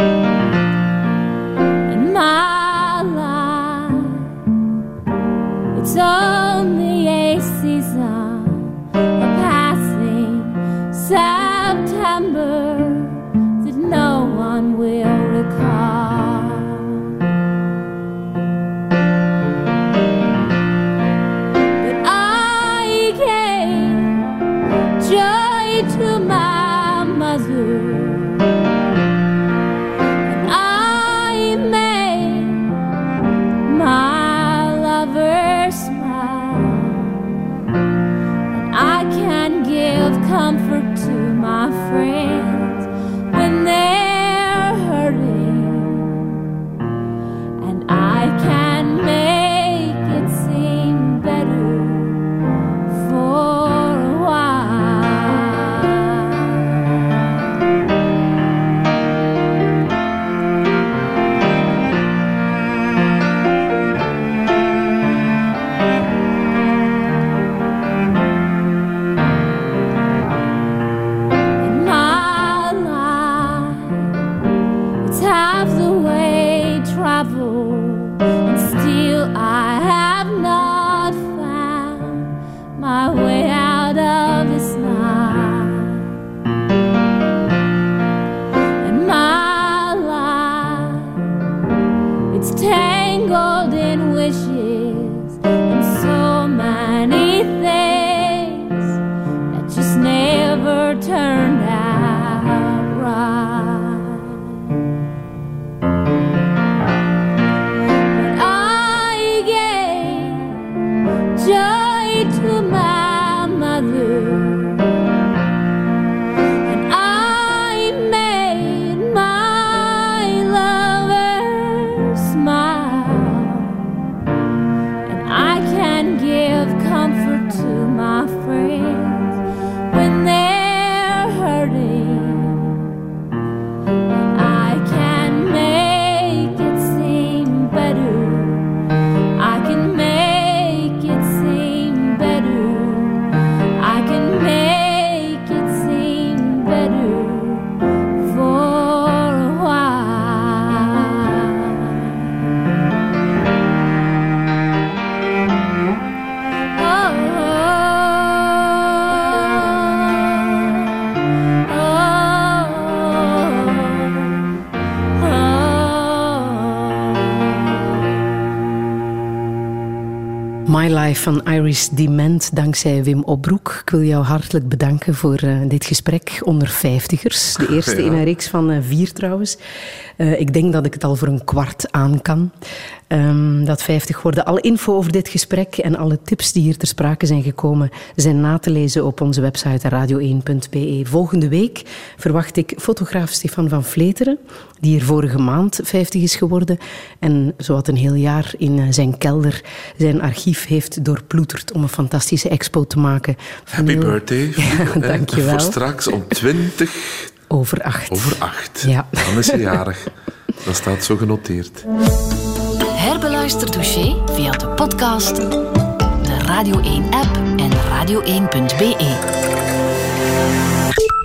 [SPEAKER 5] and my life, it's only a season, a passing September. half the way traveled, and still I have not found my way out of this night. And my life, it's tangled in wishes and so many things that just never turned out right. But I gave joy to my mother, and I made my lover smile, and I can give comfort to my friends when they're hurting, and I can make it seem better. I can make it seem better. I can make it seem better for a while. Oh, oh, oh.
[SPEAKER 3] My Life van Iris Dement, dankzij Wim Opbroek. Ik wil jou hartelijk bedanken voor uh, dit gesprek onder vijftigers. De eerste
[SPEAKER 4] Ja.
[SPEAKER 3] in een reeks van uh, vier trouwens. Uh, ik denk dat ik het al voor een kwart aan kan. Um, dat vijftig worden. Alle info over dit gesprek en alle tips die hier ter sprake zijn gekomen zijn na te lezen op onze website radio één punt be. Volgende week verwacht ik fotograaf Stefan van Vleteren, die hier vorige maand vijftig is geworden en zowat een heel jaar in uh, zijn kelder zijn archief heeft doorploeterd om een fantastische expo te maken. Van
[SPEAKER 4] Happy
[SPEAKER 3] heel-
[SPEAKER 4] birthday.
[SPEAKER 3] Ja, dank je wel.
[SPEAKER 4] Voor straks om twintig
[SPEAKER 3] Over acht.
[SPEAKER 4] over acht.
[SPEAKER 3] Ja.
[SPEAKER 4] Dan is hij jarig. Dat staat zo genoteerd.
[SPEAKER 2] Herbeluister Touché via de podcast, de Radio één app en radio één punt be.